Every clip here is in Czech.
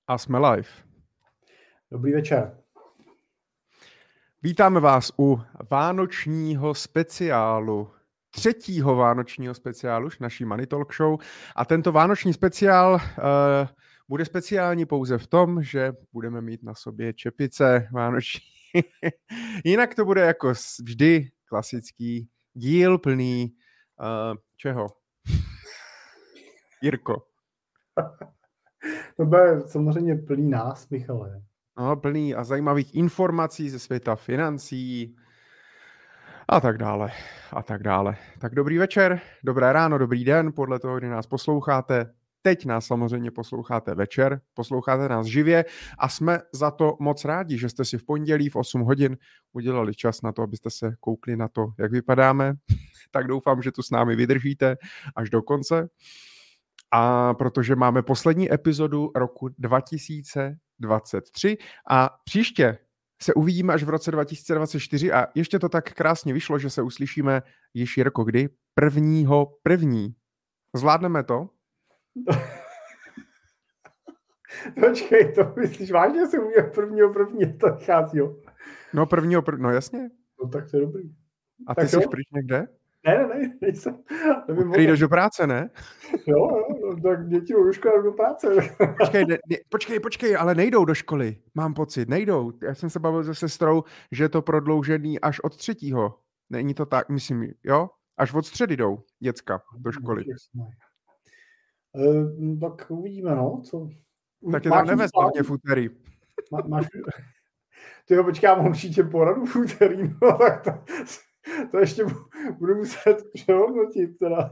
A jsme live. Dobrý večer. Vítáme vás u vánočního speciálu, třetího vánočního speciálu naší Money Talk Show. A tento vánoční speciál bude speciální pouze v tom, že budeme mít na sobě čepice vánoční. Jinak to bude jako vždy klasický díl plný čeho? Jirko. To bude samozřejmě plný nás, Michale. No, plný a zajímavých informací ze světa financí a tak dále, a tak dále. Tak dobrý večer, dobré ráno, dobrý den, podle toho, kdy nás posloucháte. Teď nás samozřejmě posloucháte večer, posloucháte nás živě a jsme za to moc rádi, že jste si v pondělí v 8 hodin udělali čas na to, abyste se koukli na to, jak vypadáme. Tak doufám, že tu s námi vydržíte až do konce. A protože máme poslední epizodu roku 2023 a příště se uvidíme až v roce 2024 a ještě to tak krásně vyšlo, že se uslyšíme již, Jirko, kdy? 1.1. Zvládneme to? Počkej, to myslíš vážně, že se uvidíme 1.1. to vychází, jo? No 1.1. No jasně. No tak to je dobrý. A ty jsi pryč někde? Ne, nejsem. Ty jdeš do práce, ne? Jo, tak děti jdou do školy do práce. Počkej, ale nejdou do školy, mám pocit, nejdou. Já jsem se bavil se sestrou, že je to prodloužený až od 3. Není to tak, myslím, jo? Až od středy jdou děcka do školy. Tak uvidíme, no. Co? Tak je tam nevést hlavně v úterý. Máš... Tyjo, počkej, já mám určitě poradu v úterý, no tak to ještě budu muset přehodnotit teda.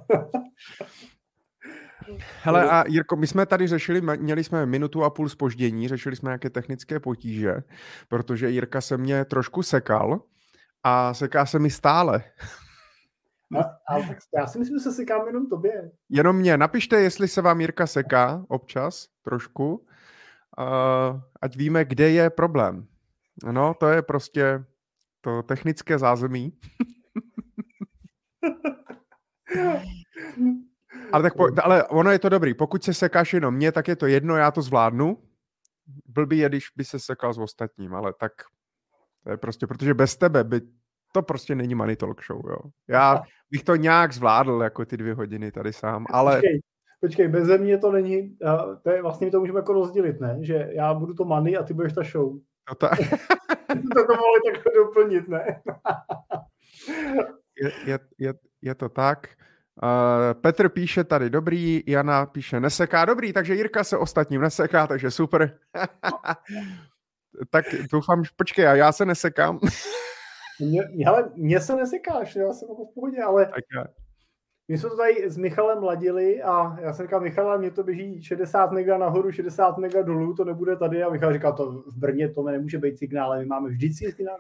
Hele a Jirko, my jsme tady řešili, měli jsme 1,5 minuty zpoždění, řešili jsme nějaké technické potíže, protože Jirka se mě trošku sekal a seká se mi stále. Ale tak já si myslím, že se sekám jenom tobě. Jenom mě. Napište, jestli se vám Jirka seká občas trošku, ať víme, kde je problém. No, to je prostě to technické zázemí. Ale ono je to dobrý. Pokud se sekáš jenom mě, tak je to jedno, já to zvládnu. Blbý je, když by se sekal s ostatním, ale tak to je prostě, protože bez tebe by to prostě není Money Talk Show, jo. Já bych to nějak zvládl, jako ty 2 hodiny tady sám, ale... Počkej, beze mě to není, to je vlastně, my to můžeme jako rozdělit, ne? Že já budu to money a ty budeš ta show. No tak. To mohli takhle doplnit, ne? Je to tak. Petr píše tady dobrý, Jana píše neseká dobrý, takže Jirka se ostatním neseká, takže super. Tak doufám, že počkej, a já se nesekám. Mně se nesekáš, já jsem jako v pohodě, ale my jsme to tady s Michalem ladili a já jsem říkal, Michale, mě to běží 60 mega nahoru, 60 mega dolů, to nebude tady a Michal říkal, to v Brně to nemůže být signál, ale my máme vždycky signál.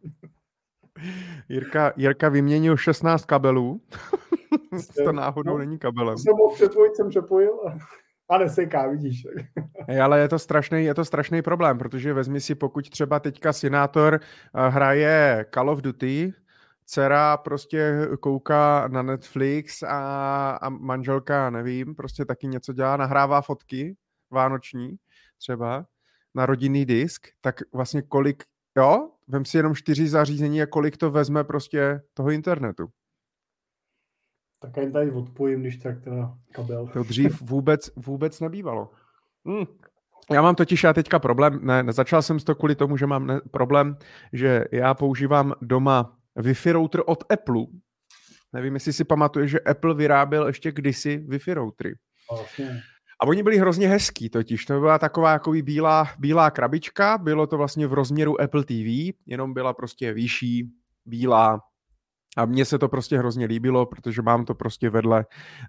Jirka vyměnil 16 kabelů. To náhodou není kabelem. Jsem mohl přepojit, jsem přepojil a neseká, vidíš. Ale je to strašný problém, protože vezmi si, pokud třeba teďka Senátor hraje Call of Duty, dcera prostě kouká na Netflix a manželka, nevím, prostě taky něco dělá, nahrává fotky vánoční třeba na rodinný disk, tak vlastně kolik, jo, vem si jenom 4 zařízení a kolik to vezme prostě toho internetu. Tak jen tady odpojím, když tak teda kabel. To dřív vůbec nebývalo. Já mám totiž teďka problém, začal jsem to kvůli tomu, že mám problém, že já používám doma Wi-Fi router od Apple. Nevím, jestli si pamatuješ, že Apple vyráběl ještě kdysi Wi-Fi routery. A oni byli hrozně hezký totiž. To byla taková jako bílá krabička, bylo to vlastně v rozměru Apple TV, jenom byla prostě vyšší, bílá. A mně se to prostě hrozně líbilo, protože mám to prostě vedle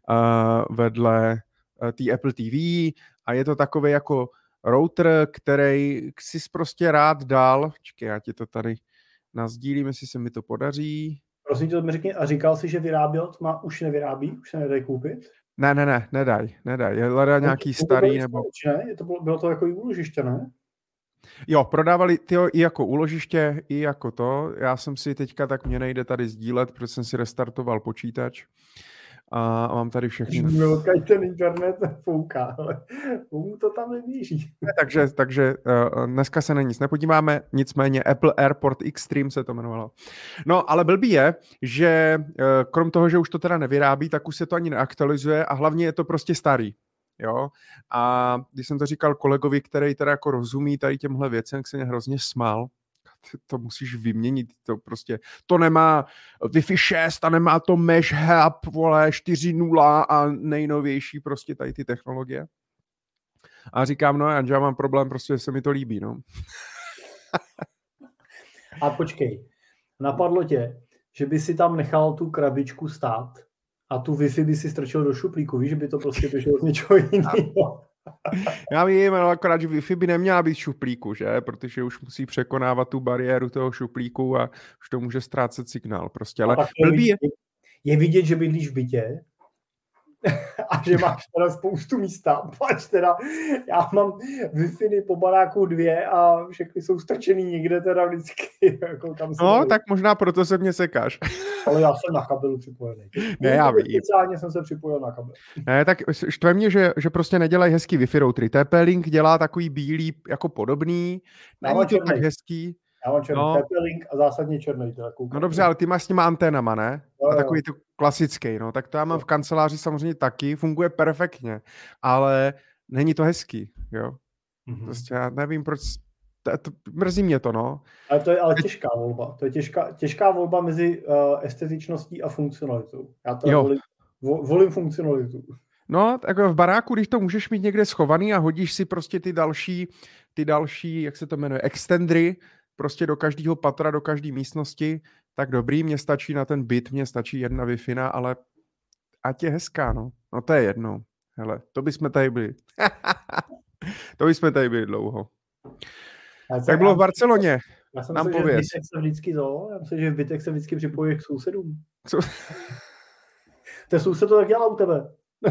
té Apple TV a je to takový jako router, který si prostě rád dal. Čekaj, já ti to tady nasdílím, jestli se mi to podaří. Prosím tě, to mi řekni, a říkal jsi, že vyráběl, už nevyrábí, už se nedají koupit? Ne, nedaj. Je hledá nějaký starý nebo... Ne? Bylo to jako i úložiště, ne? Jo, prodávali tyjo, i jako úložiště, i jako to. Já jsem si teďka, tak mě nejde tady sdílet, protože jsem si restartoval počítač. a mám tady všechny. Když ten internet fouká, ale mu to tam neběží. Takže dneska se na nic nepodíváme, nicméně Apple AirPort Extreme se to jmenovalo. No, ale blbý je, že krom toho, že už to teda nevyrábí, tak už se to ani neaktualizuje a hlavně je to prostě starý. Jo? A když jsem to říkal kolegovi, který teda jako rozumí tady těmhle věcem, tak se mě hrozně smál. To musíš vyměnit, to prostě, to nemá Wi-Fi 6 a nemá to Mesh Hub, vole, 4.0 a nejnovější prostě tady ty technologie. A říkám, no já mám problém, prostě se mi to líbí, no. A počkej, napadlo tě, že by si tam nechal tu krabičku stát a tu Wi-Fi by si strčil do šuplíku, víš, že by to prostě běželo z něčeho jiného. Já vím, ale akorát, že Wi-Fi by neměla být v šuplíku, že? Protože už musí překonávat tu bariéru toho šuplíku a už to může ztrácet signál prostě. Ale je vidět, že bydlíš v bytě a že máš teda spoustu místa. Pač teda, já mám Wi-Fi po baráku 2 a všechny jsou strčený někde teda vždycky. Jako kam no, tak možná proto se mě sekáš. Ale já jsem na kabelu připojený. Ne, já vím. Speciálně jsem se připojil na kabel. Ne, tak štve mě, že prostě nedělají hezký Wi-Fi routery. TP-Link dělá takový bílý, jako podobný. Není to tak hezký. Já mám černý TP-Link a zásadně černý. No dobře, ale ty máš s těma anténama, ne? No, a takový to klasický, no. Tak to já mám v kanceláři samozřejmě taky, funguje perfektně, ale není to hezký, jo. Mm-hmm. Prostě já nevím, proč, mrzí mě to, no. Ale to je ale těžká volba. To je těžká volba mezi estetičností a funkcionalitou. Já to volím funkcionalitu. No, tak v baráku, když to můžeš mít někde schovaný a hodíš si prostě ty další, jak se to jmenuje, extendry, prostě do každého patra, do každé místnosti, tak dobrý, mně stačí na ten byt, mně stačí jedna Wi-Fi, ale ať je hezká, no. No to je jedno. Hele, to bychom tady byli. To bychom tady byli dlouho. Tak bylo v Barceloně. Já jsem myslel, že v bytech se vždycky já myslím, že v bytech se vždycky připojíš k sousedům. Ten soused to tak dělá u tebe.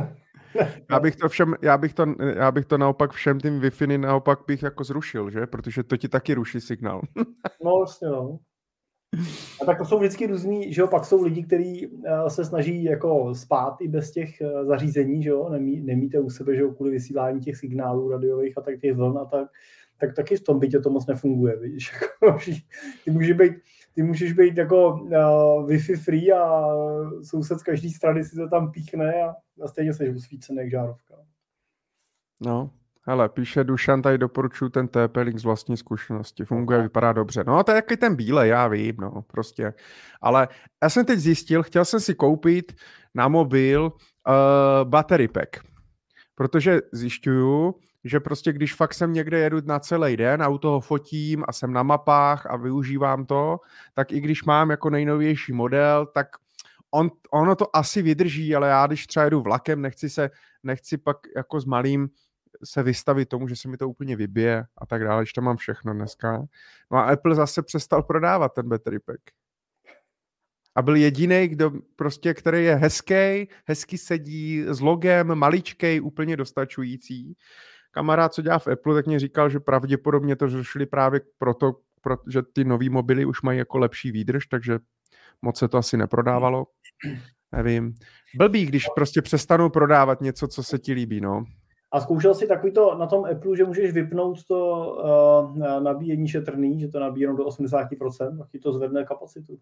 Já bych to naopak všem tím Wi-Fi naopak bych jako zrušil, že? Protože to ti taky ruší signál. No vlastně, no. A tak to jsou vždycky různý, že jo, pak jsou lidi, kteří se snaží jako spát i bez těch zařízení, že jo, nemíte u sebe, že jo, kvůli vysílání těch signálů radiových a tak těch vln a tak taky v tom bytě to moc nefunguje, víš, jako, ty můžeš být jako Wi-Fi free a soused z každé strany si to tam píchne a stejně jsi usvícený jak žárovka. No, hele, píše Dušan, tady doporučuji ten TP-Link z vlastní zkušenosti. Funguje, vypadá dobře. No, to je jaký ten bílej, já vím, no, prostě. Ale já jsem teď zjistil, chtěl jsem si koupit na mobil battery pack. Protože zjišťuju, že prostě když fakt jsem někde jedu na celý den a u toho fotím a jsem na mapách a využívám to, tak i když mám jako nejnovější model, tak ono to asi vydrží, ale já když třeba jedu vlakem, nechci pak jako s malým se vystavit tomu, že se mi to úplně vybije a tak dále, když to mám všechno dneska. No a Apple zase přestal prodávat ten battery pack. A byl jediný, kdo prostě, který je hezky sedí, s logem, maličkej, úplně dostačující. Kamarád, co dělá v Apple, tak mě říkal, že pravděpodobně to řešili právě proto, že ty nový mobily už mají jako lepší výdrž, takže moc se to asi neprodávalo. Nevím. Blbý, když prostě přestanou prodávat něco, co se ti líbí, no. A zkoušel jsi takový to na tom Apple, že můžeš vypnout to nabíjení šetrný, že to nabíjí jenom do 80%, a ti to zvedne kapacitu?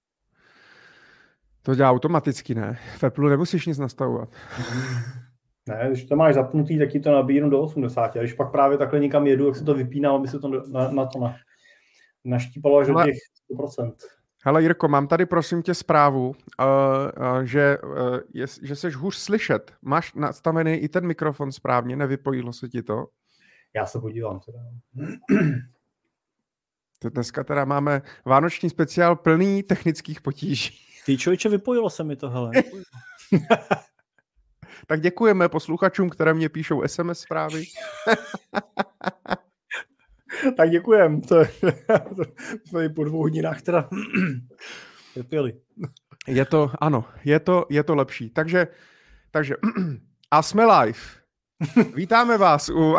To dělá automaticky, ne? V Apple nemusíš nic nastavovat. Ne, když to máš zapnutý, tak ti to nabíjí jenom do 80. A když pak právě takhle někam jedu, jak se to vypíná, aby se to naštípalo až do těch 100%. Hele Jirko, mám tady prosím tě zprávu, že seš hůř slyšet. Máš nastavený i ten mikrofon správně, nevypojilo se ti to? Já se podívám teda. Dneska teda máme vánoční speciál plný technických potíží. Ty člověče, vypojilo se mi to, hele. Tak děkujeme posluchačům, které mě píšou SMS zprávy. Tak děkujem. To je po 2 hodinách teda vypili. Je to lepší. Takže a jsme live. Vítáme vás u...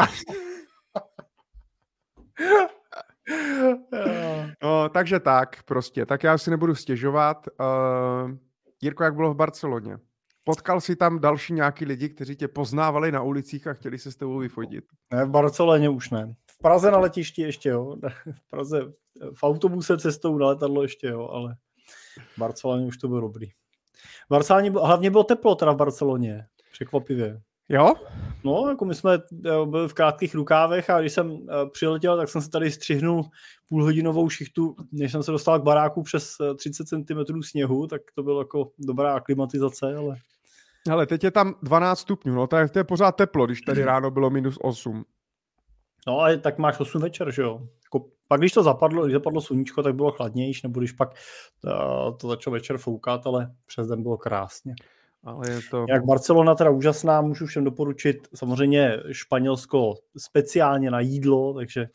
No, takže tak prostě. Tak já si nebudu stěžovat. Jirko, jak bylo v Barceloně? Potkal jsi tam další nějaký lidi, kteří tě poznávali na ulicích a chtěli se s tebou vyfotit? Ne, v Barceloně už ne. V Praze na letišti ještě, jo. V Praze v autobuse cestou na letadlo ještě, jo, ale v Barceloně už to bylo dobrý. V Barceloně hlavně bylo teplo teda v Barceloně, překvapivě. Jo? No, jako my jsme byli v krátkých rukávech a když jsem přiletěl, tak jsem se tady střihnul půlhodinovou šichtu, než jsem se dostal k baráku přes 30 cm sněhu, tak to bylo jako dobrá aklimatizace, ale... Hele, teď je tam 12 stupňů, no to je pořád teplo, když tady ráno bylo -8. No, ale tak máš 8 večer, že jo? Jako, pak když zapadlo sluníčko, tak bylo chladnější, nebo když pak to začalo večer foukat, ale přes den bylo krásně. Ale je to... Jak Barcelona teda úžasná, můžu všem doporučit. Samozřejmě Španělsko speciálně na jídlo, takže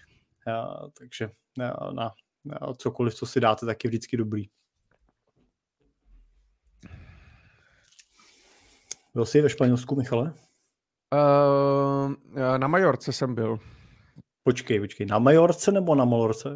na cokoliv, co si dáte, tak je vždycky dobrý. Byl jsi ve Španělsku, Michale? Na Majorce jsem byl. Počkej, na Majorce nebo na Malorce?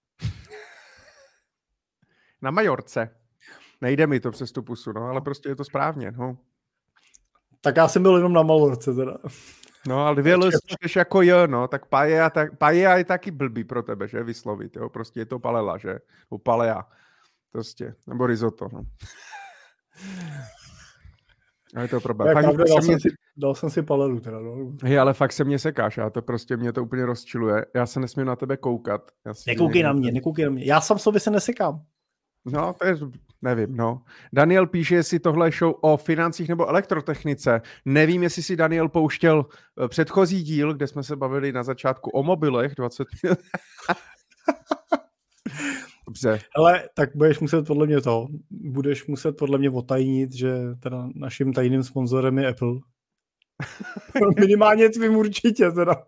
Na Majorce. Nejde mi to přes tu pusu, no, ale prostě je to správně, no. Tak já jsem byl jenom na Malorce teda. No, ale 2 L čteš jako J, no, tak paella je taky blbý pro tebe, že, vyslovit, jo, prostě je to palela, že, nebo palea, prostě, nebo risotto, no. A je to problém. Dal jsem si palelu teda, no. Hej, ale fakt se mě sekáš, mě to úplně rozčiluje, já se nesmím na tebe koukat. Nekoukej na mě, já sám sobě se nesekám. No, to je, nevím, no. Daniel píše, jestli tohle je show o financích nebo elektrotechnice. Nevím, jestli si Daniel pouštěl předchozí díl, kde jsme se bavili na začátku o mobilech 20 minut. Dobře. Ale tak budeš muset podle mě otajnit, že teda naším tajným sponzorem je Apple. Minimálně tvým určitě teda.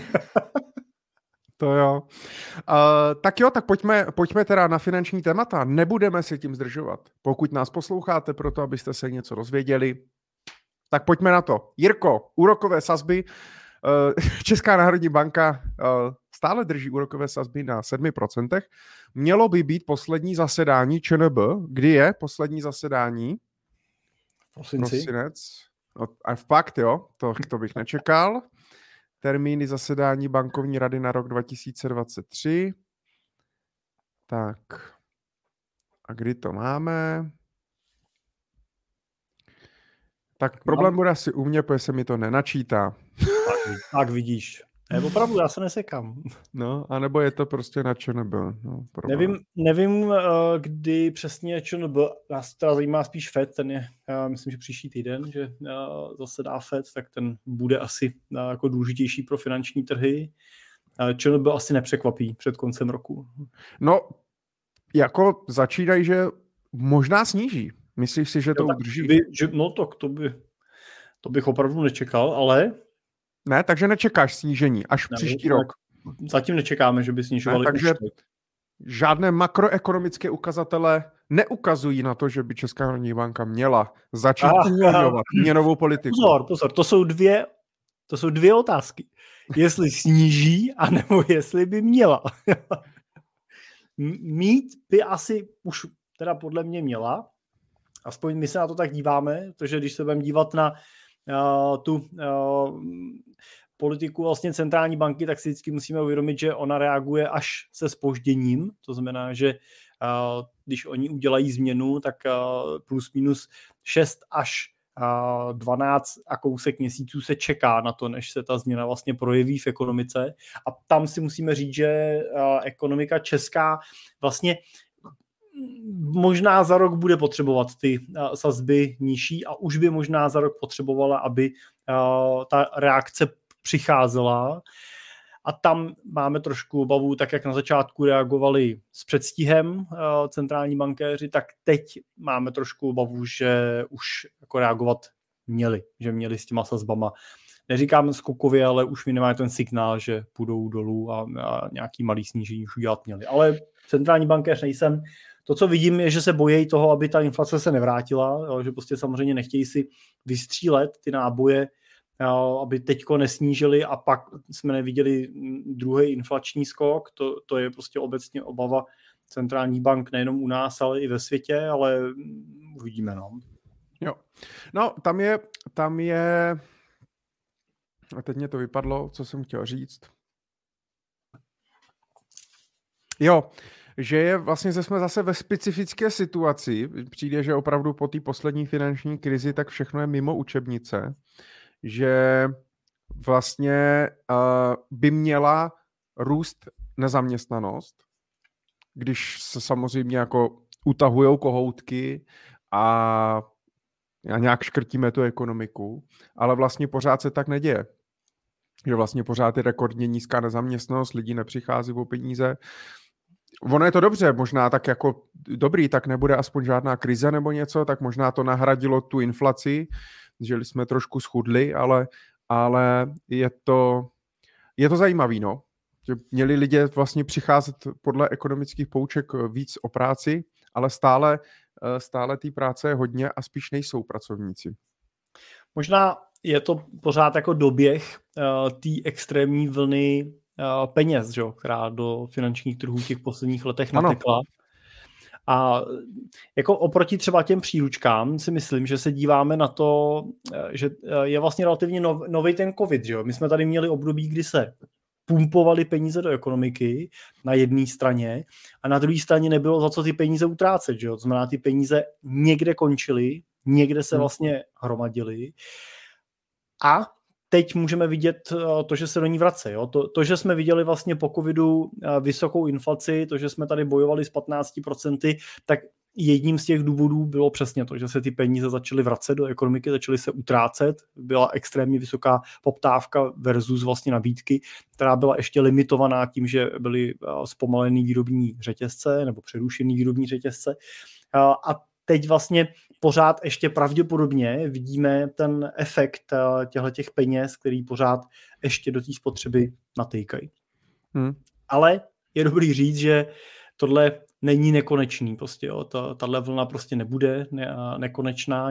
To jo. Tak jo, tak pojďme teda na finanční témata. Nebudeme se tím zdržovat. Pokud nás posloucháte proto, abyste se něco dozvěděli, tak pojďme na to. Jirko, úrokové sazby. Česká národní banka stále drží úrokové sazby na 7%. Mělo by být poslední zasedání ČNB. Kdy je poslední zasedání? Prosinec. No, a fakt, jo, to bych nečekal. Termíny zasedání bankovní rady na rok 2023. Tak. A kdy to máme? Tak problém bude asi u mě, protože se mi to nenačítá. Tak vidíš. Opravdu, já se nesekám. No, anebo je to prostě na ČNB. No, nevím, kdy přesně ČNB, nás teda zajímá spíš FED, ten je, myslím, že příští týden, že zasedá FED, tak ten bude asi jako důležitější pro finanční trhy. ČNB asi nepřekvapí před koncem roku. No, jako začínají, že možná sníží. Myslíš si, že to udrží? To bych opravdu nečekal, ale... Ne, takže nečekáš snížení až příští rok. Zatím nečekáme, že by snižovali. Takže žádné makroekonomické ukazatele neukazují na to, že by Česká národní banka měla začít uvolňovat měnovou politiku. Pozor, to jsou dvě otázky. Jestli sníží, anebo jestli by měla. Mít by asi už teda podle mě měla. Aspoň my se na to tak díváme, protože když se budeme dívat na tu politiku vlastně centrální banky, tak si vždycky musíme uvědomit, že ona reaguje až se zpožděním. To znamená, že když oni udělají změnu, tak plus minus 6 až 12 a kousek měsíců se čeká na to, než se ta změna vlastně projeví v ekonomice. A tam si musíme říct, že ekonomika česká vlastně možná za rok bude potřebovat ty sazby nižší a už by možná za rok potřebovala, aby ta reakce přicházela. A tam máme trošku obavu, tak jak na začátku reagovali s předstihem centrální bankéři, tak teď máme trošku obavu, že už jako reagovat měli s těma sazbama. Neříkám skokově, ale už minimálně ten signál, že půjdou dolů a nějaký malý snížení už udělat měli. Ale centrální bankéř nejsem. To, co vidím, je, že se bojí toho, aby ta inflace se nevrátila, že prostě samozřejmě nechtějí si vystřílet ty náboje, aby teďko nesnížili a pak jsme neviděli druhý inflační skok. To je prostě obecně obava centrální bank nejenom u nás, ale i ve světě, ale uvidíme. No. Jo. No, tam je, a teď mě to vypadlo, co jsem chtěl říct. Jo, že jsme zase ve specifické situaci, přijde, že opravdu po té poslední finanční krizi tak všechno je mimo učebnice, že vlastně by měla růst nezaměstnanost, když se samozřejmě jako utahujou kohoutky a nějak škrtíme tu ekonomiku, ale vlastně pořád se tak neděje. Že vlastně pořád je rekordně nízká nezaměstnanost, lidi nepřichází o peníze. Ono je to dobře, možná tak jako dobrý, tak nebude aspoň žádná krize nebo něco, tak možná to nahradilo tu inflaci, že jsme trošku schudli, ale je to zajímavý, no. Že měli lidé vlastně přicházet podle ekonomických pouček víc o práci, ale stále té práce je hodně a spíš nejsou pracovníci. Možná je to pořád jako doběh té extrémní vlny peněz, že? Která do finančních trhů těch posledních letech natekla. A jako oproti třeba těm příručkám si myslím, že se díváme na to, že je vlastně relativně nový ten covid. Že? My jsme tady měli období, kdy se pumpovali peníze do ekonomiky na jedné straně a na druhé straně nebylo za co ty peníze utrácet. Že? To znamená, ty peníze někde končily, někde se vlastně hromadily a teď můžeme vidět to, že se do ní vrací. To, že jsme viděli vlastně po covidu vysokou inflaci, to, že jsme tady bojovali s 15%, tak jedním z těch důvodů bylo přesně to, že se ty peníze začaly vracet do ekonomiky, začaly se utrácet. Byla extrémně vysoká poptávka versus vlastně nabídky, která byla ještě limitovaná tím, že byly zpomalený výrobní řetězce nebo přerušený výrobní řetězce. A teď vlastně pořád ještě pravděpodobně vidíme ten efekt těch peněz, který pořád ještě do té spotřeby natýkají. Ale je dobrý říct, že tohle není nekonečný. Prostě, tahle vlna prostě nebude nekonečná.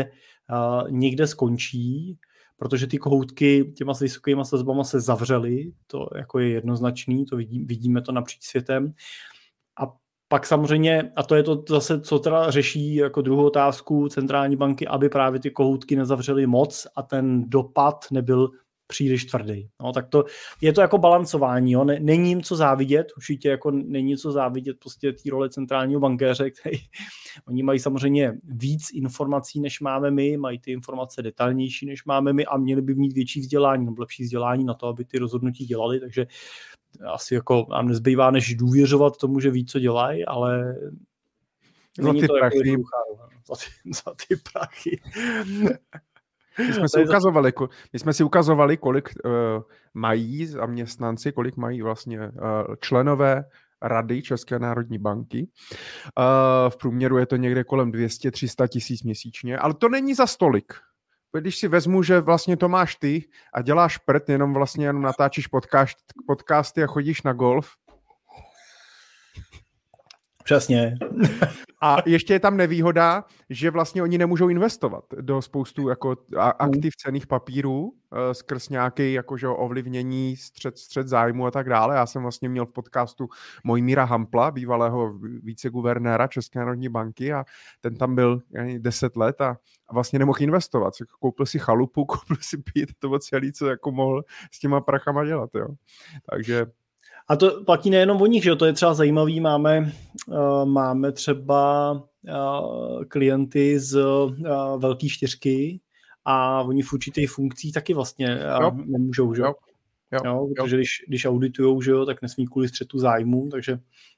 Někde skončí, protože ty kohoutky těma vysokýma sazbama se zavřely. To jako je jednoznačný, to vidíme to napříč světem. A pak samozřejmě, a to je to zase, co teda řeší jako druhou otázku centrální banky, aby právě ty kohoutky nezavřely moc a ten dopad nebyl příliš tvrdý. No, tak to je to jako balancování. Jo. Není jim co závidět, určitě jako není co závidět prostě té role centrálního bankéře, který oni mají samozřejmě víc informací, než máme my, mají ty informace detailnější, než máme my a měli by mít větší vzdělání nebo lepší vzdělání na to, aby ty rozhodnutí dělali, takže asi jako nám nezbývá, než důvěřovat tomu, že ví, co dělají, ale není to jako jednoduchá za ty prachy. My jsme si ukazovali, kolik mají zaměstnanci, kolik mají vlastně členové Rady České národní banky. V průměru je to někde kolem 200-300 tisíc měsíčně, ale to není za stolik. Když si vezmu, že vlastně to máš ty a děláš prd, jenom natáčíš podcasty a chodíš na golf. Přesně. A ještě je tam nevýhoda, že vlastně oni nemůžou investovat do spoustu jako aktiv cenných papírů skrz nějaký jakože ovlivnění, střet zájmu a tak dále. Já jsem vlastně měl v podcastu Mojmíra Hampla, bývalého viceguvernéra České národní banky a ten tam byl 10 let a vlastně nemohl investovat. Koupil si chalupu, koupil si byt, to bylo celý, co jako mohl s těma prachama dělat. Jo. Takže a to platí nejenom o nich, že to je třeba zajímavý, máme třeba klienty z velké čtyřky a oni v určitých funkcích taky vlastně nemůžou, že jo, protože když auditujou, že jo, tak nesmí kvůli střetu zájmu, takže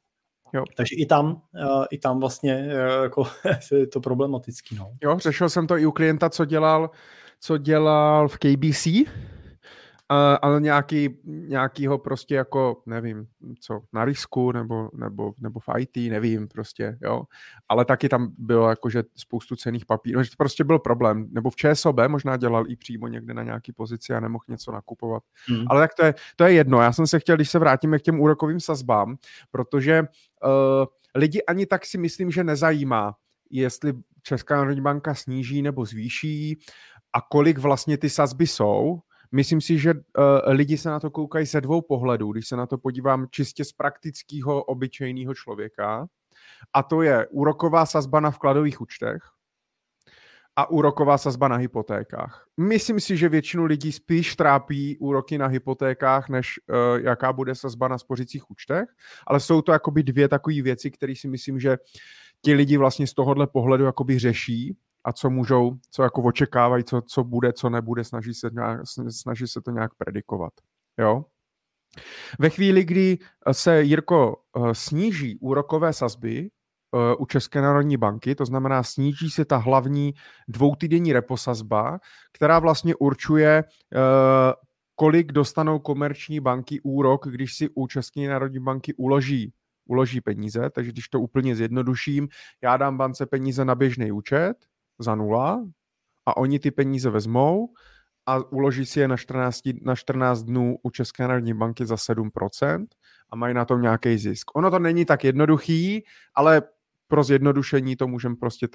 i tam vlastně jako je to problematický. No. Jo, řešil jsem to i u klienta, co dělal v KBC, ale nějakýho prostě jako, nevím, co, na risku nebo v IT, nevím prostě, jo. Ale taky tam bylo jakože spoustu cenných papírů, že to prostě byl problém. Nebo v ČSOB možná dělal i přímo někde na nějaký pozici a nemohl něco nakupovat. Ale tak to je jedno. Já jsem se chtěl, když se vrátíme k těm úrokovým sazbám, protože lidi ani tak si myslím, že nezajímá, jestli Česká národní banka sníží nebo zvýší a kolik vlastně ty sazby jsou. Myslím si, že lidi se na to koukají ze dvou pohledů, když se na to podívám čistě z praktického, obyčejného člověka. A to je úroková sazba na vkladových účtech a úroková sazba na hypotékách. Myslím si, že většinu lidí spíš trápí úroky na hypotékách, než jaká bude sazba na spořících účtech, ale jsou to jakoby dvě takové věci, které si myslím, že ti lidi vlastně z tohohle pohledu jakoby řeší a co můžou, co jako očekávají, co bude, co nebude, snaží se to nějak predikovat. Jo? Ve chvíli, kdy se, Jirko, sníží úrokové sazby u České národní banky, to znamená sníží se ta hlavní dvoutýdenní reposazba, která vlastně určuje, kolik dostanou komerční banky úrok, když si u České národní banky uloží peníze, takže když to úplně zjednoduším, já dám bance peníze na běžný účet za 0 a oni ty peníze vezmou a uloží si je na 14 dnů u České národní banky za 7% a mají na tom nějaký zisk. Ono to není tak jednoduchý, ale pro zjednodušení to můžeme prostě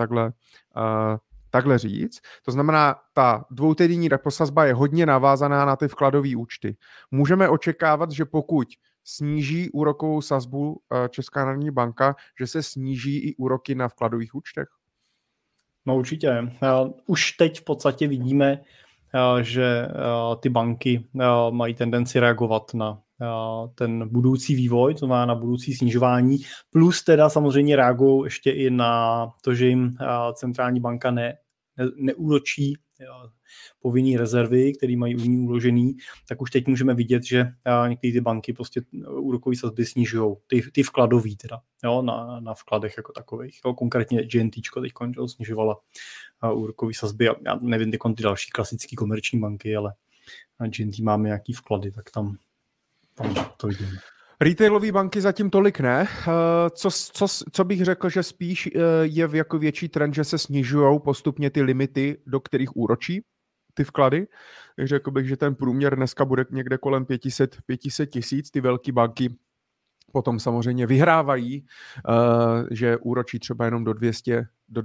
takhle říct. To znamená, ta dvoutýdenní reposazba je hodně navázaná na ty vkladové účty. Můžeme očekávat, že pokud sníží úrokovou sazbu Česká národní banka, že se sníží i úroky na vkladových účtech? No určitě. Už teď v podstatě vidíme, že ty banky mají tendenci reagovat na ten budoucí vývoj, to znamená na budoucí snižování, plus teda samozřejmě reagují ještě i na to, že jim centrální banka neúročí povinný rezervy, které mají u ní uložený, tak už teď můžeme vidět, že některé ty banky prostě úrokové sazby snižují, ty vkladový teda, jo, na vkladech jako takových. Jo, konkrétně GNTčko teď snižovala úrokové sazby. Já nevím, ty další klasické komerční banky, ale na GNT máme nějaký vklady, tak tam to vidíme. Retailové banky zatím tolik ne. Co bych řekl, že spíš je jako větší trend, že se snižují postupně ty limity, do kterých úročí ty vklady. Řekl bych, že ten průměr dneska bude někde kolem 500 tisíc. Ty velké banky potom samozřejmě vyhrávají, že úročí třeba jenom do 200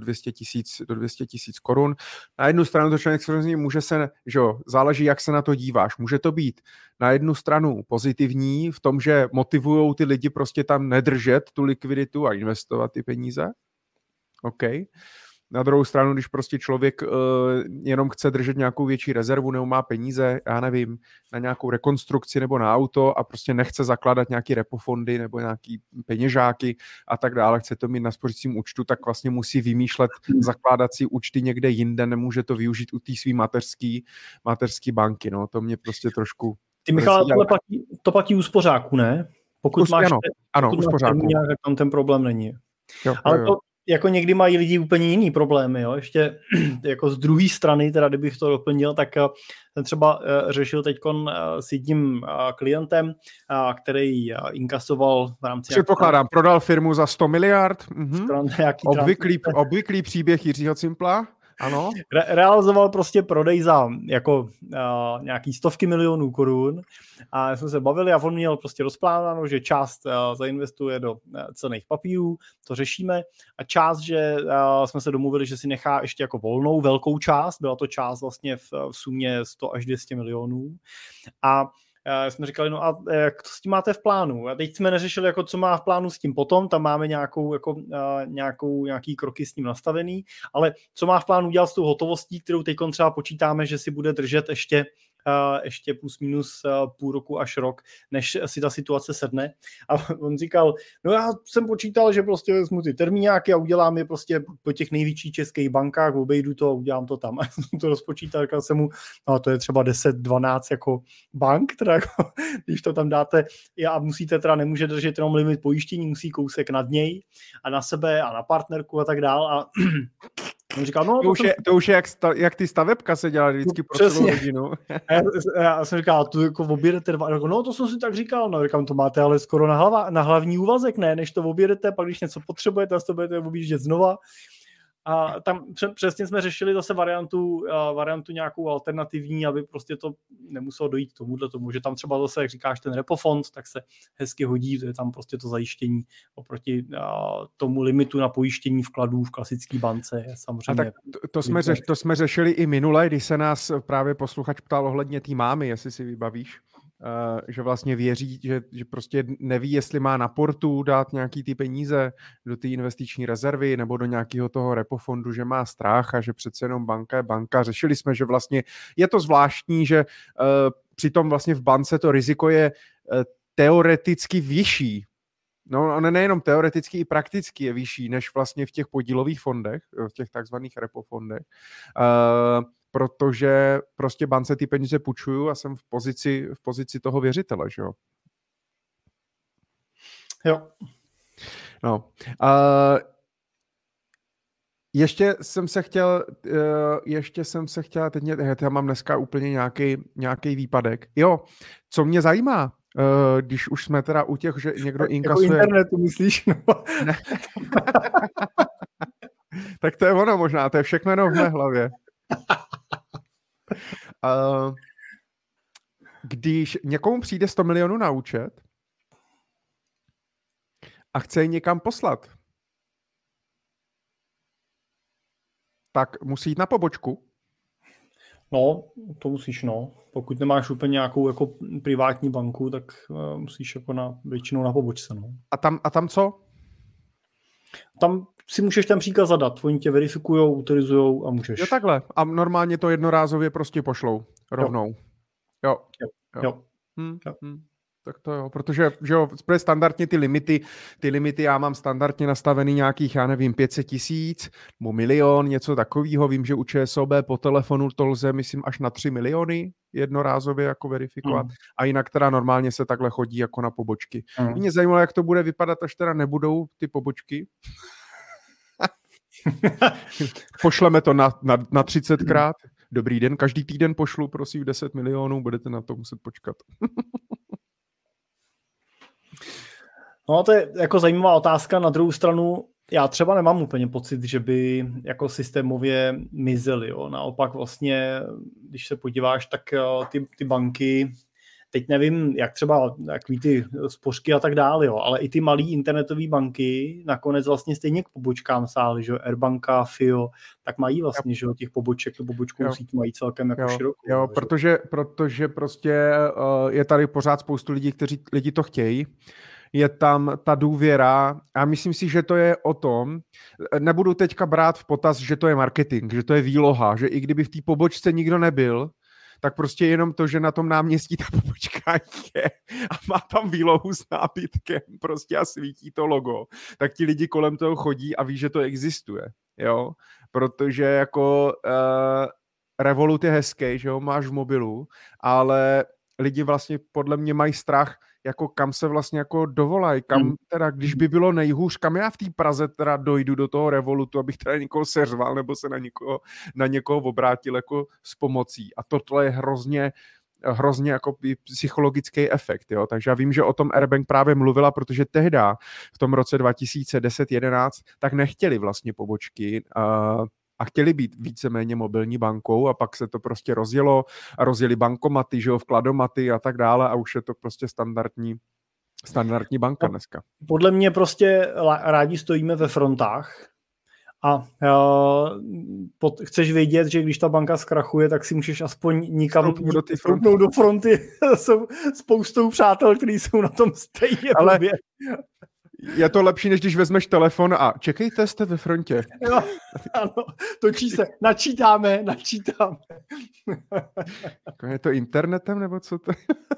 tisíc korun. Na jednu stranu to člověk samozřejmě může se, že jo, záleží, jak se na to díváš. Může to být na jednu stranu pozitivní v tom, že motivujou ty lidi prostě tam nedržet tu likviditu a investovat ty peníze. OK. Na druhou stranu, když prostě člověk jenom chce držet nějakou větší rezervu nebo má peníze, já nevím, na nějakou rekonstrukci nebo na auto a prostě nechce zakládat nějaký repofondy nebo nějaký peněžáky a tak dále, chce to mít na spořícím účtu, tak vlastně musí vymýšlet zakládací účty někde jinde, nemůže to využít u té svý mateřský banky. No, to mě prostě trošku... Ty, Michal, to platí u spořáků, ne? Pokud máš uspořáků. Tak tam ten problém není. Ale to jako někdy mají lidi úplně jiný problémy, jo. Ještě jako z druhé strany, teda kdybych to doplnil, tak jsem třeba řešil teďkon s jedním klientem, který inkasoval v rámci... Předpokládám, prodal firmu za 100 miliard. Obvyklý příběh Jiřího Cimpla. Ano. Realizoval prostě prodej za jako nějaký stovky milionů korun a jsme se bavili a on měl prostě rozplánováno, že část zainvestuje do cenných papírů, to řešíme a část, že jsme se domluvili, že si nechá ještě jako volnou velkou část, byla to část vlastně v sumě 100 až 200 milionů a jsme říkali, no a jak to s tím máte v plánu? A teď jsme neřešili, jako co má v plánu s tím potom, tam máme nějaký kroky s ním nastavený, ale co má v plánu dělat s tou hotovostí, kterou teď třeba počítáme, že si bude držet ještě plus minus půl roku až rok, než si ta situace sedne. A on říkal, no já jsem počítal, že prostě vezmu ty termíňáky a udělám je prostě po těch největších českých bankách, obejdu to a udělám to tam. A jsem to rozpočítal, říkal jsem mu, no to je třeba 10-12 jako bank, teda jako, když to tam dáte a musíte teda, nemůže držet jenom limit pojištění, musí kousek nad něj a na sebe a na partnerku a tak dál a on říkal, no, to už je jak ty stavebka se dělali vždycky pro celou rodinu. Já jsem říkal, tu jako objedete no to jsem si tak říkal, no říkám, to máte ale skoro na hlavní úvazek, ne, než to objedete, pak když něco potřebujete, to budete objíždět znova. A tam přesně jsme řešili zase variantu nějakou alternativní, aby prostě to nemuselo dojít k tomu, že tam třeba zase, jak říkáš, ten repofond, tak se hezky hodí, to je tam prostě to zajištění oproti tomu limitu na pojištění vkladů v klasické bance. Je samozřejmě. A tak to jsme řešili i minule, když se nás právě posluchač ptal ohledně té mámy, jestli si vybavíš. že vlastně věří, že prostě neví, jestli má na portu dát nějaký ty peníze do té investiční rezervy nebo do nějakého toho repofondu, že má strach a že přece jenom banka je banka. Řešili jsme, že vlastně je to zvláštní, že přitom vlastně v bance to riziko je teoreticky vyšší. No, on nejenom teoreticky, i prakticky je vyšší než vlastně v těch podílových fondech, v těch takzvaných repofondech. Protože prostě bance ty peníze půjčuju a jsem v pozici toho věřitele, že jo? Jo. No. Ještě jsem se chtěl, teď já mám dneska úplně nějaký výpadek. Jo, co mě zajímá, když už jsme teda u těch, že někdo inkasuje... Jako internetu myslíš? No. Ne. Tak to je ono možná, to je všechno jenom v mé hlavě. Když někomu přijde 100 milionů na účet a chce je někam poslat, tak musí jít na pobočku? No, to musíš, no. Pokud nemáš úplně nějakou jako privátní banku, tak musíš jako většinou na pobočce, no. A tam co? Tam si můžeš ten příkaz zadat. Oni tě verifikujou, autorizujou a můžeš. Jo, takhle. A normálně to jednorázově prostě pošlou rovnou. Jo. Tak to jo, protože že jo, standardně ty limity já mám standardně nastavený nějakých, já nevím, 500 000 nebo milion, něco takového. Vím, že u ČSOB po telefonu to lze, myslím, až na 3 miliony jednorázově jako verifikovat. A jinak teda normálně se takhle chodí jako na pobočky. Mě zajímalo, jak to bude vypadat, až teda nebudou ty pobočky. Pošleme to na 30krát. Dobrý den, každý týden pošlu, prosím, 10 milionů, budete na to muset počkat. No, to je jako zajímavá otázka. Na druhou stranu, já třeba nemám úplně pocit, že by jako systémově mizely. Jo. Naopak vlastně, když se podíváš, tak ty banky, teď nevím, jak třeba takový ty spořky a tak dále, jo, ale i ty malý internetové banky nakonec vlastně stejně k pobočkám sály, že Airbanka, FIO, tak mají vlastně, že těch poboček, tu pobočkovou síť mají celkem jako širokou. Jo, protože prostě je tady pořád spoustu lidí, lidi to chtějí. Je tam ta důvěra a myslím si, že to je o tom, nebudu teďka brát v potaz, že to je marketing, že to je výloha, že i kdyby v té pobočce nikdo nebyl, tak prostě jenom to, že na tom náměstí ta pobočka je a má tam výlohu s nápitkem prostě a svítí to logo, tak ti lidi kolem toho chodí a ví, že to existuje, jo, protože jako Revolut je hezký, že jo, máš v mobilu, ale lidi vlastně podle mě mají strach, jako kam se vlastně jako dovolají, kam teda, když by bylo nejhůř, kam já v té Praze teda dojdu do toho Revolutu, abych teda někoho seřval nebo se na někoho obrátil jako s pomocí. A tohle je hrozně jako psychologický efekt, jo. Takže já vím, že o tom Airbank právě mluvila, protože tehda v tom roce 2010-11 tak nechtěli vlastně pobočky a chtěli být víceméně mobilní bankou a pak se to prostě rozjelo a rozjeli bankomaty, že jo, vkladomaty a tak dále a už je to prostě standardní banka dneska. Podle mě prostě rádi stojíme ve frontách a chceš vědět, že když ta banka zkrachuje, tak si můžeš aspoň nikam vstoupnout do fronty. Jsou spoustou přátel, kteří jsou na tom stejně. Ale je to lepší, než když vezmeš telefon a čekejte, jste ve frontě. Jo, ano, točí se. Načítáme. Je to internetem, nebo co to?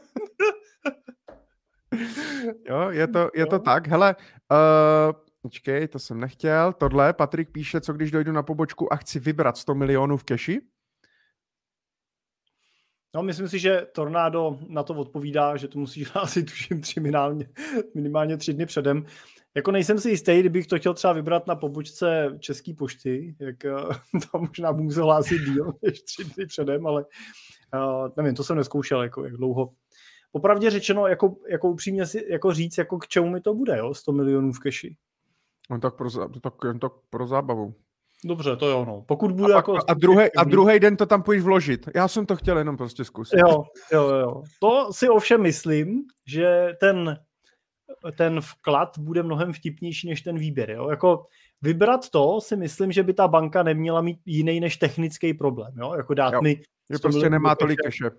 Jo, je to tak. Hele, počkej, to jsem nechtěl. Tohle, Patrik píše, co když dojdu na pobočku a chci vybrat 100 milionů v keši? No, myslím si, že Tornádo na to odpovídá, že to musíš hlásit tuším minimálně 3 dny předem. Jako nejsem si jistý, kdybych to chtěl třeba vybrat na pobočce České pošty, jak tam možná budu musel hlásit díl než 3 dny předem, ale nevím, to jsem neskoušel, jako jak dlouho. Popravdě řečeno, jako upřímně si jako říct, jako k čemu mi to bude, jo, 100 milionů v keši. No tak pro zábavu. Dobře, to jo, no. Pokud bude a druhý den to tam půjdeš vložit. Já jsem to chtěl jenom prostě zkusit. Jo. To si ovšem myslím, že ten vklad bude mnohem vtipnější než ten výběr, jo. Jako vybrat to si myslím, že by ta banka neměla mít jiný než technický problém, jo. Jako dát mi... Že prostě nemá tolik keše.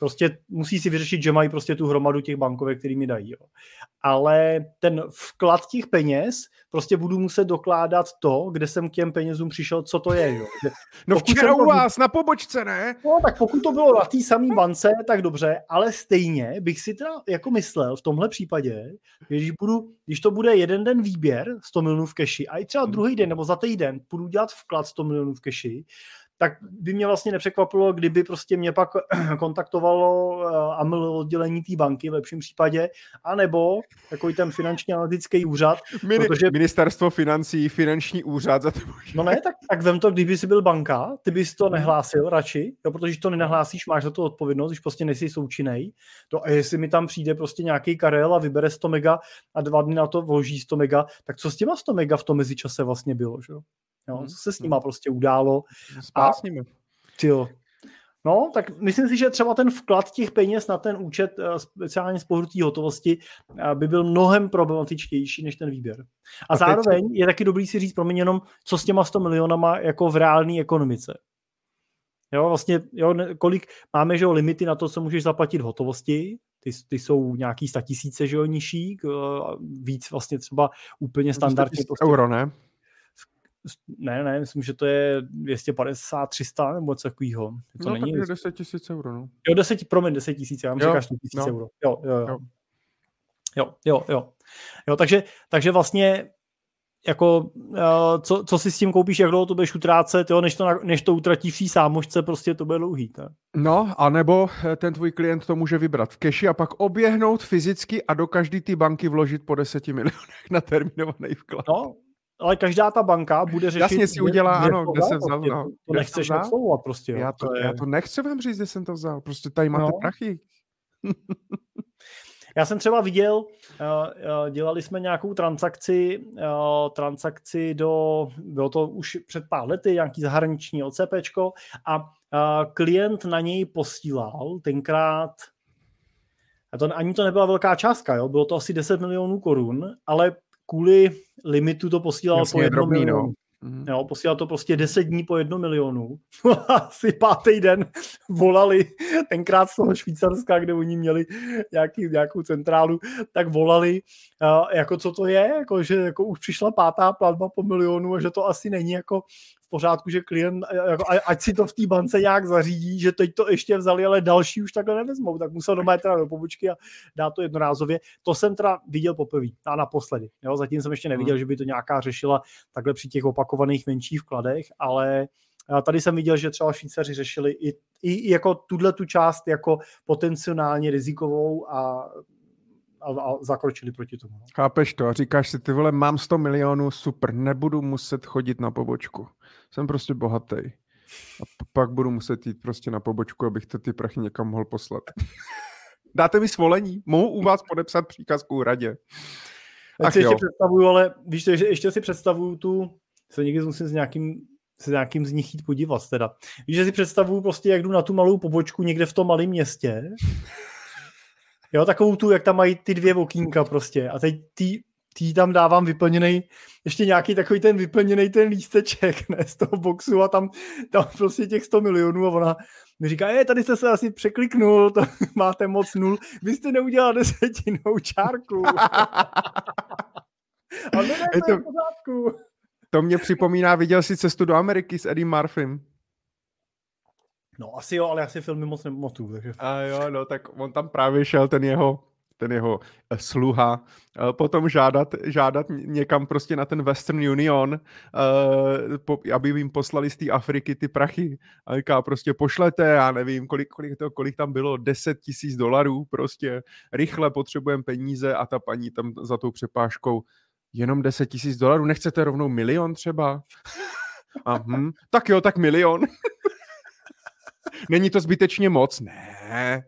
Prostě musí si vyřešit, že mají prostě tu hromadu těch bankovek, který mi dají. Jo. Ale ten vklad těch peněz, prostě budu muset dokládat to, kde jsem k těm penězům přišel, co to je. Jo. No včera u vás na pobočce, ne? No tak pokud to bylo na té samé bance, tak dobře, ale stejně bych si teda jako myslel v tomhle případě, že když to bude jeden den výběr 100 milionů v keši a i třeba druhý den nebo za týden budu dělat vklad 100 milionů v keši, tak by mě vlastně nepřekvapilo, kdyby prostě mě pak kontaktovalo AML oddělení té banky v lepším případě, anebo takový ten finanční analytický úřad. Protože... Ministerstvo financí, finanční úřad za to. No ne, tak vem to, kdyby jsi byl banka, ty bys to nehlásil radši, jo, protože to nenahlásíš, máš za to odpovědnost, když prostě nejsi součinnej. To a jestli mi tam přijde prostě nějaký Karel a vybere 100 mega a 2 dny na to vloží 100 mega, tak co s těma 100 mega v tom mezičase vlastně bylo, že jo? Jo, co se s nima prostě událo. Spál s nimi. Jo. No, tak myslím si, že třeba ten vklad těch peněz na ten účet speciálně z pohledu té hotovosti by byl mnohem problematičtější než ten výběr. A zároveň je taky dobrý si říct, promiň, jenom co s těma 100 milionama jako v reálné ekonomice. Jo, vlastně, jo, kolik máme, že jo, limity na to, co můžeš zaplatit v hotovosti, ty jsou nějaký 100 000, že jo, nižší, víc vlastně třeba úplně standardně. Prostě euro, ne? Ne, myslím, že to je 250, 300 nebo něco takového. To no, není tak je 10 000 euro, no. Jo, 10 000, já mám říkáš 100 000 euro. Jo, takže vlastně jako, co si s tím koupíš, jak dlouho to budeš utrácet, jo, než to utratí v sámošce, prostě to bude dlouhý. Tak. No, anebo ten tvůj klient to může vybrat v keši a pak oběhnout fyzicky a do každé ty banky vložit po 10 milionech na terminovaný vklad. No, ale každá ta banka bude řešit... Jasně si udělá, ano, kde jsem vzal. Prostě, to nechceš odslovovat prostě. Jo. Já to nechci vám říct, kde jsem to vzal. Prostě tady máte prachy. Já jsem třeba viděl, dělali jsme nějakou transakci bylo to už před pár lety, nějaký zahraniční OCPčko a klient na něj posílal tenkrát, ani to nebyla velká částka, jo, bylo to asi 10 milionů korun, ale kvůli limitu to posílal po 1 milionu. No. Jo, posílal to prostě 10 dní po 1 milionu. Asi 5. den volali, tenkrát z toho Švýcarska, kde oni měli nějakou centrálu, tak volali, jako co to je, jako, že jako už přišla 5. platba po milionu a že to asi není jako v pořádku, že klient, jako, ať si to v té bance nějak zařídí, že teď to ještě vzali, ale další už takhle nevezmou, tak musel doma jít teda do pobočky a dát to jednorázově. To jsem teda viděl poprvé a naposledy. Jo? Zatím jsem ještě neviděl, že by to nějaká řešila takhle při těch opakovaných menších vkladech, ale tady jsem viděl, že třeba Švýcaři řešili i jako tu část jako potenciálně rizikovou a zakročili proti tomu. Chápeš to a říkáš si, ty vole, mám 100 milionů, super, nebudu muset chodit na pobočku. Jsem prostě bohatý. A pak budu muset jít prostě na pobočku, abych ty prachy někam mohl poslat. Dáte mi svolení? Mohu u vás podepsat příkaz k úradě? Tak si ještě představuju, ale víš, že ještě si představuju se někdy musím s nějakým z nich jít podívat teda. Víš, že si představuju prostě, jak jdu na tu malou pobočku někde v tom malém městě. Jo, takovou tu, jak tam mají ty 2 okýnka prostě. A teď tý tam dávám vyplněnej, ještě nějaký takový ten vyplněnej ten lísteček, ne, z toho boxu a tam prostě těch 100 milionů a ona mi říká, tady jste se asi překliknul, to máte moc nul, vy jste neudělal 10tou čárku. A to je v pořádku. To mě připomíná, viděl jsi Cestu do Ameriky s Eddie Murphym? No asi jo, ale já si filmy moc nepamatuju. Takže... A jo, no tak on tam právě šel ten jeho sluha potom žádat někam prostě na ten Western Union, aby jim poslali z té Afriky ty prachy. A říká prostě pošlete, já nevím, kolik tam bylo, $10,000 prostě, rychle potřebujeme peníze a ta paní tam za tou přepážkou jenom $10,000, nechcete rovnou 1 milion třeba? Tak jo, tak 1 milion. Není to zbytečně moc? Ne.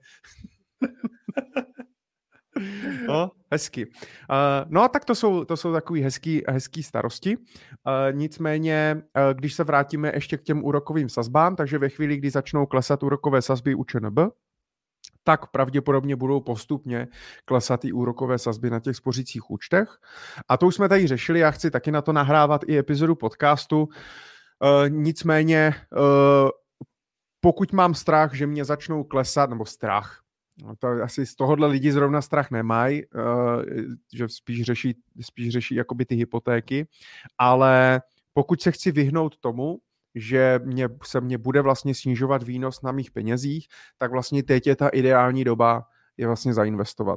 No, hezky. No a tak to jsou takový hezký starosti. Nicméně, když se vrátíme ještě k těm úrokovým sazbám, takže ve chvíli, kdy začnou klesat úrokové sazby u ČNB, tak pravděpodobně budou postupně klesat i úrokové sazby na těch spořících účtech. A to už jsme tady řešili, já chci taky na to nahrávat i epizodu podcastu. Nicméně pokud mám strach, že mě začnou klesat, nebo strach, no to asi z tohohle lidi zrovna strach nemají, že spíš řeší jakoby ty hypotéky, ale pokud se chci vyhnout tomu, že se mě bude vlastně snižovat výnos na mých penězích, tak vlastně teď je ta ideální doba je vlastně zainvestovat.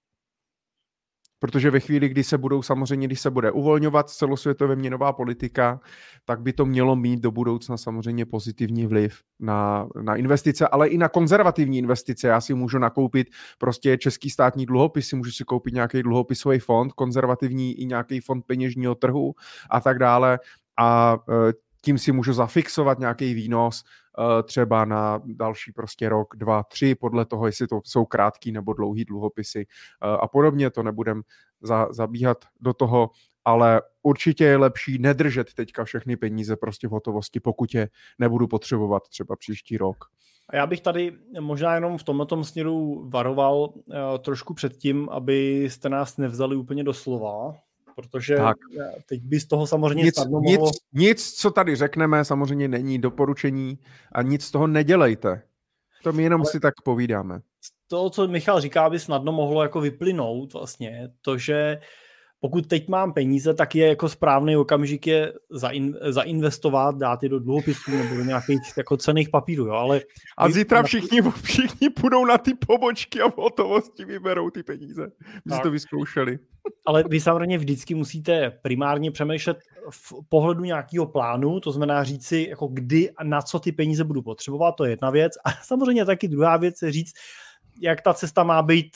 Protože ve chvíli, když se bude uvolňovat celosvětově měnová politika, tak by to mělo mít do budoucna samozřejmě pozitivní vliv na investice, ale i na konzervativní investice. Já si můžu nakoupit prostě český státní dluhopisy, můžu si koupit nějaký dluhopisový fond, konzervativní i nějaký fond peněžního trhu a tak dále. A tím si můžu zafixovat nějaký výnos třeba na další prostě rok, 2, 3, podle toho, jestli to jsou krátký nebo dlouhý dluhopisy a podobně, to nebudem zabíhat do toho, ale určitě je lepší nedržet teďka všechny peníze prostě v hotovosti, pokud je nebudu potřebovat třeba příští rok. A já bych tady možná jenom v tomto směru varoval trošku před tím, abyste nás nevzali úplně do slova, protože tak. Teď by z toho samozřejmě snadno mohlo... Nic, co tady řekneme, samozřejmě není doporučení a nic z toho nedělejte. To my jenom si tak povídáme. To, co Michal říká, by snadno mohlo jako vyplynout vlastně, to, že pokud teď mám peníze, tak je jako správný okamžik je zainvestovat, dát je do dluhopisů nebo do nějakých jako cenných papírů. Jo? Ale a zítra všichni půjdou na ty pobočky a v hotovosti vyberou ty peníze. My si to vyzkoušeli. Ale vy samozřejmě vždycky musíte primárně přemýšlet v pohledu nějakého plánu, to znamená říct si, jako kdy a na co ty peníze budu potřebovat, to je jedna věc. A samozřejmě taky druhá věc je říct, jak ta cesta má být,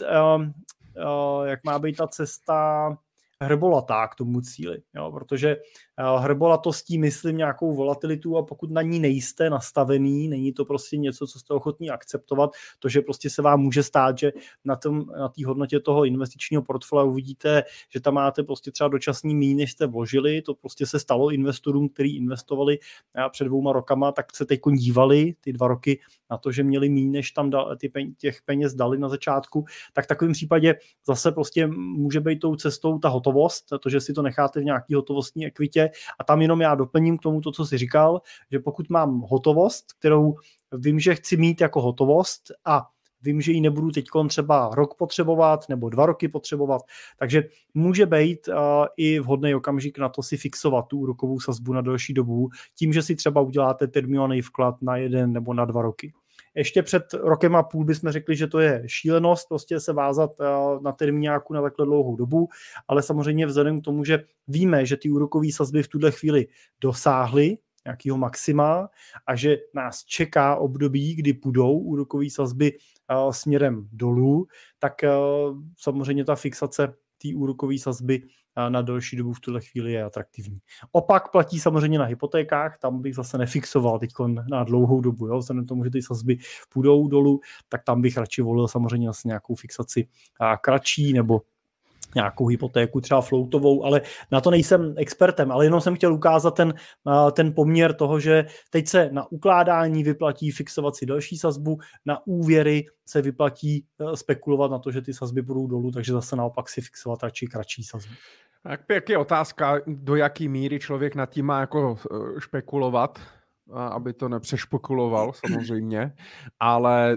jak má být ta cesta hrbolatá k tomu cíli, jo? Protože hrbolatostí myslím nějakou volatilitu a pokud na ní nejste nastavený, není to prostě něco, co jste ochotní akceptovat, to, že prostě se vám může stát, že na té hodnotě toho investičního portfolia uvidíte, že tam máte prostě třeba dočasný míň, než jste vložili, to prostě se stalo investorům, kteří investovali před 2 rokama, tak se teď dívali ty 2 roky na to, že měli míň, než tam těch peněz dali na začátku, tak v takovém případě zase prostě může být tou cestou ta hotovost, to, že si to necháte v nějaký hotovostní ekvitě. A tam jenom já doplním k tomu to, co jsi říkal, že pokud mám hotovost, kterou vím, že chci mít jako hotovost a vím, že ji nebudu teď třeba rok potřebovat nebo 2 roky potřebovat, takže může být i vhodný okamžik na to si fixovat tu úrokovou sazbu na delší dobu, tím, že si třeba uděláte termínovaný vklad na 1 nebo na 2 roky. Ještě před 1,5 roku bychom řekli, že to je šílenost, prostě se vázat na termíňáku na takhle dlouhou dobu, ale samozřejmě vzhledem k tomu, že víme, že ty úrokové sazby v tuhle chvíli dosáhly nějakého maxima a že nás čeká období, kdy půjdou úrokové sazby směrem dolů, tak samozřejmě ta fixace té úrokové sazby na delší dobu v tuhle chvíli je atraktivní. Opak platí samozřejmě na hypotékách, tam bych zase nefixoval teď na dlouhou dobu, jo? Vzhledem k tomu, že ty sazby půjdou dolů, tak tam bych radši volil samozřejmě zase nějakou fixaci kratší nebo nějakou hypotéku, třeba floatovou, ale na to nejsem expertem, ale jenom jsem chtěl ukázat ten poměr toho, že teď se na ukládání vyplatí fixovat si další sazbu, na úvěry se vyplatí spekulovat na to, že ty sazby budou dolů, takže zase naopak si fixovat radši kratší sazbu. Jak je otázka, do jaký míry člověk nad tím má jako špekulovat, aby to nepřešpekuloval samozřejmě, ale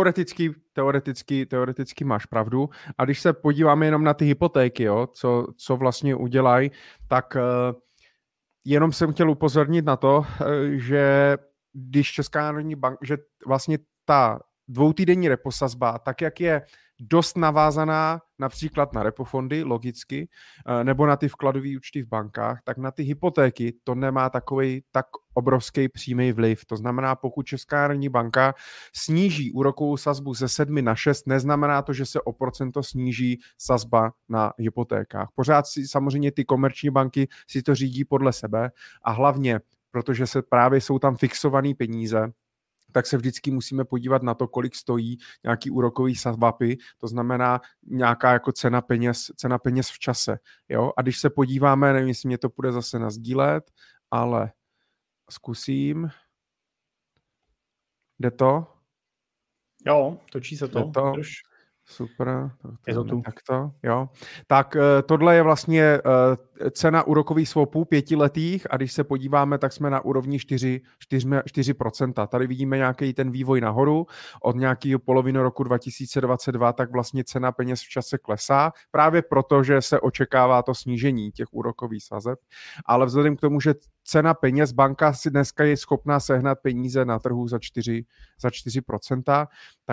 teoreticky máš pravdu. A když se podíváme jenom na ty hypotéky, jo, co vlastně udělají, tak jenom jsem chtěl upozornit na to, že když Česká národní banka, že vlastně ta 2týdenní reposazba, tak jak je dost navázaná například na repofondy, logicky, nebo na ty vkladové účty v bankách, tak na ty hypotéky to nemá takovej tak obrovský přímý vliv. To znamená, pokud Česká národní banka sníží úrokovou sazbu ze 7 na 6, neznamená to, že se o procento sníží sazba na hypotékách. Pořád si samozřejmě ty komerční banky si to řídí podle sebe a hlavně, protože se právě jsou tam fixované peníze, tak se vždycky musíme podívat na to, kolik stojí nějaký úrokový sazbapy, to znamená nějaká jako cena peněz v čase. Jo? A když se podíváme, nevím, jestli mě to půjde zase nasdílet, ale zkusím. Jde to? Jo, točí se to. Super, je to tu. Takto, jo. Tak tohle je vlastně cena úrokových swapů 5letých a když se podíváme, tak jsme na úrovni 4%. Tady vidíme nějaký ten vývoj nahoru. Od nějakého poloviny roku 2022 tak vlastně cena peněz v čase klesá, právě proto, že se očekává to snížení těch úrokových sazeb, ale vzhledem k tomu, že cena peněz, banka si dneska je schopná sehnat peníze na trhu za 4%,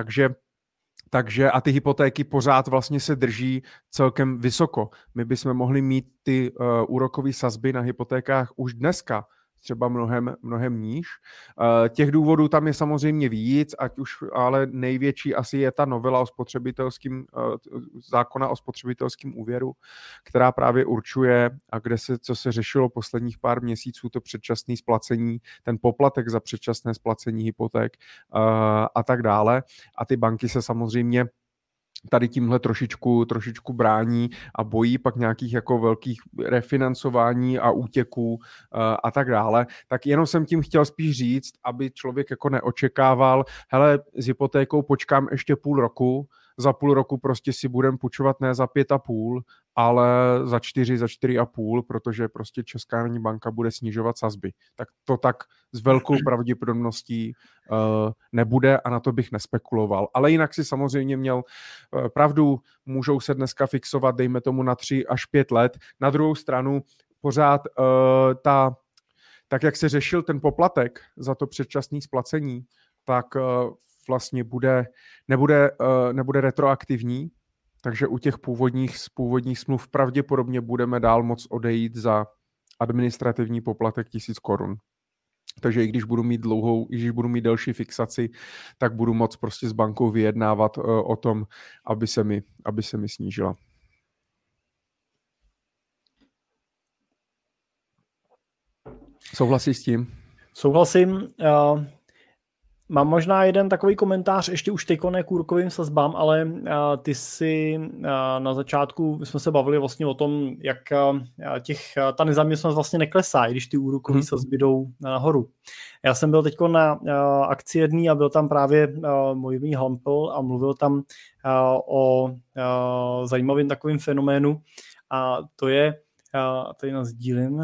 takže a ty hypotéky pořád vlastně se drží celkem vysoko. My bychom mohli mít ty úrokové sazby na hypotékách už dneska třeba mnohem níž. Těch důvodů tam je samozřejmě víc, ale největší asi je ta novela zákona o spotřebitelském úvěru, která právě určuje, a co se řešilo posledních pár měsíců, to předčasné splacení, ten poplatek za předčasné splacení hypoték a tak dále. A ty banky se samozřejmě tady tímhle trošičku brání a bojí pak nějakých jako velkých refinancování a útěků a tak dále. Tak jenom jsem tím chtěl spíš říct, aby člověk jako neočekával, hele, s hypotékou počkám ještě půl roku, za půl roku prostě si budem půjčovat ne za 5,5, ale za 4,5, protože prostě Česká národní banka bude snižovat sazby. Tak to tak s velkou pravděpodobností nebude a na to bych nespekuloval. Ale jinak si samozřejmě měl pravdu, můžou se dneska fixovat, dejme tomu na 3 až 5 let. Na druhou stranu pořád tak jak se řešil ten poplatek za to předčasné splacení, tak vlastně nebude retroaktivní, takže u těch původních smluv pravděpodobně budeme dál moc odejít za administrativní poplatek 1,000 korun. Takže i když budu mít delší fixaci, tak budu moc prostě s bankou vyjednávat o tom, aby se mi snížila. Souhlasíš s tím? Souhlasím. Mám možná jeden takový komentář, ještě už teďko ne k úrokovým sazbám, ale ty si na začátku, my jsme se bavili vlastně o tom, jak ta nezaměstnanost vlastně neklesá, i když ty úrokové sazby jdou nahoru. Já jsem byl teďko na akci jedný a byl tam právě můj Hampel a mluvil tam o zajímavým takovým fenoménu a to je, tady nás sdílím,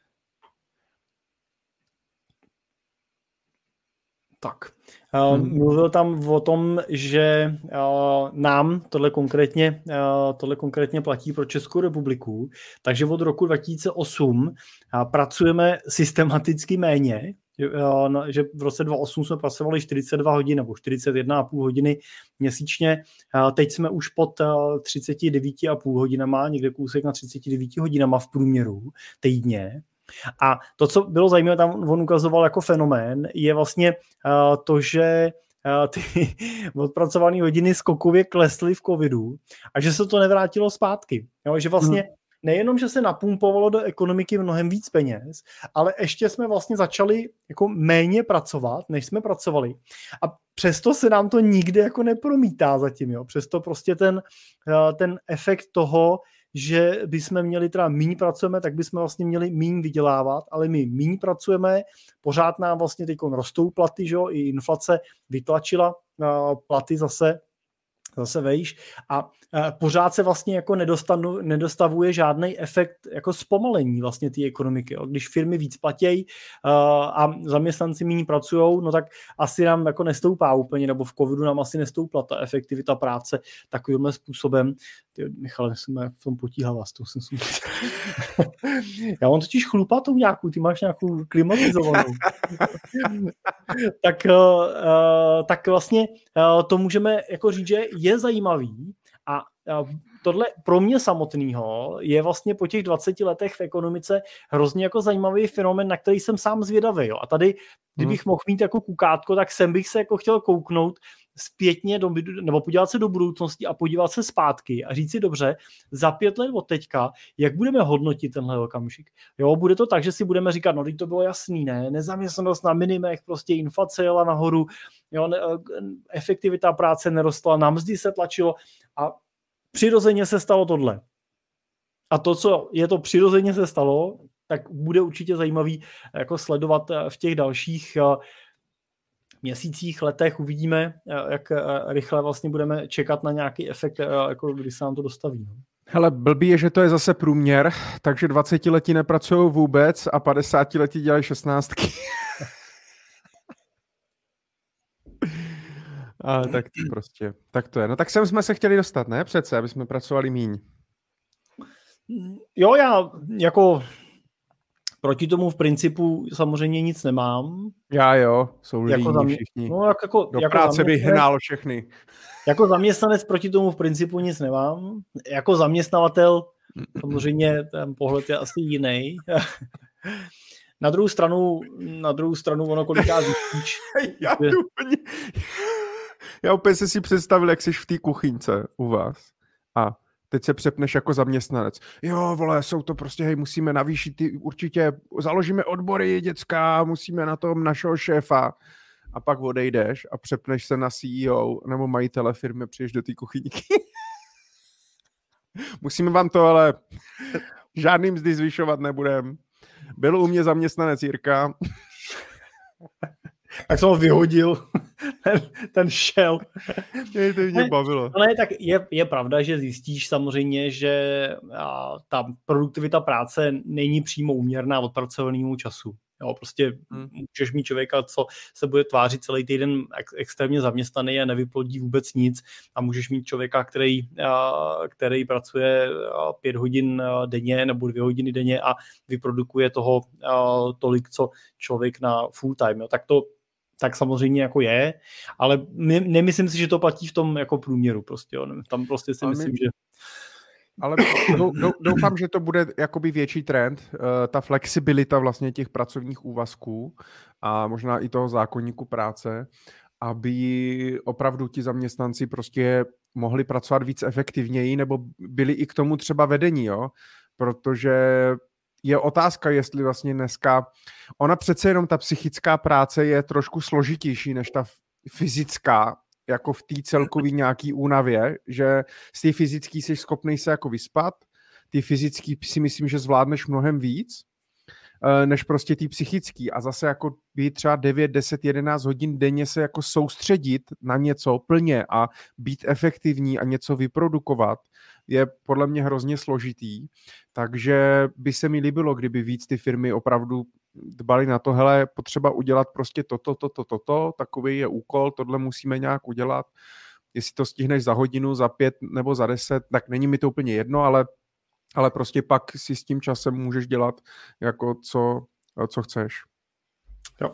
tak. Mluvil tam o tom, že nám tohle konkrétně platí pro Českou republiku, takže od roku 2008 pracujeme systematicky méně, že v roce 2008 jsme pracovali 42 hodin nebo 41,5 hodiny měsíčně, teď jsme už pod 39,5 hodinama, někde kousek na 39 hodinama v průměru týdně. A to, co bylo zajímavé, tam on ukazoval jako fenomén, je vlastně to, že ty odpracované hodiny skokově klesly v covidu a že se to nevrátilo zpátky. Jo? Že vlastně nejenom, že se napumpovalo do ekonomiky mnohem víc peněz, ale ještě jsme vlastně začali jako méně pracovat, než jsme pracovali. A přesto se nám to nikdy jako nepromítá zatím. Jo? Přesto prostě ten efekt toho, že bychom měli teda míň pracujeme, tak bychom vlastně měli míň vydělávat, ale my míň pracujeme, pořád nám vlastně teď rostou platy, že jo? I inflace vytlačila platy zase vejš a pořád se vlastně jako nedostavuje žádný efekt jako zpomalení vlastně té ekonomiky. Když firmy víc platějí a zaměstnanci méně pracujou, no tak asi nám jako nestoupá úplně, nebo v covidu nám asi nestoupla ta efektivita práce takovým způsobem. Michale, jsem v tom potíhal vás, to jsem Já mám totiž chlupatou nějakou, ty máš nějakou klimatizovanou. tak vlastně to můžeme jako říct, že je zajímavý a tohle pro mě samotného je vlastně po těch 20 letech v ekonomice hrozně jako zajímavý fenomén, na který jsem sám zvědavý. Jo. A tady, kdybych mohl mít jako kukátko, tak jsem bych se jako chtěl kouknout zpětně nebo podívat se do budoucnosti a podívat se zpátky a říct si dobře, za 5 let od teďka, jak budeme hodnotit tenhle okamžik. Jo, bude to tak, že si budeme říkat, no teď to bylo jasný, ne, nezaměstnanost na minimech, prostě inflace jela nahoru, jo, efektivita práce nerostla, na mzdy se tlačilo a přirozeně se stalo tohle. A to, co je to přirozeně se stalo, tak bude určitě zajímavý jako sledovat v těch měsících, letech uvidíme, jak rychle vlastně budeme čekat na nějaký efekt, jako když se nám to dostaví. Hele, blbý je, že to je zase průměr, takže 20letí nepracují vůbec a 50letí dělají 16. A tak to prostě, tak to je. No tak sem jsme se chtěli dostat, ne? Přece, aby jsme pracovali míň. Jo, já jako proti tomu v principu samozřejmě nic nemám. Já jo, jsou jako líní všichni. No, jako práce bych hnal všechny. Jako zaměstnanec proti tomu v principu nic nemám. Jako zaměstnavatel samozřejmě ten pohled je asi jiný. Na druhou stranu ono kolikrát zjistíš. Já úplně si představil, jak jsi v té kuchyňce u vás a teď se přepneš jako zaměstnanec. Jo, vole, jsou to prostě, hej, musíme navýšit určitě založíme odbory, děcka, musíme na tom našeho šéfa. A pak odejdeš a přepneš se na CEO nebo majitele firmy, přijdeš do té kuchyňky. Musíme vám to ale žádný mzdy zvyšovat nebudem. Byl u mě zaměstnanec Jirka. Tak jsem ho vyhodil. ten šel. To mě bavilo. No ne, tak je pravda, že zjistíš samozřejmě, že ta produktivita práce není přímo úměrná odpracovanému času. Jo, prostě můžeš mít člověka, co se bude tvářit celý týden extrémně zaměstnaný a nevyplodí vůbec nic, a můžeš mít člověka, který pracuje 5 hodin denně nebo 2 hodiny denně a vyprodukuje toho tolik, co člověk na full time. Jo. Tak samozřejmě jako je, ale nemyslím si, že to platí v tom jako průměru prostě. Jo. Tam prostě si myslím, že... Ale doufám, že to bude jakoby větší trend, ta flexibilita vlastně těch pracovních úvazků a možná i toho zákoníku práce, aby opravdu ti zaměstnanci prostě mohli pracovat víc efektivněji nebo byli i k tomu třeba vedení, jo? Protože je otázka, jestli vlastně dneska, ona přece jenom ta psychická práce je trošku složitější než ta fyzická, jako v té celkový nějaký únavě, že z té fyzický jsi schopný se jako vyspat, ty fyzický si myslím, že zvládneš mnohem víc, než prostě ty psychický, a zase jako být třeba 9, 10, 11 hodin denně se jako soustředit na něco plně a být efektivní a něco vyprodukovat je podle mě hrozně složitý, takže by se mi líbilo, kdyby víc ty firmy opravdu dbali na to, hele, potřeba udělat prostě toto, takový je úkol, tohle musíme nějak udělat, jestli to stihneš za hodinu, za 5 nebo za 10, tak není mi to úplně jedno, ale prostě pak si s tím časem můžeš dělat jako co chceš. Jo.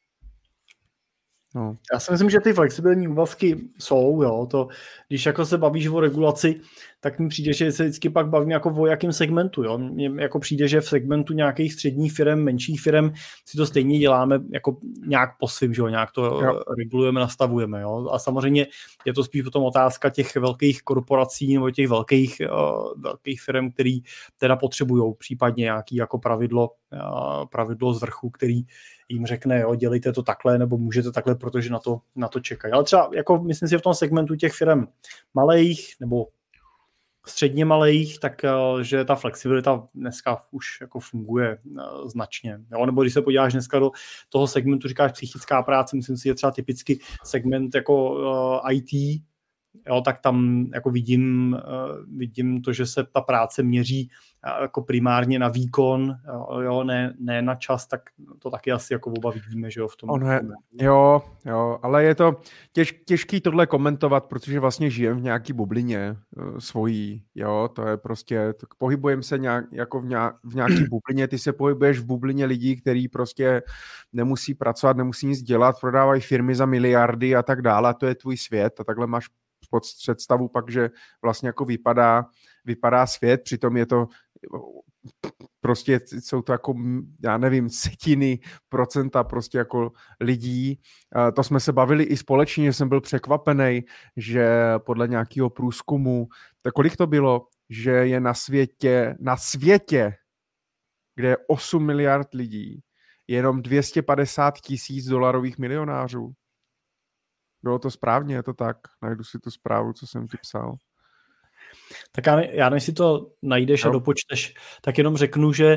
No. Já si myslím, že ty flexibilní úvazky jsou, jo, to, když jako se bavíš o regulaci, tak mi přijde, že se vždycky pak bavím jako o jakém segmentu, jo. Mně jako přijde, že v segmentu nějakých středních firm, menších firm si to stejně děláme jako nějak po svým, že jo, nějak to regulujeme, nastavujeme, jo. A samozřejmě je to spíš potom otázka těch velkých korporací nebo těch velkých firm, který teda potřebují případně nějaký jako pravidlo z vrchu, který jim řekne, jo, dělejte to takhle, nebo můžete takhle, protože na to čekají. Ale třeba, jako myslím si, v tom segmentu těch firm malých nebo středně malých, tak že ta flexibilita dneska už jako funguje značně. Jo? Nebo když se podíváš dneska do toho segmentu, říkáš psychická práce, myslím si, že třeba typicky segment jako IT, jo, tak tam jako vidím to, že se ta práce měří jako primárně na výkon, jo, ne na čas, tak to taky asi jako oba vidíme, že jo, v tom. Jo, ale je to těžký tohle komentovat, protože vlastně žijeme v nějaký bublině svojí, jo, to je prostě, pohybujeme se jako v nějaký bublině, ty se pohybuješ v bublině lidí, který prostě nemusí pracovat, nemusí nic dělat, prodávají firmy za miliardy a tak dále, a to je tvůj svět a takhle máš představu pak, že vlastně jako vypadá svět, přitom je to prostě, jsou to jako, já nevím, setiny procenta prostě jako lidí. To jsme se bavili i společně, že jsem byl překvapený, že podle nějakého průzkumu, tak kolik to bylo, že je na světě, kde je 8 miliard lidí, je jenom 250 000 dolarových milionářů. Bylo to správně, je to tak? Najdu si tu zprávu, co jsem ti psal. Tak já než si to najdeš a dopočteš, tak jenom řeknu, že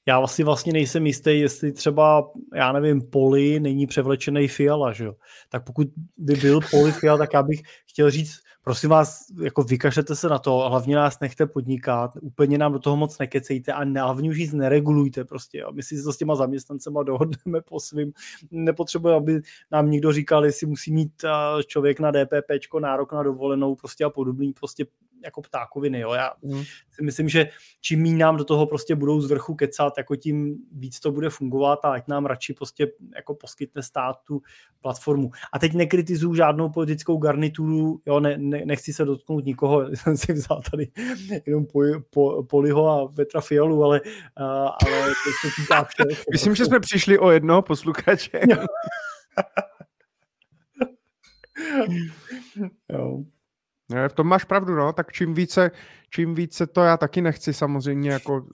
já vlastně nejsem jistý, jestli třeba, já nevím, Poli není převlečený Fiala, že jo. Tak pokud by byl Poli Fiala, tak já bych chtěl říct, prosím vás, jako vykašlete se na to, hlavně nás nechte podnikat, úplně nám do toho moc nekecejte a hlavně už nic neregulujte prostě. A my si to s těma zaměstnancema dohodneme po svým. Nepotřebujeme, aby nám někdo říkal, jestli musí mít člověk na DPPčko, nárok na dovolenou prostě a podobný prostě jako ptákoviny. Jo. Já si myslím, že čím míň nám do toho prostě budou z vrchu kecat, jako tím víc to bude fungovat a ať nám radši prostě jako poskytne stát tu platformu. A teď nekritizuju žádnou politickou garnituru, jo, nechci se dotknout nikoho, jsem si vzal tady jenom Poliho a Petra Fialu, ale to se týká všech. Myslím, že jsme přišli o jednoho posluchače. Jo. V tom máš pravdu, no, tak čím více to já taky nechci samozřejmě jako...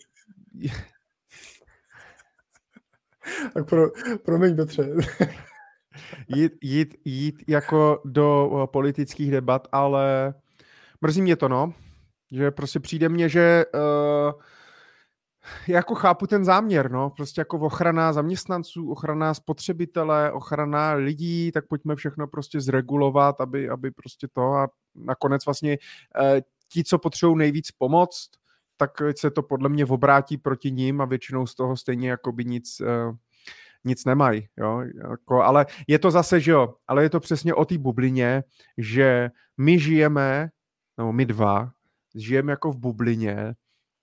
Tak promiň, Petře. jít jako do politických debat, ale mrzí mě to, no, že prostě přijde mně, že jako chápu ten záměr, no, prostě jako ochrana zaměstnanců, ochrana spotřebitele, ochrana lidí, tak pojďme všechno prostě zregulovat, aby prostě to a nakonec vlastně ti, co potřebují nejvíc pomoct, tak se to podle mě obrátí proti ním a většinou z toho stejně jakoby nic nemají, jo, jako, ale je to zase, že jo, ale je to přesně o té bublině, že my žijeme, no my dva, žijeme jako v bublině,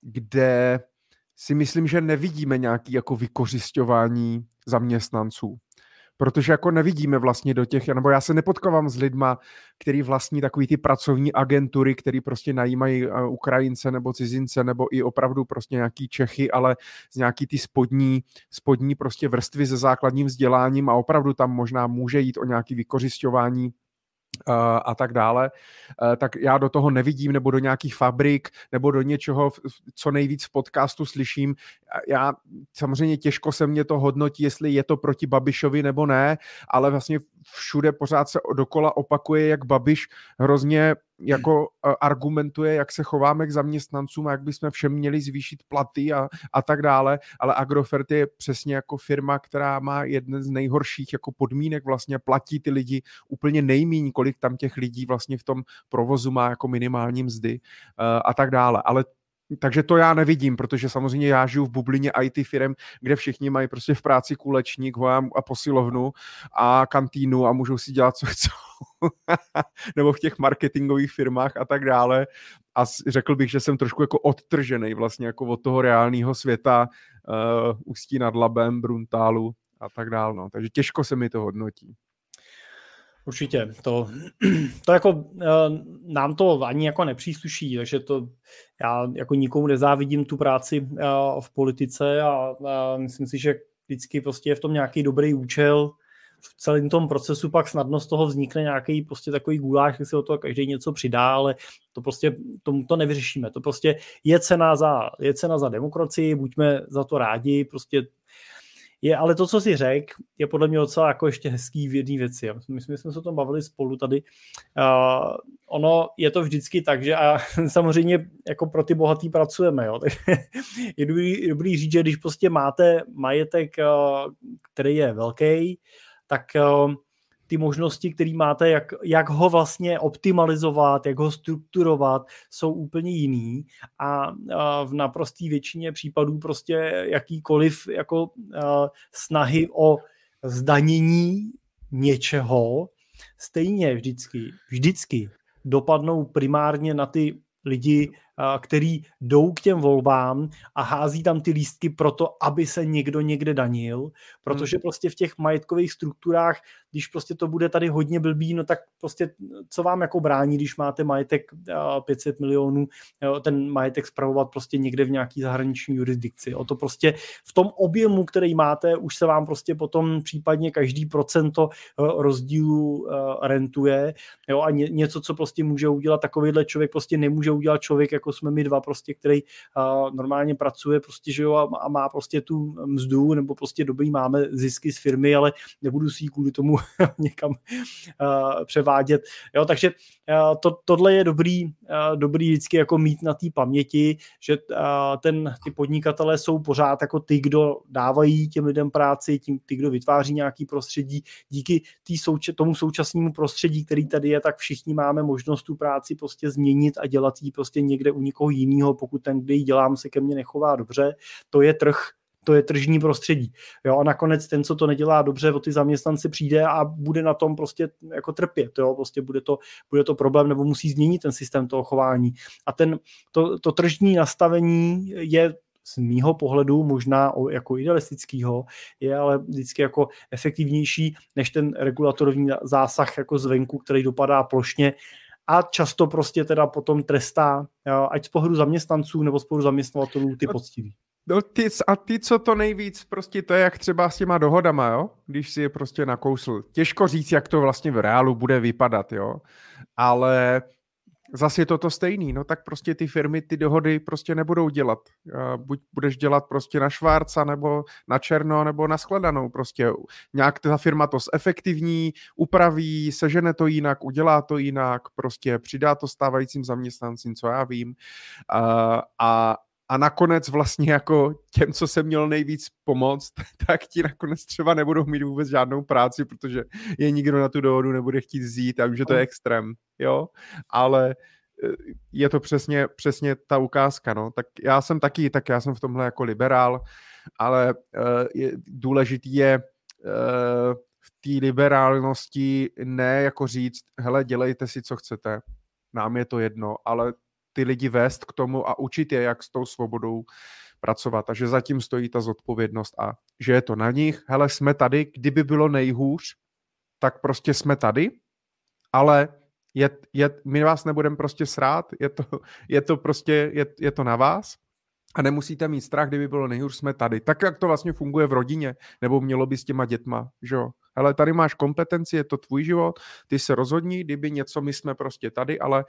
kde si myslím, že nevidíme nějaké jako vykořisťování zaměstnanců. Protože jako nevidíme vlastně do těch, nebo já se nepotkávám s lidma, který vlastní takový ty pracovní agentury, který prostě najímají Ukrajince nebo cizince, nebo i opravdu prostě nějaký Čechy, ale z nějaký ty spodní prostě vrstvy se základním vzděláním a opravdu tam možná může jít o nějaké vykořisťování a tak dále, tak já do toho nevidím, nebo do nějakých fabrik, nebo do něčeho, co nejvíc v podcastu slyším. Já samozřejmě těžko se mě to hodnotí, jestli je to proti Babišovi nebo ne, ale vlastně všude pořád se dokola opakuje, jak Babiš hrozně jako argumentuje, jak se chováme k zaměstnancům a jak bychom všem měli zvýšit platy a tak dále, ale Agrofert je přesně jako firma, která má jeden z nejhorších jako podmínek, vlastně platí ty lidi úplně nejmíň, kolik tam těch lidí vlastně v tom provozu má jako minimální mzdy a tak dále, ale takže to já nevidím, protože samozřejmě já žiju v bublině IT firem, kde všichni mají prostě v práci kulečník a posilovnu a kantýnu a můžou si dělat, co chcou. Nebo v těch marketingových firmách a tak dále. A řekl bych, že jsem trošku jako odtržený vlastně jako od toho reálného světa, Ústí nad Labem, Bruntálu a tak dále. No. Takže těžko se mi to hodnotí. Určitě, to jako nám to ani jako nepřísluší, takže to já jako nikomu nezávidím tu práci v politice a myslím si, že vždycky prostě je v tom nějaký dobrý účel. V celém tom procesu pak snadno z toho vznikne nějaký prostě takový guláš, že si o to každý něco přidá, ale to prostě to nevyřešíme. To prostě je cena za demokracii, buďme za to rádi, prostě ale to, co jsi řekl, je podle mě docela jako ještě hezký v jedné věci. My jsme se o tom bavili spolu tady. Ono je to vždycky tak, že a samozřejmě jako pro ty bohatý pracujeme. Jo? Je dobrý říct, že když prostě máte majetek, který je velký, tak ty možnosti, které máte, jak ho vlastně optimalizovat, jak ho strukturovat, jsou úplně jiný a v naprosté většině případů prostě jakýkoliv jako snahy o zdanění něčeho stejně vždycky dopadnou primárně na ty lidi, který jdou k těm volbám a hází tam ty lístky proto, aby se někdo někde danil, protože prostě v těch majetkových strukturách, když prostě to bude tady hodně blbý, no tak prostě co vám jako brání, když máte majetek 500 milionů, ten majetek spravovat prostě někde v nějaký zahraniční jurisdikci. O to prostě v tom objemu, který máte, už se vám prostě potom případně každý procento rozdílu rentuje, jo, a něco, co prostě může udělat takovýhle člověk, prostě nemůže udělat člověk jako jako jsme my dva prostě, který normálně pracuje prostě, že jo, a má prostě tu mzdu, nebo prostě dobrý máme zisky z firmy, ale nebudu si ji kvůli tomu někam převádět. Jo, takže tohle je dobrý vždycky jako mít na té paměti, že ty podnikatelé jsou pořád jako ty, kdo dávají těm lidem práci, ty, kdo vytváří nějaký prostředí. Díky tomu současnému prostředí, který tady je, tak všichni máme možnost tu práci prostě změnit a dělat ji prostě někde u někoho jiného, pokud ten, kde ji dělám, se ke mně nechová dobře. To je trh, to je tržní prostředí. Jo, a nakonec ten, co to nedělá dobře, o ty zaměstnanci přijde a bude na tom prostě jako trpět. Jo, prostě bude to problém, nebo musí změnit ten systém toho chování. A to tržní nastavení je z mýho pohledu možná jako idealistického, je ale vždycky jako efektivnější než ten regulatorní zásah jako zvenku, který dopadá plošně a často prostě teda potom trestá, ať z pohledu zaměstnanců nebo z pohledu zaměstnavatelů ty poctiví. No ty, co to nejvíc, prostě to je jak třeba s těma dohodama, jo? Když si je prostě nakousl. Těžko říct, jak to vlastně v reálu bude vypadat, jo? Ale zase je to stejný, no tak prostě ty firmy ty dohody prostě nebudou dělat. Buď budeš dělat prostě na švárca, nebo na černo, nebo na skladanou. Prostě nějak ta firma to zefektivní, upraví, sežene to jinak, udělá to jinak, prostě přidá to stávajícím zaměstnancím, co já vím. A nakonec vlastně jako těm, co se měl nejvíc pomoct, tak ti nakonec třeba nebudou mít vůbec žádnou práci, protože je nikdo na tu dohodu nebude chtít vzít, a vím, že to je extrém, jo, ale je to přesně ta ukázka, no, tak já jsem v tomhle jako liberál, ale důležitý je v té liberálnosti ne jako říct, hele, dělejte si, co chcete, nám je to jedno, ale ty lidi vést k tomu a učit je, jak s tou svobodou pracovat. Takže zatím stojí ta zodpovědnost a že je to na nich. Hele, jsme tady, kdyby bylo nejhůř, tak prostě jsme tady, ale my vás nebudeme prostě srát, je to na vás a nemusíte mít strach, kdyby bylo nejhůř, jsme tady. Tak, jak to vlastně funguje v rodině, nebo mělo by s těma dětma, že jo. Hele, tady máš kompetenci, je to tvůj život, ty se rozhodni, kdyby něco, my jsme prostě tady, ale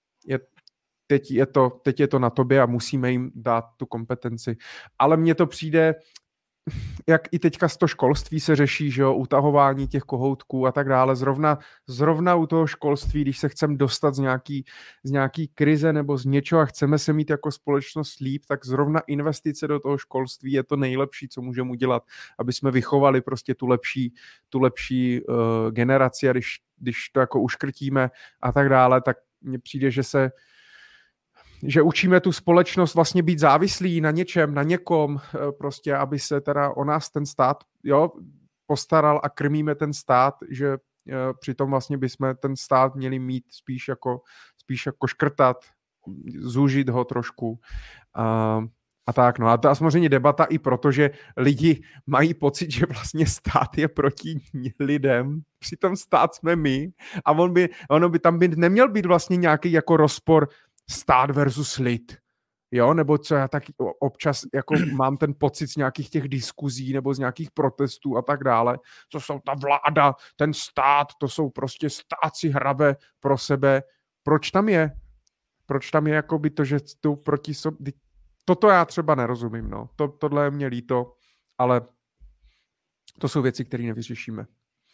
teď je to na tobě a musíme jim dát tu kompetenci. Ale mně to přijde, jak i teďka z toho školství se řeší, že jo, utahování těch kohoutků a tak dále. Zrovna u toho školství, když se chceme dostat z nějaký krize nebo z něčeho a chceme se mít jako společnost líp, tak zrovna investice do toho školství je to nejlepší, co můžeme udělat, aby jsme vychovali prostě tu lepší generaci, a když to jako uškrtíme a tak dále, tak mně přijde, že učíme tu společnost vlastně být závislí na něčem, na někom, prostě, aby se teda o nás ten stát, jo, postaral, a krmíme ten stát, že přitom vlastně bychom ten stát měli mít spíš jako škrtat, zúžit ho trošku. A tak, no. A to je samozřejmě debata i proto, že lidi mají pocit, že vlastně stát je proti lidem, přitom stát jsme my, a ono by tam neměl být vlastně nějaký jako rozpor stát versus lid, jo, nebo co já tak občas jako mám ten pocit z nějakých těch diskuzí nebo z nějakých protestů a tak dále, co jsou ta vláda, ten stát, to jsou prostě stát si hrabe pro sebe. Proč tam je jako by to, že jdou proti sobě? Toto já třeba nerozumím, no. Tohle je mě líto, ale to jsou věci, které nevyřešíme.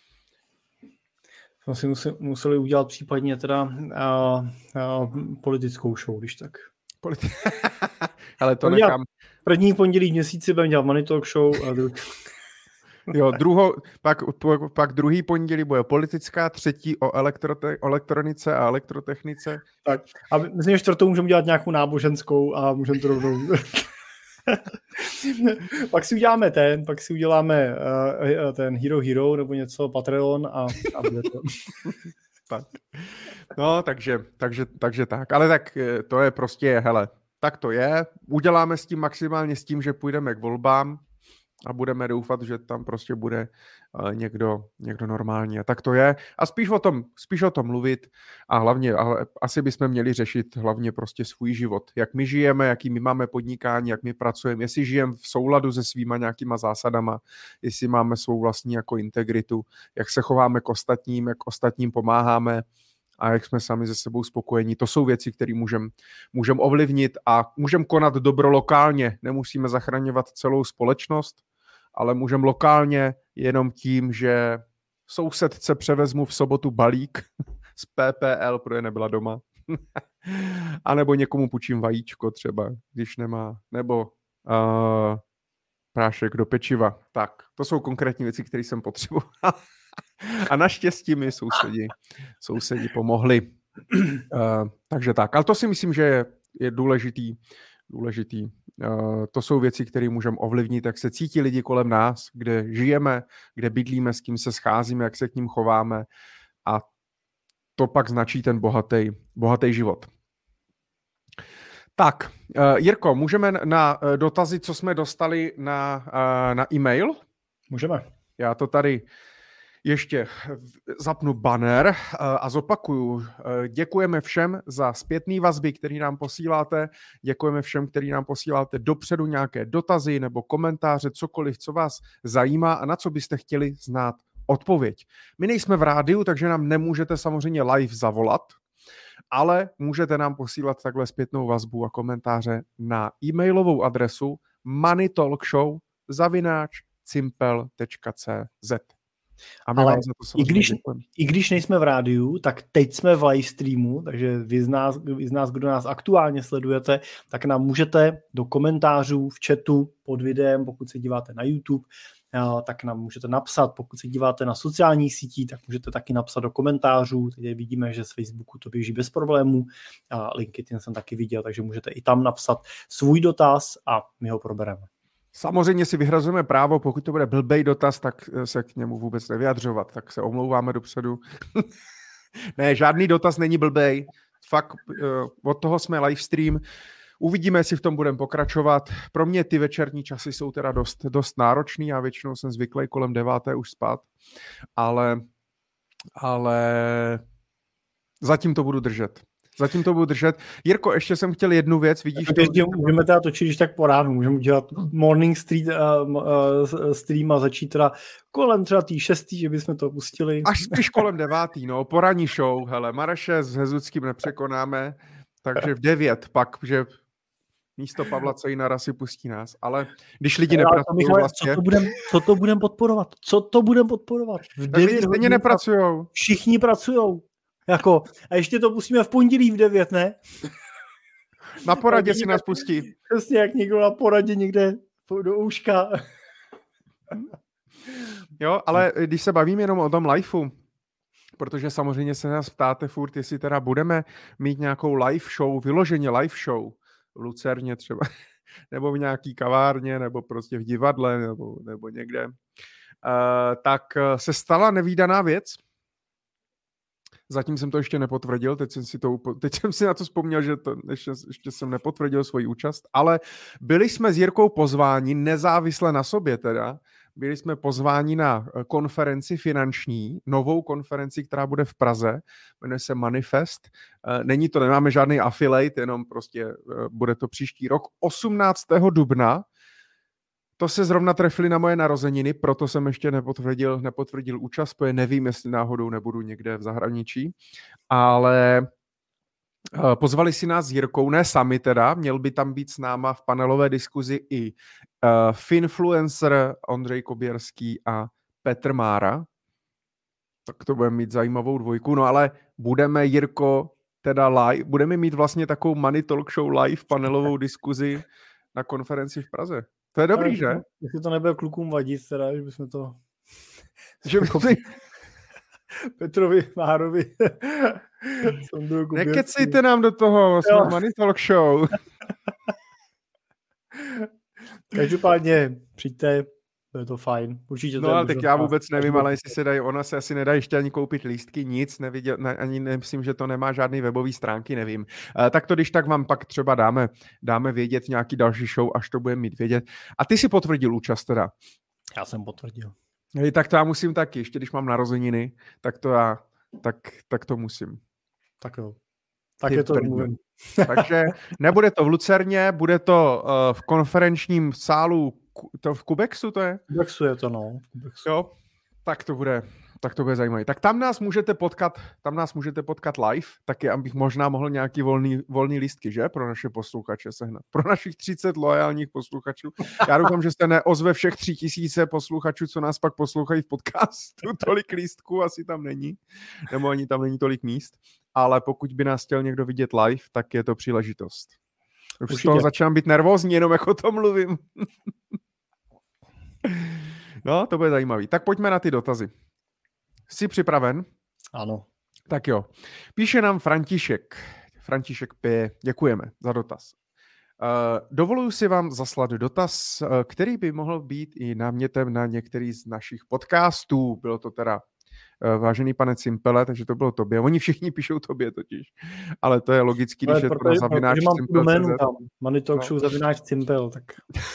Jsme si museli udělat případně teda politickou show, když tak. Ale to nechám. První pondělí v měsíci budeme dělat Money Talk Show. Jo, pak druhý pondělí bude politická, třetí o elektronice a elektrotechnice. Tak. A myslím, že čtvrtou můžeme dělat nějakou náboženskou a můžeme to rovnou... Pak si uděláme ten Hero nebo něco, Patreon a bude to. Tak. No, takže tak. Ale tak to je prostě, hele, tak to je. Uděláme s tím maximálně s tím, že půjdeme k volbám a budeme doufat, že tam prostě bude někdo normální. A tak to je. A spíš o tom mluvit a hlavně, asi bychom měli řešit hlavně prostě svůj život. Jak my žijeme, jaký my máme podnikání, jak my pracujeme, jestli žijeme v souladu se svýma nějakýma zásadama, jestli máme svou vlastní jako integritu, jak se chováme k ostatním, jak ostatním pomáháme a jak jsme sami se sebou spokojení. To jsou věci, které můžeme ovlivnit a můžeme konat dobro lokálně. Nemusíme zachraňovat celou společnost, ale můžeme lokálně jenom tím, že sousedce převezmu v sobotu balík z PPL, protože nebyla doma. A nebo někomu půjčím vajíčko třeba, když nemá. Nebo prášek do pečiva. Tak, to jsou konkrétní věci, které jsem potřeboval. A naštěstí mi sousedi pomohli. Takže tak. Ale to si myslím, že je důležitý. To jsou věci, které můžeme ovlivnit, jak se cítí lidi kolem nás, kde žijeme, kde bydlíme, s kým se scházíme, jak se k ním chováme. A to pak značí ten bohatý život. Tak, Jirko, můžeme na dotazy, co jsme dostali na e-mail? Můžeme. Já to tady ještě zapnu banner a zopakuju. Děkujeme všem za zpětný vazby, který nám posíláte. Děkujeme všem, který nám posíláte dopředu nějaké dotazy nebo komentáře, cokoliv, co vás zajímá a na co byste chtěli znát odpověď. My nejsme v rádiu, takže nám nemůžete samozřejmě live zavolat, ale můžete nám posílat takhle zpětnou vazbu a komentáře na e-mailovou adresu moneytalkshow@cimpel.cz. A my ale vám za to i když nejsme v rádiu, tak teď jsme v live streamu, takže vy z nás, kdo nás aktuálně sledujete, tak nám můžete do komentářů v chatu pod videem, pokud se díváte na YouTube, tak nám můžete napsat, pokud se díváte na sociálních sítích, tak můžete taky napsat do komentářů, teď vidíme, že z Facebooku to běží bez problémů, a LinkedIn jsem taky viděl, takže můžete i tam napsat svůj dotaz a my ho probereme. Samozřejmě si vyhrazujeme právo, pokud to bude blbej dotaz, tak se k němu vůbec nevyjadřovat, tak se omlouváme dopředu. Ne, žádný dotaz není blbej, fakt od toho jsme livestream. Uvidíme, jestli v tom budeme pokračovat. Pro mě ty večerní časy jsou teda dost náročný, já většinou jsem zvyklý kolem 9. už spát, ale zatím to budu držet. Jirko, ještě jsem chtěl jednu věc, vidíš to? Můžeme teda točit, když tak po ránu, můžeme udělat morning stream a začít teda kolem třeba tý 6, že bychom to pustili. Až spíš kolem 9, no, poranní show, hele, Mareše s Hezuckým nepřekonáme, takže v 9 pak, že místo Pavla Cejnara si pustí nás, ale když lidi nepracují vlastně... Co to budeme podporovat? V 9 stejně nepracujou. Všichni pracujou. Jako, a ještě to pustíme v pondělí v 9, ne? Na poradě si nás pustí. Přesně jak někdo na poradě někde do úška. Jo, ale když se bavím jenom o tom liveu, protože samozřejmě se nás ptáte furt, jestli teda budeme mít nějakou live show, vyloženě live show v Lucerně třeba, nebo v nějaký kavárně, nebo prostě v divadle, nebo někde, tak se stala nevídaná věc. Zatím jsem to ještě nepotvrdil, teď jsem si na to vzpomněl, že ještě jsem nepotvrdil svoji účast, ale byli jsme s Jirkou pozváni, nezávisle na sobě teda, byli jsme pozváni na konferenci finanční, novou konferenci, která bude v Praze, jmenuje se Manifest. Nemáme žádný affiliate, jenom prostě bude to příští rok, 18. dubna. To se zrovna trefili na moje narozeniny, proto jsem ještě nepotvrdil účast, protože nevím, jestli náhodou nebudu někde v zahraničí, ale pozvali si nás s Jirkou, ne sami teda, měl by tam být s náma v panelové diskuzi i Finfluencer Ondřej Koběrský a Petr Mára, tak to budeme mít zajímavou dvojku, no ale budeme, Jirko, teda live, budeme mít vlastně takovou Money Talk Show live panelovou diskuzi na konferenci v Praze. To je dobrý, že? Jestli to nebude klukům vadit, teda, že bychom to... Že bychom... Petrovi, Márovi, nekecejte nám do toho, jsme Money Talk Show. Každopádně přijďte, je to fajn. Určitě no ale tak já vůbec nevím, ale jestli se dají, ona se asi nedá ještě ani koupit lístky, nic, neviděl, ani nemyslím, že to nemá žádný webový stránky, nevím. Tak to když tak vám pak třeba dáme vědět nějaký další show, až to budeme mít vědět. A ty si potvrdil účast teda? Já jsem potvrdil. Tak to já musím taky, ještě když mám narozeniny, tak to musím. Tak jo. Tak je to mluvím. Takže nebude to v Lucerně, bude to v konferenčním sálu, to v Kubexu to je? V Kubexu je to, no. Jo, tak to bude Tak to bude zajímavé. Tak tam nás můžete potkat live, taky abych možná mohl nějaký volný lístky, že? Pro naše posluchače sehnat. Pro našich 30 loajálních posluchačů. Já doufám, že jste neozve všech 3000 posluchačů, co nás pak poslouchají v podcastu. Tolik lístků asi tam není. Nebo ani tam není tolik míst. Ale pokud by nás chtěl někdo vidět live, tak je to příležitost. Už z toho začínám být nervózní, jenom jako to mluvím. No, to bude zajímavý. Tak pojďme na ty dotazy. Jsi připraven? Ano. Tak jo. Píše nám František. František P. Děkujeme za dotaz. Dovoluji si vám zaslat dotaz, který by mohl být i námětem na některý z našich podcastů. Bylo to teda vážený pane Cimpele, takže to bylo tobě. Oni všichni píšou tobě totiž. Ale to je logický, když je to na zavináč Cimpel.cz. Money Talk Show zavináč Cimpel, tak...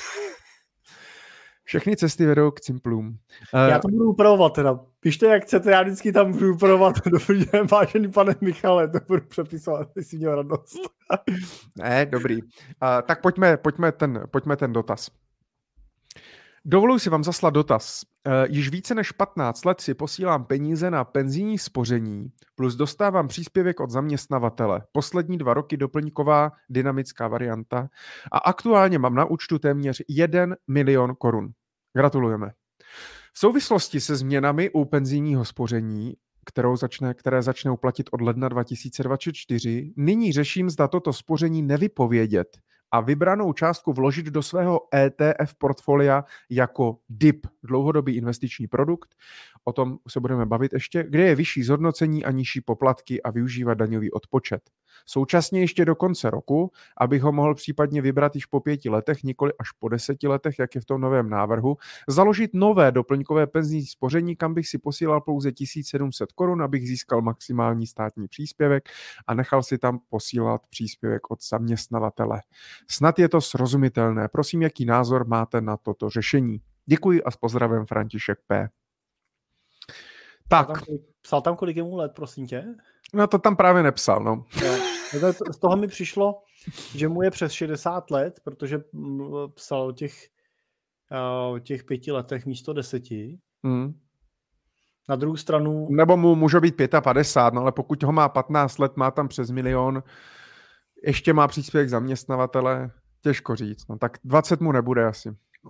Všechny cesty vedou k Cimplům. Já to budu upravovat teda. Píšte, jak chcete, já vždycky tam budu upravovat. Dobrý den, vážený pane Michale, to budu přepisovat, jestli měl radost. Ne, dobrý. Tak pojďme ten dotaz. Dovoluji si vám zaslat dotaz. Již více než 15 let si posílám peníze na penzijní spoření, plus dostávám příspěvek od zaměstnavatele. Poslední 2 roky doplňková dynamická varianta a aktuálně mám na účtu téměř 1 milion korun. Gratulujeme. V souvislosti se změnami u penzijního spoření, které začnou platit od ledna 2024, nyní řeším, zda toto spoření nevypovědět a vybranou částku vložit do svého ETF portfolia jako DIP, dlouhodobý investiční produkt. O tom se budeme bavit ještě, kde je vyšší zhodnocení a nižší poplatky a využívat daňový odpočet. Současně ještě do konce roku, abych ho mohl případně vybrat již po 5 letech, nikoli až po 10 letech, jak je v tom novém návrhu, založit nové doplňkové penzijní spoření, kam bych si posílal pouze 1700 korun, abych získal maximální státní příspěvek a nechal si tam posílat příspěvek od zaměstnavatele. Snad je to srozumitelné. Prosím, jaký názor máte na toto řešení? Děkuji a s pozdravem František P. Tak. Psal tam, kolik je mu let, prosím tě? No to tam právě nepsal, no. Z toho mi přišlo, že mu je přes 60 let, protože psal o těch 5 letech místo 10. Na druhou stranu... Nebo mu může být 55, no ale pokud ho má 15 let, má tam přes 1 milion, ještě má příspěvek zaměstnavatele, těžko říct. No tak 20 mu nebude asi.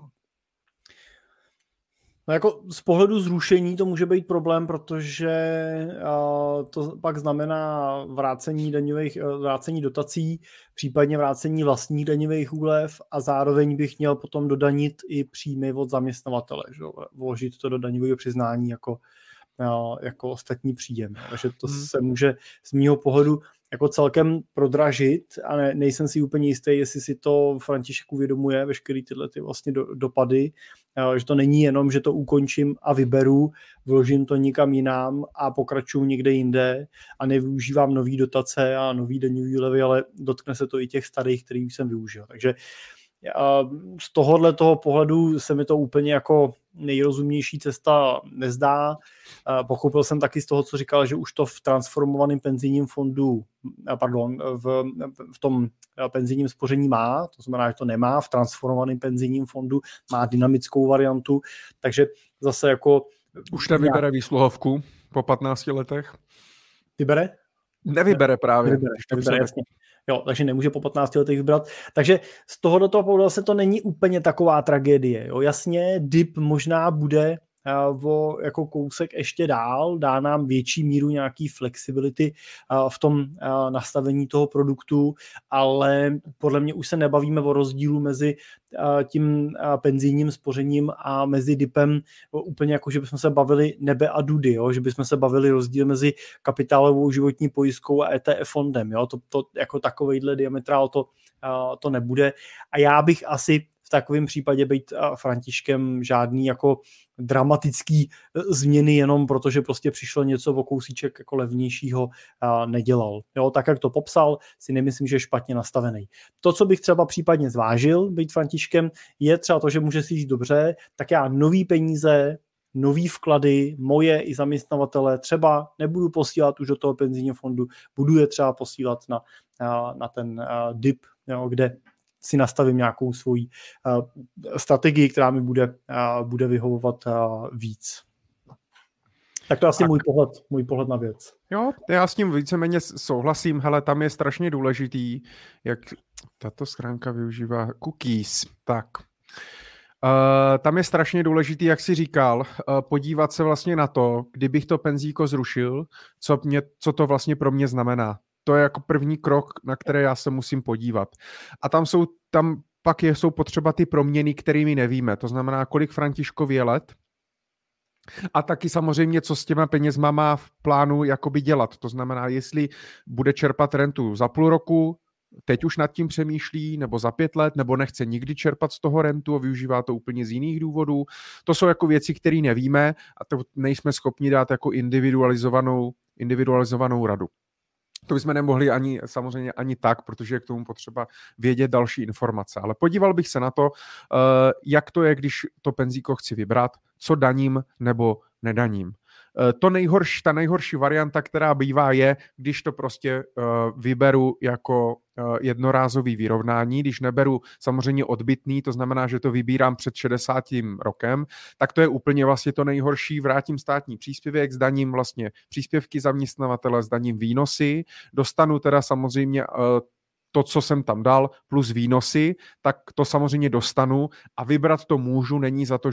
No jako z pohledu zrušení to může být problém, protože to pak znamená vrácení dotací, případně vrácení vlastních daňových úlev a zároveň bych měl potom dodanit i příjmy od zaměstnavatele, že? Vložit to do daňového přiznání jako ostatní příjem. Takže to se může z mýho pohledu jako celkem prodražit a nejsem si úplně jistý, jestli si to František uvědomuje, veškeré tyhle ty vlastně dopady, že to není jenom, že to ukončím a vyberu, vložím to nikam jinam a pokračuju někde jinde a nevyužívám nový dotace a nový daňový úlevy, ale dotkne se to i těch starých, který už jsem využil. Takže z toho pohledu se mi to úplně jako nejrozumnější cesta nezdá. Pochopil jsem taky z toho, co říkal, že už to v transformovaném penzijním fondu, v tom penzijním spoření má, to znamená, že to nemá v transformovaném penzijním fondu, má dynamickou variantu, takže zase jako... Už nevybere výsluhovku po 15 letech? Vybere? Nevybere právě. Nevybere, jasně. Jo, takže nemůže po 15 letech vybrat. Takže z tohoto pohledu se to není úplně taková tragédie. Jo. Jasně, DIP možná bude jako kousek ještě dál, dá nám větší míru nějaký flexibility v tom nastavení toho produktu, ale podle mě už se nebavíme o rozdílu mezi tím penzijním spořením a mezi DIPem úplně jako, že bychom se bavili nebe a dudy, jo? Že bychom se bavili rozdíl mezi kapitálovou životní pojistkou a ETF fondem. Jo? To jako takovejhle diametrál to nebude. A já bych asi v takovém případě být Františkem žádný jako dramatický změny jenom protože prostě přišlo něco o kousíček jako levnějšího nedělal. Jo, tak, jak to popsal, si nemyslím, že je špatně nastavený. To, co bych třeba případně zvážil být Františkem, je třeba to, že může si říct dobře, tak já nový peníze, nový vklady, moje i zaměstnavatele třeba nebudu posílat už do toho penzijního fondu, budu je třeba posílat na ten DIP, jo, kde si nastavím nějakou svoji strategii, která mi bude vyhovovat víc. Tak to je asi můj pohled na věc. Jo, já s tím víceméně souhlasím. Hele, tam je strašně důležitý, jak tato schránka využívá cookies. Tak. Tam je strašně důležitý, jak jsi říkal, podívat se vlastně na to, kdybych to penzíko zrušil, co to vlastně pro mě znamená. To je jako první krok, na které já se musím podívat. A tam pak jsou potřeba ty proměny, kterými nevíme. To znamená, kolik Františkovi je let a taky samozřejmě, co s těma penězma má v plánu jakoby dělat. To znamená, jestli bude čerpat rentu za půl roku, teď už nad tím přemýšlí, nebo za 5 let, nebo nechce nikdy čerpat z toho rentu a využívá to úplně z jiných důvodů. To jsou jako věci, které nevíme a to nejsme schopni dát jako individualizovanou radu. To bychom nemohli samozřejmě ani tak, protože je k tomu potřeba vědět další informace. Ale podíval bych se na to, jak to je, když to penzíko chci vybrat, co daním nebo nedaním. Ta nejhorší varianta, která bývá, je, když to prostě vyberu jako jednorázový vyrovnání, když neberu samozřejmě odbytný, to znamená, že to vybírám před 60. rokem, tak to je úplně vlastně to nejhorší. Vrátím státní příspěvek, zdaním vlastně příspěvky zaměstnavatele, zdaním výnosy, dostanu teda samozřejmě to, co jsem tam dal, plus výnosy, tak to samozřejmě dostanu a vybrat to můžu, není za to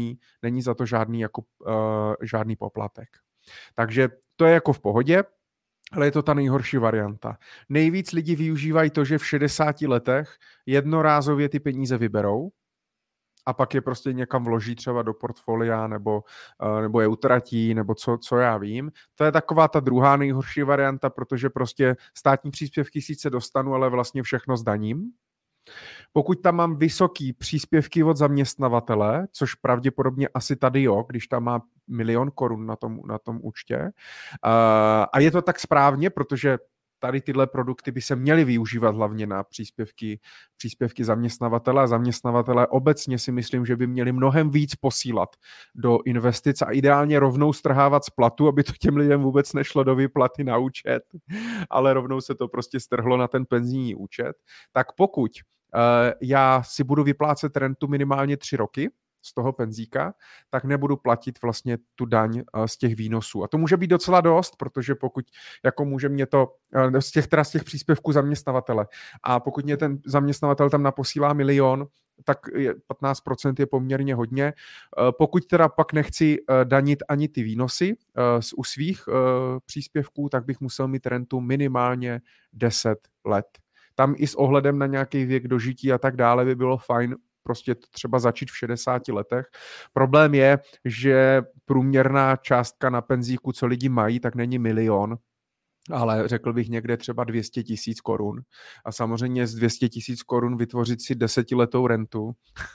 žádný poplatek. Takže to je jako v pohodě, ale je to ta nejhorší varianta. Nejvíc lidi využívají to, že v 60 letech jednorázově ty peníze vyberou a pak je prostě někam vloží třeba do portfolia nebo je utratí, nebo co já vím. To je taková ta druhá nejhorší varianta, protože prostě státní příspěvky sice dostanu, ale vlastně všechno zdaním. Pokud tam mám vysoký příspěvky od zaměstnavatele, což pravděpodobně asi tady když tam má 1 000 000 korun na tom účtě, a je to tak správně, protože tady tyhle produkty by se měly využívat hlavně na příspěvky zaměstnavatele a zaměstnavatele obecně si myslím, že by měli mnohem víc posílat do investic a ideálně rovnou strhávat z platu, aby to těm lidem vůbec nešlo do výplaty na účet, ale rovnou se to prostě strhlo na ten penzijní účet. Tak pokud já si budu vyplácet rentu minimálně 3 roky z toho penzíka, tak nebudu platit vlastně tu daň z těch výnosů. A to může být docela dost, protože pokud jako může mě to z těch příspěvků zaměstnavatele a pokud mě ten zaměstnavatel tam naposílá 1 000 000, tak 15% je poměrně hodně. Pokud teda pak nechci danit ani ty výnosy u svých příspěvků, tak bych musel mít rentu minimálně 10 let. Tam i s ohledem na nějaký věk dožití a tak dále by bylo fajn prostě třeba začít v 60 letech. Problém je, že průměrná částka na penzíku, co lidi mají, tak není 1 000 000, ale řekl bych někde třeba 200 000 korun. A samozřejmě z 200 000 korun vytvořit si 10letou rentu,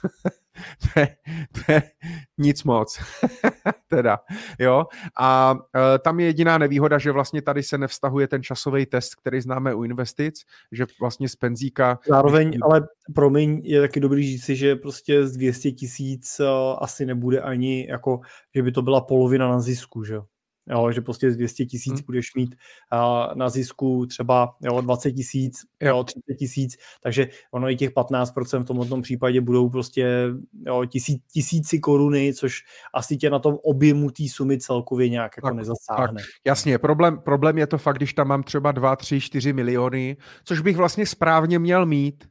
to je nic moc. teda, jo. A tam je jediná nevýhoda, že vlastně tady se nevztahuje ten časový test, který známe u investic, že vlastně z penzíka... Zároveň, ale promiň, je taky dobrý říci, že prostě z 200 000 asi nebude ani jako, že by to byla polovina na zisku, že jo. Jo, že prostě z 200 000 budeš mít na zisku třeba 20 000, 30 000, takže ono i těch 15% v tomto případě budou prostě tisíci koruny, což asi tě na tom objemu té sumy celkově nějak jako nezasáhne. Jasně, problém je to fakt, když tam mám třeba 2, 3, 4 miliony, což bych vlastně správně měl mít.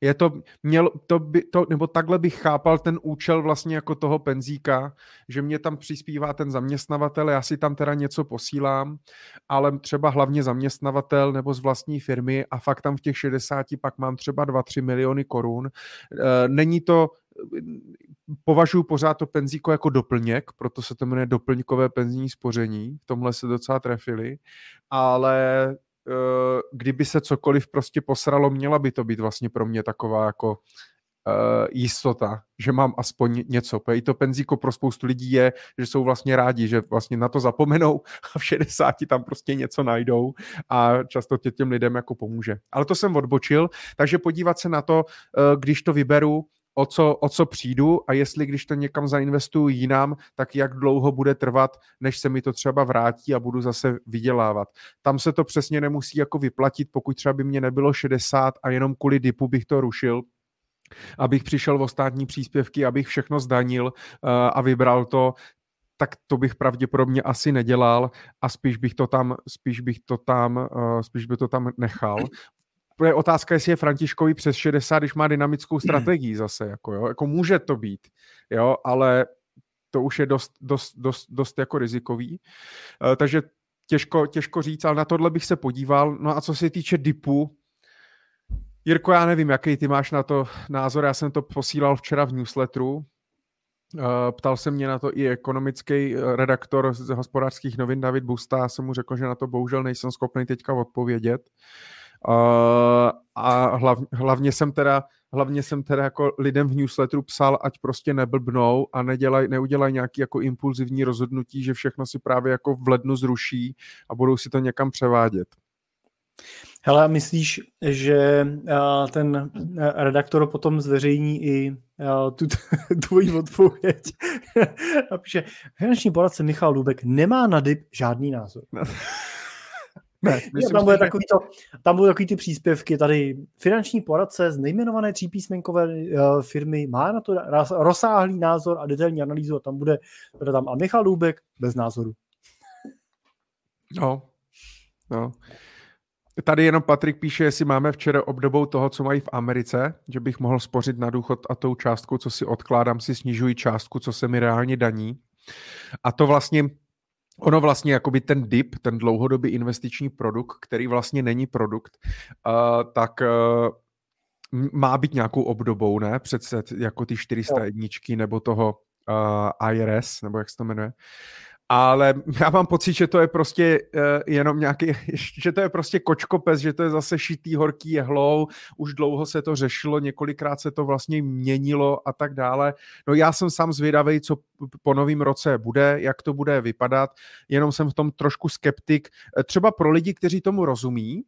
Nebo takhle bych chápal ten účel vlastně jako toho penzíka, že mě tam přispívá ten zaměstnavatel, já si tam teda něco posílám, ale třeba hlavně zaměstnavatel nebo z vlastní firmy a fakt tam v těch 60 pak mám třeba 2-3 miliony korun. Není to, považuji pořád to penzíko jako doplněk, proto se to jmenuje doplňkové penzijní spoření, v tomhle se docela trefili, ale kdyby se cokoliv prostě posralo, měla by to být vlastně pro mě taková jako jistota, že mám aspoň něco. I to penzíko pro spoustu lidí je, že jsou vlastně rádi, že vlastně na to zapomenou a v 60 tam prostě něco najdou a často těm lidem jako pomůže. Ale to jsem odbočil, takže podívat se na to, když to vyberu, o co přijdu a jestli když to někam zainvestuju jinam, tak jak dlouho bude trvat, než se mi to třeba vrátí a budu zase vydělávat. Tam se to přesně nemusí jako vyplatit, pokud třeba by mě nebylo 60 a jenom kvůli dipu bych to rušil, abych přišel o státní příspěvky, abych všechno zdanil a vybral to, tak to bych pravděpodobně asi nedělal a spíš by to tam nechal. Je otázka, jestli je Františkovi přes 60, když má dynamickou strategii zase, jako může to být, jo, ale to už je dost jako rizikový. Takže těžko říct, ale na tohle bych se podíval. No a co se týče dipu, Jirko, já nevím, jaký ty máš na to názor, já jsem to posílal včera v newsletteru, ptal se mě na to i ekonomický redaktor z Hospodářských novin David Busta, já jsem mu řekl, že na to bohužel nejsem schopný teďka odpovědět. A hlavně jsem teda jako lidem v newsletteru psal, ať prostě neblbnou a neudělají nějaký jako impulzivní rozhodnutí, že všechno si právě jako v lednu zruší a budou si to někam převádět. Hele, myslíš, že ten redaktor potom zveřejní i tu tvoji odpověď? Napíše, finanční poradce Michal Dubek nemá na DIP žádný názor. Ne, tam budou takový ty příspěvky, tady finanční poradce z nejmenované třípísmenkové firmy má na to rozsáhlý názor a detailní analýzu a tam bude tam a Michal Dubek bez názoru. No. Tady jenom Patrik píše, jestli máme včera obdobou toho, co mají v Americe, že bych mohl spořit na důchod a tou částku, co si odkládám, si snižuji částku, co se mi reálně daní. A to vlastně ono vlastně jakoby ten DIP, ten dlouhodobý investiční produkt, který vlastně není produkt, tak má být nějakou obdobou, ne? Přece jako ty 401 nebo toho IRS, nebo jak se to jmenuje. Ale já mám pocit, že to je prostě jenom nějaký, že to je prostě kočkopes, že to je zase šitý horký jehlou, už dlouho se to řešilo, několikrát se to vlastně měnilo a tak dále. No já jsem sám zvědavej, co po novém roce bude, jak to bude vypadat, jenom jsem v tom trošku skeptik. Třeba pro lidi, kteří tomu rozumí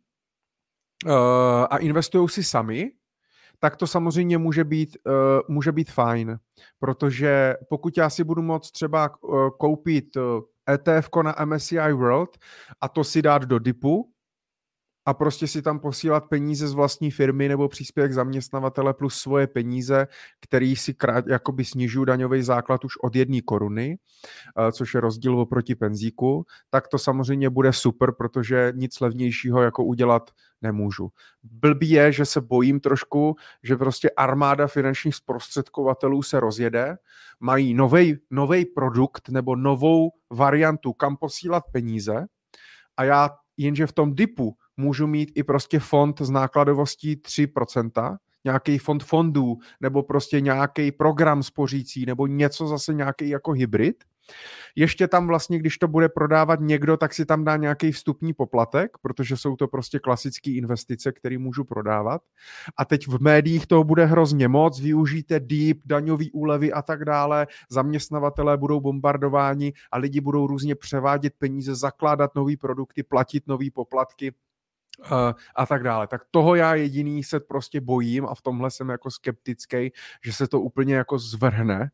a investují si sami, tak to samozřejmě může být fajn, protože pokud já si budu moct třeba koupit ETF na MSCI World a to si dát do DIPu a prostě si tam posílat peníze z vlastní firmy nebo příspěvek zaměstnavatele plus svoje peníze, který si jakoby snižují daňový základ už od 1 koruny, což je rozdíl oproti penzíku, tak to samozřejmě bude super, protože nic levnějšího jako udělat nemůžu. Blbý je, že se bojím trošku, že prostě armáda finančních zprostředkovatelů se rozjede, mají novej produkt nebo novou variantu, kam posílat peníze a já jenže v tom DIPu můžu mít i prostě fond s nákladovostí 3%, nějaký fond fondů, nebo prostě nějaký program spořící, nebo něco zase nějaký jako hybrid. Ještě tam vlastně, když to bude prodávat někdo, tak si tam dá nějaký vstupní poplatek, protože jsou to prostě klasické investice, které můžu prodávat. A teď v médiích toho bude hrozně moc, využijte DIP, daňový úlevy a tak dále, zaměstnavatelé budou bombardováni a lidi budou různě převádět peníze, zakládat nový produkty, platit nový poplatky a tak dále. Tak toho já jediný se prostě bojím a v tomhle jsem jako skeptický, že se to úplně jako zvrhne.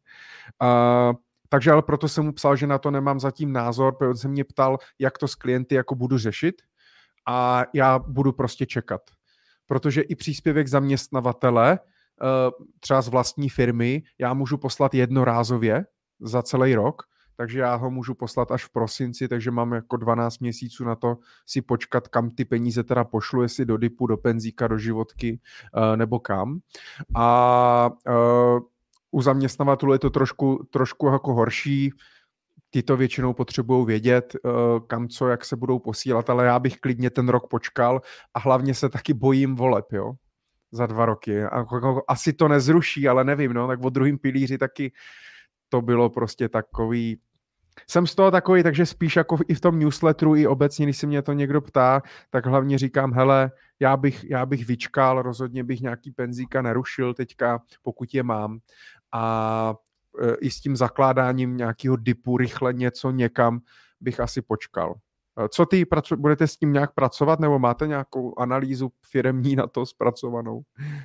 Takže ale proto jsem mu psal, že na to nemám zatím názor, protože jsem mě ptal, jak to s klienty jako budu řešit a já budu prostě čekat. Protože i příspěvek zaměstnavatele, třeba z vlastní firmy, já můžu poslat jednorázově za celý rok, takže já ho můžu poslat až v prosinci, takže mám jako 12 měsíců na to si počkat, kam ty peníze teda pošlu, jestli do DIPu, do penzíka, do životky nebo kam. A u zaměstnavatelů je to trošku jako horší, ty to většinou potřebují vědět, kam co, jak se budou posílat, ale já bych klidně ten rok počkal a hlavně se taky bojím voleb, jo, za 2 roky. Asi to nezruší, ale nevím, no, tak o druhém pilíři taky to bylo prostě takový. Jsem z toho takový, takže spíš jako i v tom newsletteru, i obecně, když se mě to někdo ptá, tak hlavně říkám, hele, já bych vyčkal, rozhodně bych nějaký penzíka nerušil teďka, pokud je mám. A i s tím zakládáním nějakého DIPu rychle něco někam bych asi počkal. Co ty, budete s tím nějak pracovat, nebo máte nějakou analýzu firemní na to zpracovanou?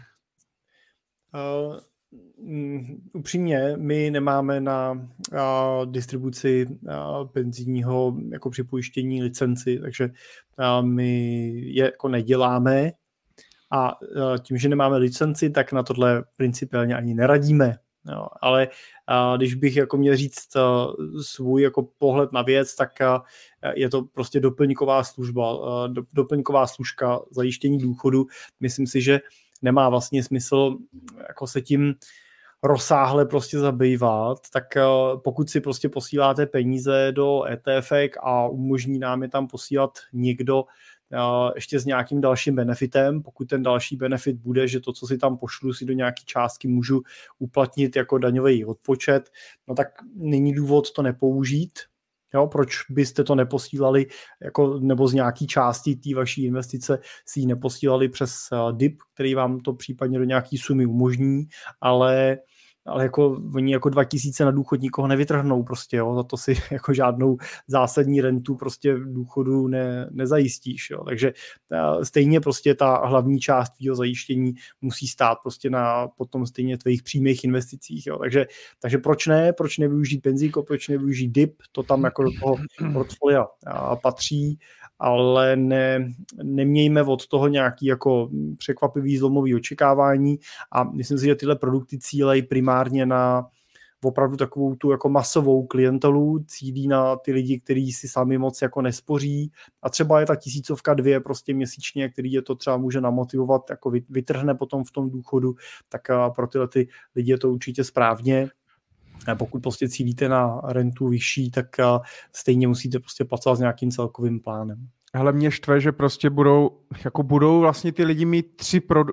Upřímně, my nemáme na distribuci penzijního jako připojištění licenci, takže my je jako neděláme a tím, že nemáme licenci, tak na tohle principiálně ani neradíme. Jo, ale když bych jako měl říct svůj jako pohled na věc, tak je to prostě doplňková služba, doplňková služka zajištění důchodu. Myslím si, že nemá vlastně smysl jako se tím rozsáhle prostě zabývat, tak pokud si prostě posíláte peníze do ETF a umožní nám je tam posílat někdo ještě s nějakým dalším benefitem, pokud ten další benefit bude, že to, co si tam pošlu, si do nějaké částky můžu uplatnit jako daňový odpočet, no tak není důvod to nepoužít. Jo, proč byste to neposílali jako, nebo z nějaký části té vaší investice si ji neposílali přes DIP, který vám to případně do nějaký sumy umožní, ale jako oni jako 2000 na důchod nikoho nevytrhnou prostě, jo, za to si jako žádnou zásadní rentu prostě v důchodu nezajistíš, jo, takže stejně prostě ta hlavní část tvýho zajištění musí stát prostě na potom stejně tvých přímých investicích, jo, takže proč nevyužít penzíko, proč nevyužít DIP, to tam jako do toho portfolia patří, ale nemějme od toho nějaký jako překvapivý zlomový očekávání a myslím si, že tyhle produkty cílejí primárně na opravdu takovou tu jako masovou klientelu, cílí na ty lidi, kteří si sami moc jako nespoří a třeba je ta 1000-2 prostě měsíčně, který je to třeba může namotivovat, jako vytrhne potom v tom důchodu, tak pro tyhle ty lidi je to určitě správně. A pokud prostě cílíte na rentu vyšší, tak stejně musíte prostě pracovat s nějakým celkovým plánem. Hele, mě štve, že prostě budou vlastně ty lidi mít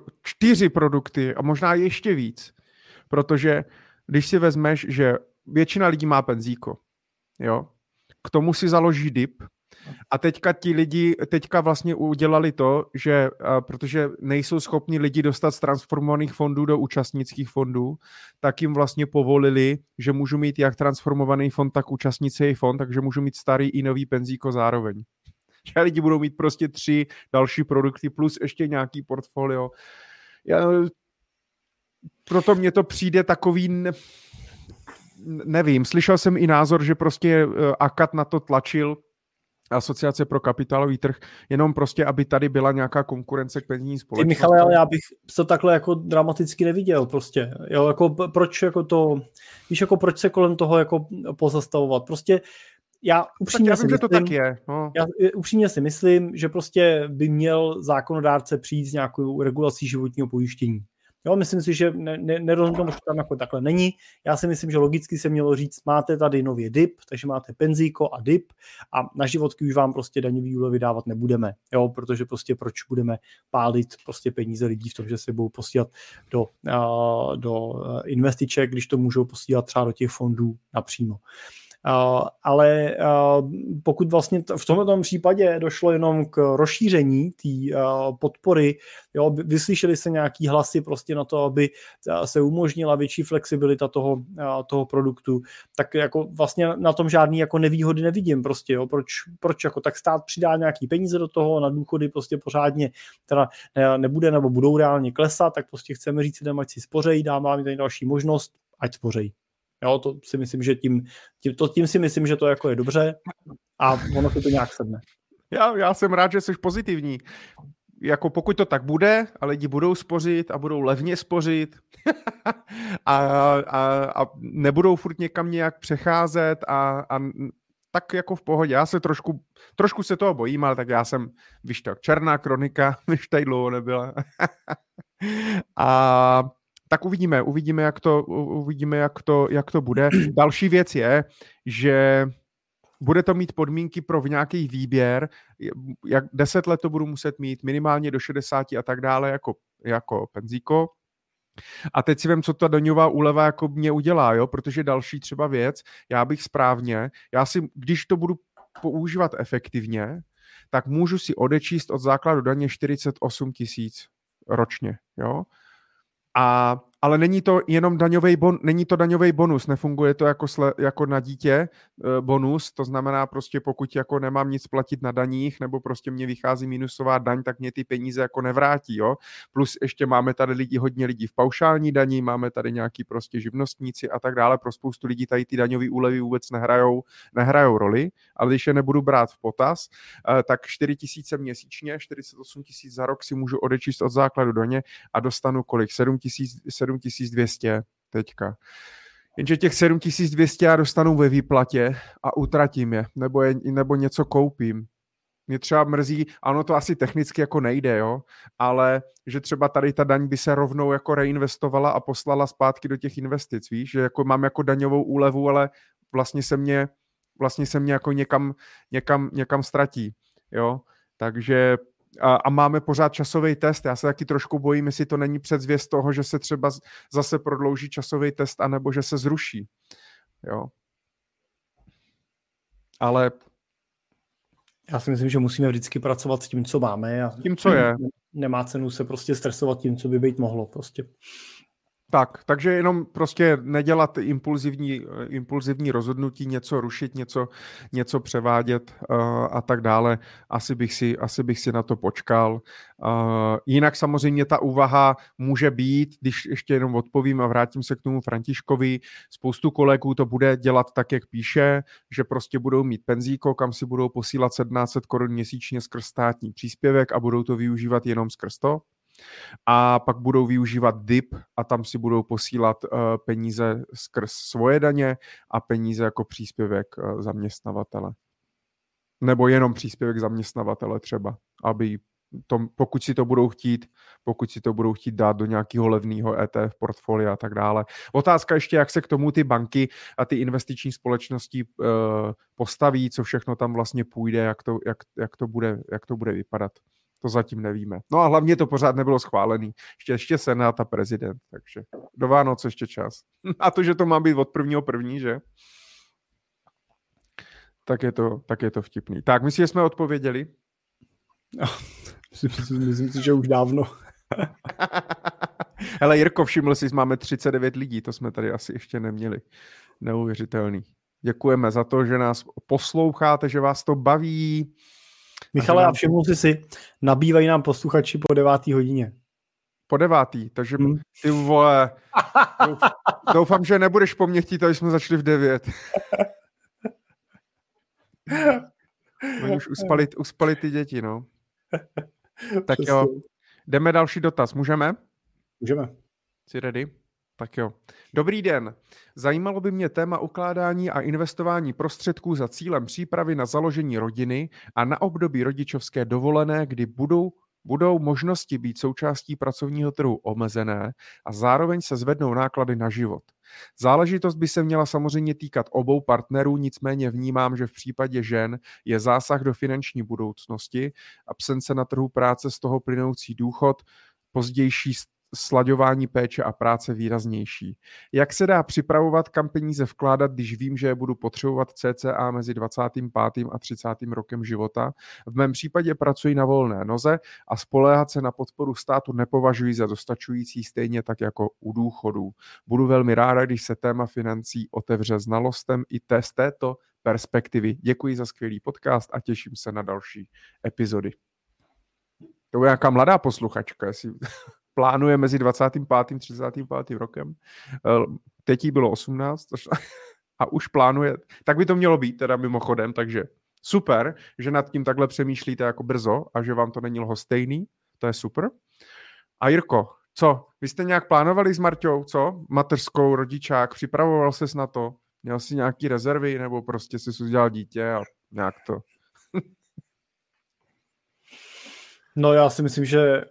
4 produkty a možná ještě víc. Protože když si vezmeš, že většina lidí má penzíko, jo, k tomu si založí DIP a teďka ti lidi vlastně udělali to, že protože nejsou schopni lidi dostat z transformovaných fondů do účastnických fondů, tak jim vlastně povolili, že můžu mít jak transformovaný fond, tak účastnický fond, takže můžu mít starý i nový penzíko zároveň. Že lidi budou mít prostě 3 další produkty plus ještě nějaký portfolio. Proto mně to přijde takový, nevím, slyšel jsem i názor, že prostě AKAT na to tlačil, Asociace pro kapitálový trh, jenom prostě, aby tady byla nějaká konkurence k penzijní společnosti. Michale, ale já bych to takhle jako dramaticky neviděl prostě. Jo, jako proč jako to, víš, jako proč se kolem toho jako pozastavovat? Prostě já upřímně si myslím, že to tak je. No. Já upřímně si myslím, že prostě by měl zákonodárce přijít s nějakou regulací životního pojištění. Jo, myslím si, že nerozhodnou, že tam jako takhle není. Já si myslím, že logicky se mělo říct, máte tady nově DIP, takže máte penzíko a DIP a na životky už vám prostě daňový úlevy dávat nebudeme, jo, protože prostě proč budeme pálit prostě peníze lidí v tom, že se budou posílat do investiček, když to můžou posílat třeba do těch fondů napřímo. Ale pokud vlastně v tomto případě došlo jenom k rozšíření té podpory, jo, vyslyšeli se nějaký hlasy prostě na to, aby se umožnila větší flexibilita toho produktu, tak jako vlastně na tom žádný jako nevýhody nevidím prostě, jo, proč jako tak stát přidá nějaký peníze do toho, na důchody prostě pořádně teda nebude nebo budou reálně klesat, tak prostě chceme říct lidem, ať si spořejí, dáme tady další možnost, ať spořejí. Jo, to si myslím, že tím si myslím, že to jako je dobře a ono se to nějak sedne. Já jsem rád, že jsi pozitivní. Jako pokud to tak bude a lidi budou spořit a budou levně spořit a nebudou furt někam nějak přecházet a tak jako v pohodě. Já se trošku se toho bojím, ale tak já jsem, víš to, černá kronika, než tady dlouho nebyla. A tak uvidíme, jak to bude. Další věc je, že bude to mít podmínky pro nějaký výběr, jak 10 let to budu muset mít, minimálně do 60 a tak dále, jako penzíko. A teď si vím, co ta daňová úleva jako mě udělá, jo? Protože další třeba věc, když to budu používat efektivně, tak můžu si odečíst od základu daně 48 000 ročně, jo? Ale není to jenom daňový bonus, nefunguje to jako na dítě bonus, to znamená prostě pokud jako nemám nic platit na daních, nebo prostě mě vychází minusová daň, tak mě ty peníze jako nevrátí, jo. Plus ještě máme tady hodně lidí v paušální daní, máme tady nějaký prostě živnostníci a tak dále, pro spoustu lidí tady ty daňové úlevy vůbec nehrajou roli, ale když je nebudu brát v potaz, tak 4 000 měsíčně, 48 000 za rok si můžu odečíst od základu daně a dostanu kolik? 7 200, teďka. Jenže těch 7200 já dostanu ve výplatě a utratím je, nebo něco koupím. Mě třeba mrzí, ano, to asi technicky jako nejde, jo, ale že třeba tady ta daň by se rovnou jako reinvestovala a poslala zpátky do těch investic, víš, že jako mám jako daňovou úlevu, ale vlastně se mě jako někam ztratí, jo, takže a máme pořád časový test, já se taky trošku bojím, jestli to není předzvěst toho, že se třeba zase prodlouží časový test, anebo že se zruší, jo. Ale já si myslím, že musíme vždycky pracovat s tím, co máme a tím, co je. Nemá cenu se prostě stresovat tím, co by být mohlo prostě. Takže jenom prostě nedělat impulzivní rozhodnutí, něco rušit, něco převádět a tak dále. Asi bych si na to počkal. Jinak samozřejmě ta úvaha může být, když ještě jenom odpovím a vrátím se k tomu Františkovi, spoustu kolegů to bude dělat tak, jak píše, že prostě budou mít penzíko, kam si budou posílat 1700 korun měsíčně skrz státní příspěvek a budou to využívat jenom skrz to. A pak budou využívat DIP a tam si budou posílat peníze skrz svoje daně a peníze jako příspěvek zaměstnavatele. Nebo jenom příspěvek zaměstnavatele třeba, aby pokud si to budou chtít dát do nějakého levného ETF portfolia a tak dále. Otázka ještě, jak se k tomu ty banky a ty investiční společnosti postaví, co všechno tam vlastně půjde, jak to bude vypadat. To zatím nevíme. No a hlavně to pořád nebylo schválený. Ještě Senát a prezident, takže do Vánoc ještě čas. A to, že to má být od 1.1., že? Tak je to vtipný. Tak, myslím, že jsme odpověděli? Myslím si, že už dávno. Hele, Jirko, všiml jsi, máme 39 lidí, to jsme tady asi ještě neměli. Neuvěřitelný. Děkujeme za to, že nás posloucháte, že vás to baví. Michale, a všiml jsi si, nabývají nám posluchači po 9. hodině. Po 9. Takže ty vole, doufám, že nebudeš po mně chtít, aby jsme začali v 9. Oni už uspali ty děti, no. Tak jo, jdeme další dotaz, můžeme? Můžeme. Jsi ready? Tak jo. Dobrý den. Zajímalo by mě téma ukládání a investování prostředků za cílem přípravy na založení rodiny a na období rodičovské dovolené, kdy budou možnosti být součástí pracovního trhu omezené a zároveň se zvednou náklady na život. Záležitost by se měla samozřejmě týkat obou partnerů, nicméně vnímám, že v případě žen je zásah do finanční budoucnosti, absence na trhu práce, z toho plynoucí důchod, pozdější slaďování péče a práce výraznější. Jak se dá připravovat, kam peníze vkládat, když vím, že je budu potřebovat cca mezi 25. a 30. rokem života? V mém případě pracuji na volné noze a spoléhat se na podporu státu nepovažuji za dostačující, stejně tak jako u důchodů. Budu velmi ráda, když se téma financí otevře znalostem i z této perspektivy. Děkuji za skvělý podcast a těším se na další epizody. To je nějaká mladá posluchačka, jestli plánuje mezi 25. a 35. rokem. Teď jí bylo 18 a už plánuje. Tak by to mělo být teda mimochodem, takže super, že nad tím takhle přemýšlíte jako brzo a že vám to není lhostejný. To je super. A Jirko, co? Vy jste nějak plánovali s Marťou, co? Mateřskou, rodičák, připravoval ses na to? Měl jsi nějaký rezervy nebo prostě jsi udělal dítě a nějak to... No já si myslím, že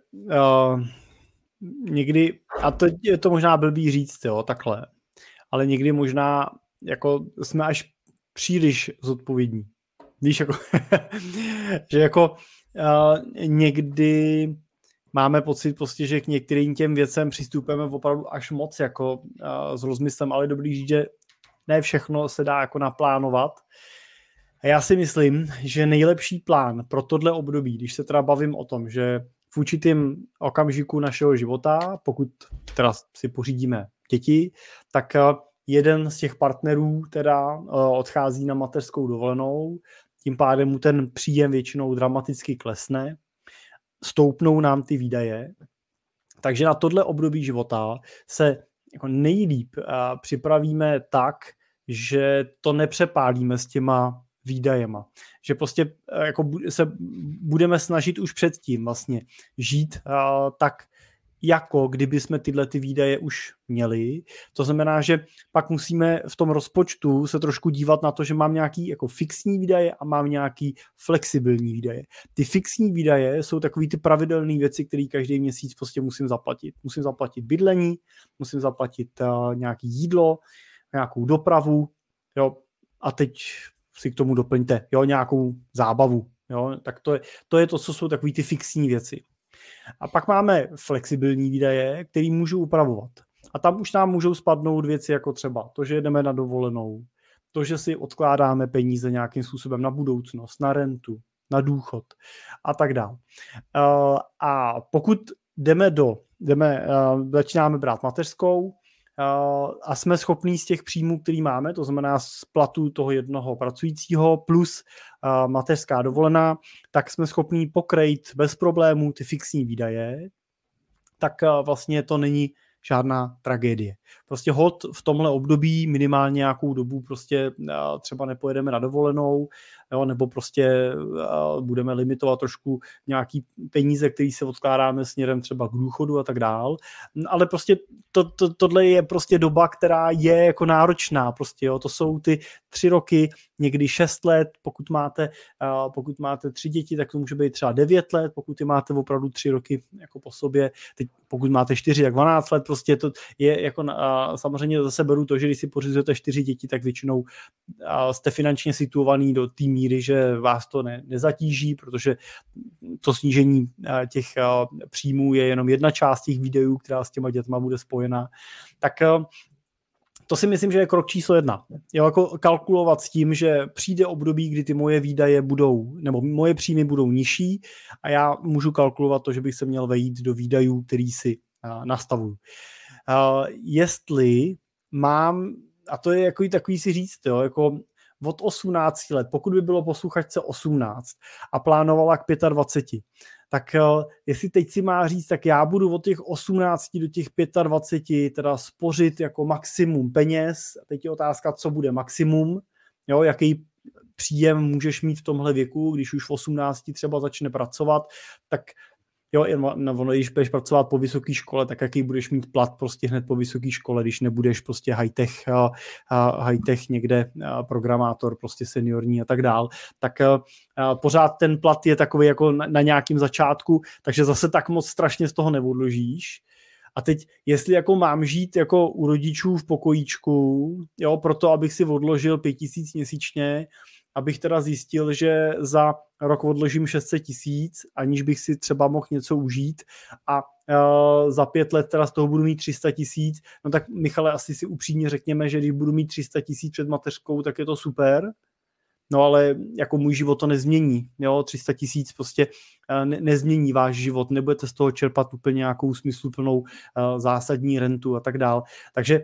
někdy, a to je to možná blbý říct, jo, takhle, ale někdy možná jako jsme až příliš zodpovědní. Víš, jako, že jako někdy máme pocit prostě, že k některým těm věcem přistupujeme opravdu až moc jako s rozmyslem, ale dobrý říct, že ne všechno se dá jako naplánovat. A já si myslím, že nejlepší plán pro tohle období, když se teda bavím o tom, že v určitém okamžiku našeho života, pokud teda si pořídíme děti, tak jeden z těch partnerů teda odchází na mateřskou dovolenou, tím pádem mu ten příjem většinou dramaticky klesne, stoupnou nám ty výdaje, takže na tohle období života se jako nejlíp připravíme tak, že to nepřepálíme s těma výdajema. Že prostě jako se budeme snažit už předtím vlastně žít tak, jako kdyby jsme tyhle ty výdaje už měli. To znamená, že pak musíme v tom rozpočtu se trošku dívat na to, že mám nějaký jako fixní výdaje a mám nějaký flexibilní výdaje. Ty fixní výdaje jsou takový ty pravidelné věci, které každý měsíc prostě musím zaplatit. Musím zaplatit bydlení, musím zaplatit nějaký jídlo, nějakou dopravu, jo, a teď si k tomu doplňte, jo, nějakou zábavu, jo, tak to je to, co jsou takový ty fixní věci. A pak máme flexibilní výdaje, které můžu upravovat. A tam už nám můžou spadnout věci jako třeba to, že jedeme na dovolenou, to, že si odkládáme peníze nějakým způsobem na budoucnost, na rentu, na důchod a tak dále. A pokud začínáme brát mateřskou a jsme schopní z těch příjmů, který máme, to znamená z platu toho jednoho pracujícího plus mateřská dovolená, tak jsme schopní pokrýt bez problémů ty fixní výdaje, tak vlastně to není žádná tragédie. Prostě hod v tomhle období minimálně nějakou dobu prostě třeba nepojedeme na dovolenou, jo, nebo prostě budeme limitovat trošku nějaký peníze, které se odkládáme směrem třeba k důchodu a tak dál. Ale prostě tohle je prostě doba, která je jako náročná. Prostě, jo. To jsou ty 3 roky, někdy 6 let, pokud máte 3 děti, tak to může být třeba 9 let, pokud máte opravdu 3 roky jako po sobě, teď pokud máte 4, tak 12 let, prostě to je jako samozřejmě zase beru to, že když si pořizujete 4 děti, tak většinou jste finančně situovaný do té míry, že vás to nezatíží, protože to snížení těch příjmů je jenom jedna část těch výdajů, která s těma dětma bude spojena. Tak to si myslím, že je krok číslo 1. Jo, jako kalkulovat s tím, že přijde období, kdy ty moje výdaje budou, nebo moje příjmy budou nižší a já můžu kalkulovat to, že bych se měl vejít do výdajů, který si nastavuju. Jestli mám, a to je jako takový si říct, jo, jako od 18 let, pokud by bylo posluchačce 18 a plánovala k 25, tak jestli teď si má říct, tak já budu od těch 18 do těch 25 teda spořit jako maximum peněz. A teď je otázka, co bude maximum, jo, jaký příjem můžeš mít v tomhle věku, když už v 18 třeba začne pracovat, tak jo, když budeš pracovat po vysoké škole, tak jaký budeš mít plat prostě hned po vysoké škole, když nebudeš prostě high-tech někde programátor, prostě seniorní a tak dál, tak pořád ten plat je takový jako na nějakém začátku, takže zase tak moc strašně z toho neodložíš. A teď, jestli jako mám žít jako u rodičů v pokojíčku, jo, proto abych si odložil 5 000 měsíčně, abych teda zjistil, že za rok odložím 600 000, aniž bych si třeba mohl něco užít a za 5 let teda z toho budu mít 300 000, no tak Michale, asi si upřímně řekněme, že když budu mít 300 000 před mateřskou, tak je to super, no ale jako můj život to nezmění, jo, 300 000 prostě nezmění váš život, nebudete z toho čerpat úplně nějakou smysluplnou zásadní rentu a tak dál, takže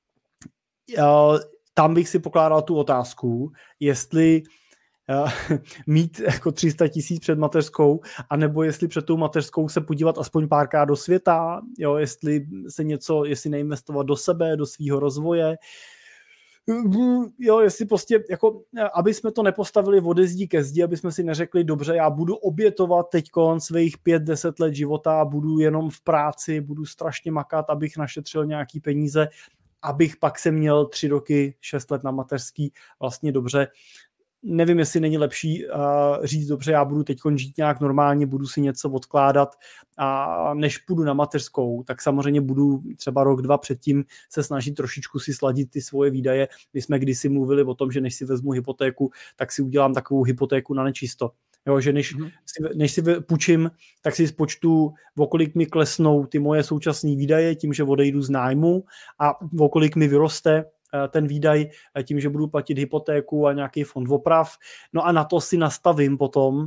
tam bych si pokládal tu otázku, jestli mít jako 300 000 před mateřskou, anebo jestli před tou mateřskou se podívat aspoň párkrát do světa, jo, jestli neinvestovat do sebe, do svýho rozvoje, jo, jestli prostě, jako, aby jsme to nepostavili ode zdi ke zdi, aby jsme si neřekli, dobře, já budu obětovat teďkon svých 5-10 let života, budu jenom v práci, budu strašně makat, abych našetřil nějaký peníze, abych pak se měl 3 roky, 6 let na mateřský vlastně dobře. Nevím, jestli není lepší říct, dobře, já budu teď žít nějak normálně, budu si něco odkládat a než půjdu na mateřskou, tak samozřejmě budu třeba rok, 2 předtím se snažit trošičku si sladit ty svoje výdaje. My jsme kdysi mluvili o tom, že než si vezmu hypotéku, tak si udělám takovou hypotéku na nečisto. Jo, že než si půjčím, tak si spočtu, o kolik mi klesnou ty moje současné výdaje tím, že odejdu z nájmu a o kolik mi vyroste ten výdaj tím, že budu platit hypotéku a nějaký fond oprav. No a na to si nastavím potom,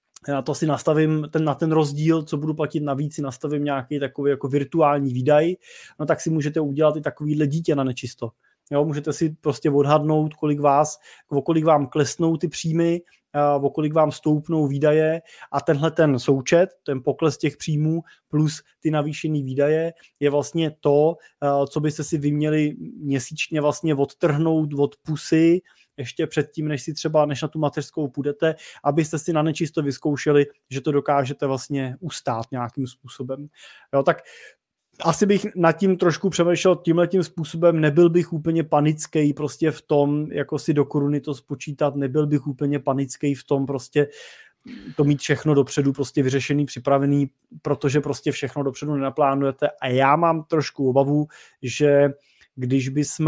na ten rozdíl, co budu platit navíc, si nastavím nějaký takový jako virtuální výdaj, no tak si můžete udělat i takovýhle dítě na nečisto. Jo, můžete si prostě odhadnout, o kolik vám klesnou ty příjmy, o kolik vám stoupnou výdaje a tenhle ten součet, ten pokles těch příjmů plus ty navýšený výdaje je vlastně to, co byste si vy měli měsíčně vlastně odtrhnout od pusy, ještě předtím, než na tu mateřskou půjdete, abyste si na nečisto vyzkoušeli, že to dokážete vlastně ustát nějakým způsobem. Jo, tak asi bych nad tím trošku přemýšlel tímhletím způsobem, nebyl bych úplně panický prostě v tom, jako si do koruny to spočítat, nebyl bych úplně panický v tom prostě to mít všechno dopředu prostě vyřešený, připravený, protože prostě všechno dopředu nenaplánujete a já mám trošku obavu, že když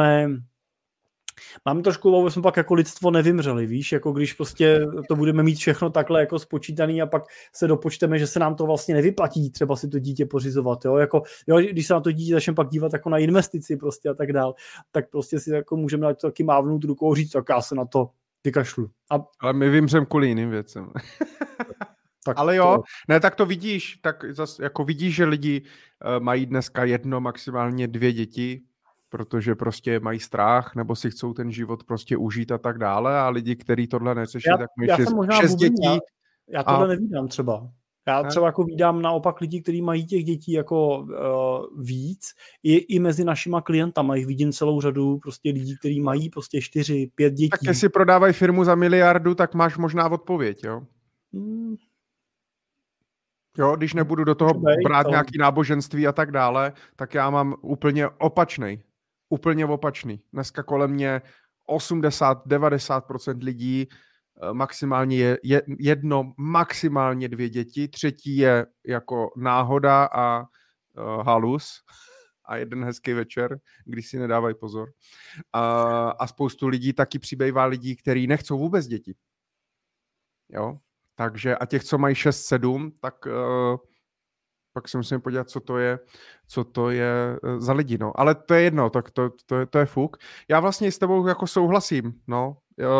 mám trošku obavu, že jsme pak jako lidstvo nevymřeli, víš, jako když prostě to budeme mít všechno takhle jako spočítaný a pak se dopočteme, že se nám to vlastně nevyplatí třeba si to dítě pořizovat, jo, když se na to dítě začneme pak dívat jako na investici prostě a tak dál, tak prostě si jako můžeme dát taky mávnout rukou a říct, tak já se na to vykašlu. Ale my vymřem kvůli jiným věcem. Tak ale jo, tak to vidíš, tak zase jako vidíš, že lidi mají dneska 1, maximálně 2 děti, protože prostě mají strach, nebo si chcou ten život prostě užít a tak dále a lidi, kteří tohle neřeší, tak mají 6 dětí. Já tohle nevídám třeba. Já třeba jako vídám naopak lidi, kteří mají těch dětí jako víc, i mezi našima klientama, jich vidím celou řadu prostě lidí, kteří mají prostě 4, 5 dětí. Tak jestli prodávají firmu za 1 miliardu, tak máš možná odpověď, jo? Jo, když nebudu do toho brát nějaký náboženství a tak dále, tak já mám úplně opačný. Dneska kolem mě 80-90% lidí, maximálně 1, maximálně 2 děti, 3. je jako náhoda a halus a 1 hezký večer, když si nedávají pozor. A spoustu lidí taky přibývá lidí, kteří nechcou vůbec děti. Jo? Takže a těch, co mají 6-7, tak pak si musím podívat, co to je za lidi, no. Ale to je jedno, tak to je fuk. Já vlastně s tebou jako souhlasím, no.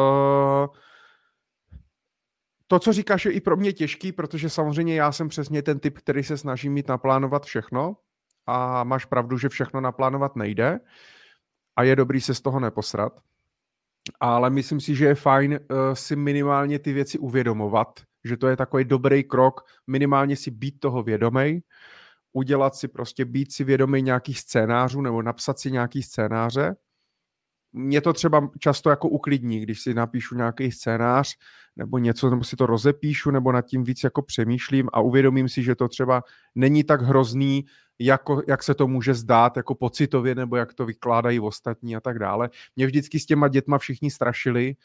To, co říkáš, je i pro mě těžký, protože samozřejmě já jsem přesně ten typ, který se snaží mít naplánovat všechno a máš pravdu, že všechno naplánovat nejde a je dobrý se z toho neposrat. Ale myslím si, že je fajn si minimálně ty věci uvědomovat, že to je takový dobrý krok, minimálně si být toho vědomej, udělat si prostě, být si vědomej nějakých scénářů nebo napsat si nějaký scénáře. Mě to třeba často jako uklidní, když si napíšu nějaký scénář nebo něco, nebo si to rozepíšu, nebo nad tím víc jako přemýšlím a uvědomím si, že to třeba není tak hrozný, jak se to může zdát jako pocitově, nebo jak to vykládají ostatní a tak dále. Mě vždycky s těma dětma všichni strašili.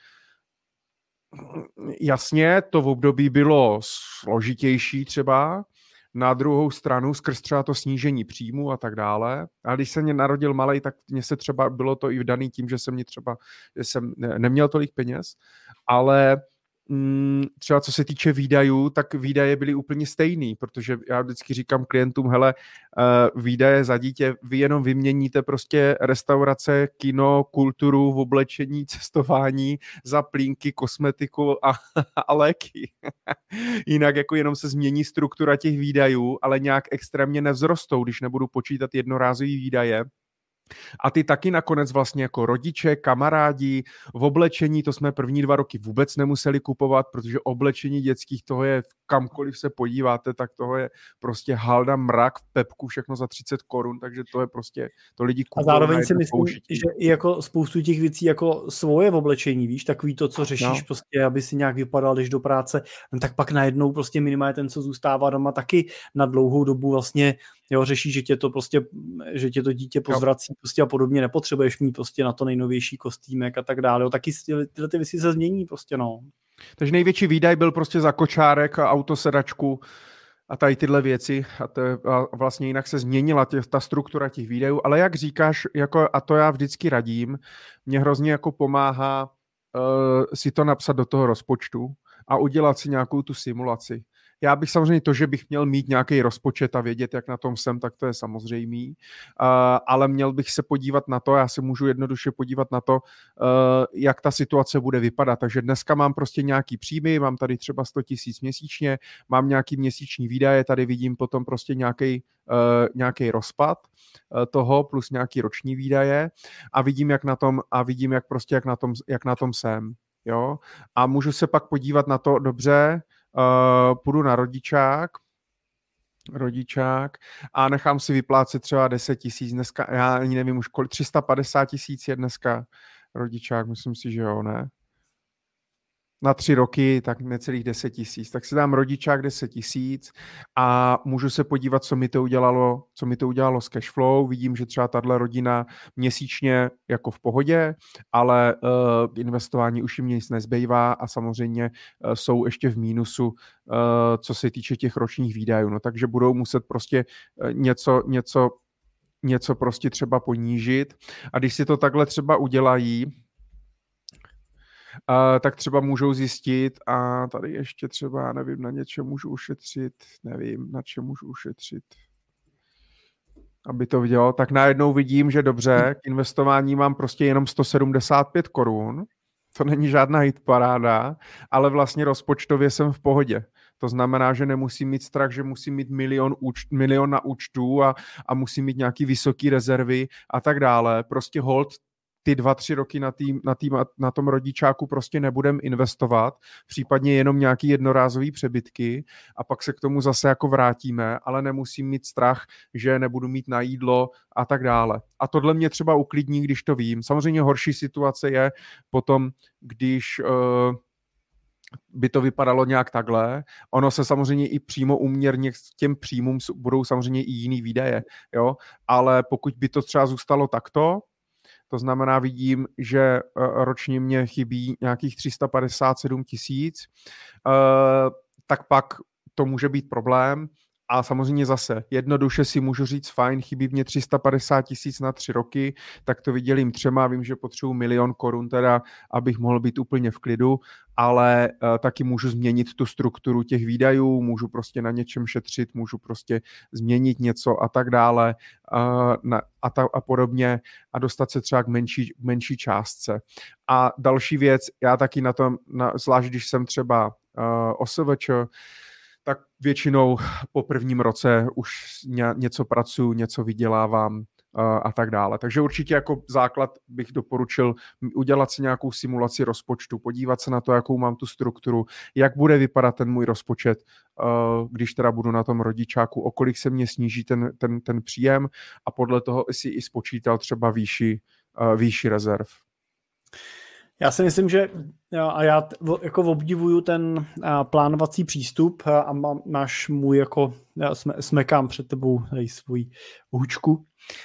Jasně, to v období bylo složitější třeba, na druhou stranu skrz třeba to snížení příjmu a tak dále. A když se mě narodil malej, tak mě se třeba bylo to i daný tím, že jsem neměl tolik peněz, ale třeba co se týče výdajů, tak výdaje byly úplně stejný, protože já vždycky říkám klientům, hele, výdaje za dítě, vy jenom vyměníte prostě restaurace, kino, kulturu, v oblečení, cestování, za plínky, kosmetiku a léky. Jinak jako jenom se změní struktura těch výdajů, ale nějak extrémně nevzrostou, když nebudu počítat jednorázový výdaje. A ty taky nakonec vlastně jako rodiče, kamarádi, v oblečení, to jsme první 2 roky vůbec nemuseli kupovat, protože oblečení dětských, toho je kamkoliv se podíváte, tak toho je prostě halda, mrak, v Pepku, všechno za 30 korun, takže to je prostě, to lidi kupují. A zároveň si myslím, že i jako spoustu těch věcí jako svoje v oblečení, víš, takový to, co řešíš prostě, aby si nějak vypadal, když do práce, tak pak najednou prostě minimálně ten, co zůstává doma, taky na dlouhou dobu vlastně řeší, že tě to dítě pozvrací prostě a podobně, nepotřebuješ mít prostě na to nejnovější kostýmek a tak dále. Taky tyhle ty věci se změní prostě, no. Takže největší výdaj byl prostě za kočárek a autosedačku a tady tyhle věci a vlastně jinak se změnila ta struktura těch výdajů, ale jak říkáš, jako, a to já vždycky radím, mě hrozně jako pomáhá si to napsat do toho rozpočtu a udělat si nějakou tu simulaci. Já bych samozřejmě to, že bych měl mít nějaký rozpočet a vědět, jak na tom jsem, tak to je samozřejmý, ale měl bych se podívat na to, já se můžu jednoduše podívat na to, jak ta situace bude vypadat. Takže dneska mám prostě nějaký příjmy, mám tady třeba 100 000 měsíčně, mám nějaký měsíční výdaje, tady vidím potom prostě nějaký rozpad toho plus nějaký roční výdaje a vidím, jak na tom jsem. Jo? A můžu se pak podívat na to, dobře, půjdu na rodičák a nechám si vyplácet třeba 10 000 dneska, já ani nevím už kolik, 350 000 je dneska rodičák, myslím si, že jo, ne? na 3 roky, tak necelých 10 000. Tak si dám rodičák 10 000 a můžu se podívat, co mi to udělalo s cashflow. Vidím, že třeba tahle rodina měsíčně jako v pohodě, ale investování už jim nic nezbývá a samozřejmě jsou ještě v mínusu, co se týče těch ročních výdajů. No, takže budou muset prostě něco prostě třeba ponížit. A když si to takhle třeba udělají, tak třeba můžou zjistit a tady ještě třeba, nevím, na něčem můžu ušetřit, aby to vidělo, tak najednou vidím, že dobře, k investování mám prostě jenom 175 korun, to není žádná hitparáda, ale vlastně rozpočtově jsem v pohodě. To znamená, že nemusím mít strach, že musím mít milion na účtu a musím mít nějaký vysoký rezervy a tak dále. Prostě hold ty 2-3 roky na tom rodičáku prostě nebudem investovat, případně jenom nějaký jednorázový přebytky a pak se k tomu zase jako vrátíme, ale nemusím mít strach, že nebudu mít na jídlo a tak dále. A tohle mě třeba uklidní, když to vím. Samozřejmě horší situace je potom, když by to vypadalo nějak takhle. Ono se samozřejmě i přímo úměrně k těm příjmům budou samozřejmě i jiný výdaje, jo? Ale pokud by to třeba zůstalo takto, to znamená, vidím, že ročně mě chybí nějakých 357 000, tak pak to může být problém. A samozřejmě zase jednoduše si můžu říct, fajn, chybí mě 350 000 na 3 roky, tak to vydělím 3, vím, že potřebuji 1 000 000 korun teda, abych mohl být úplně v klidu, ale taky můžu změnit tu strukturu těch výdajů, můžu prostě na něčem šetřit, můžu prostě změnit něco a tak dále a podobně a dostat se třeba k menší částce. A další věc, já taky na tom, zvlášť když jsem třeba OSVČ, tak většinou po prvním roce už něco pracuji, něco vydělávám a tak dále. Takže určitě jako základ bych doporučil udělat si nějakou simulaci rozpočtu, podívat se na to, jakou mám tu strukturu, jak bude vypadat ten můj rozpočet, když teda budu na tom rodičáku, o kolik se mě sníží ten příjem a podle toho si i spočítal třeba výši rezerv. Já si myslím, že a já jako obdivuju ten plánovací přístup a máš můj jako, já smekám před tebou svoji hůčku,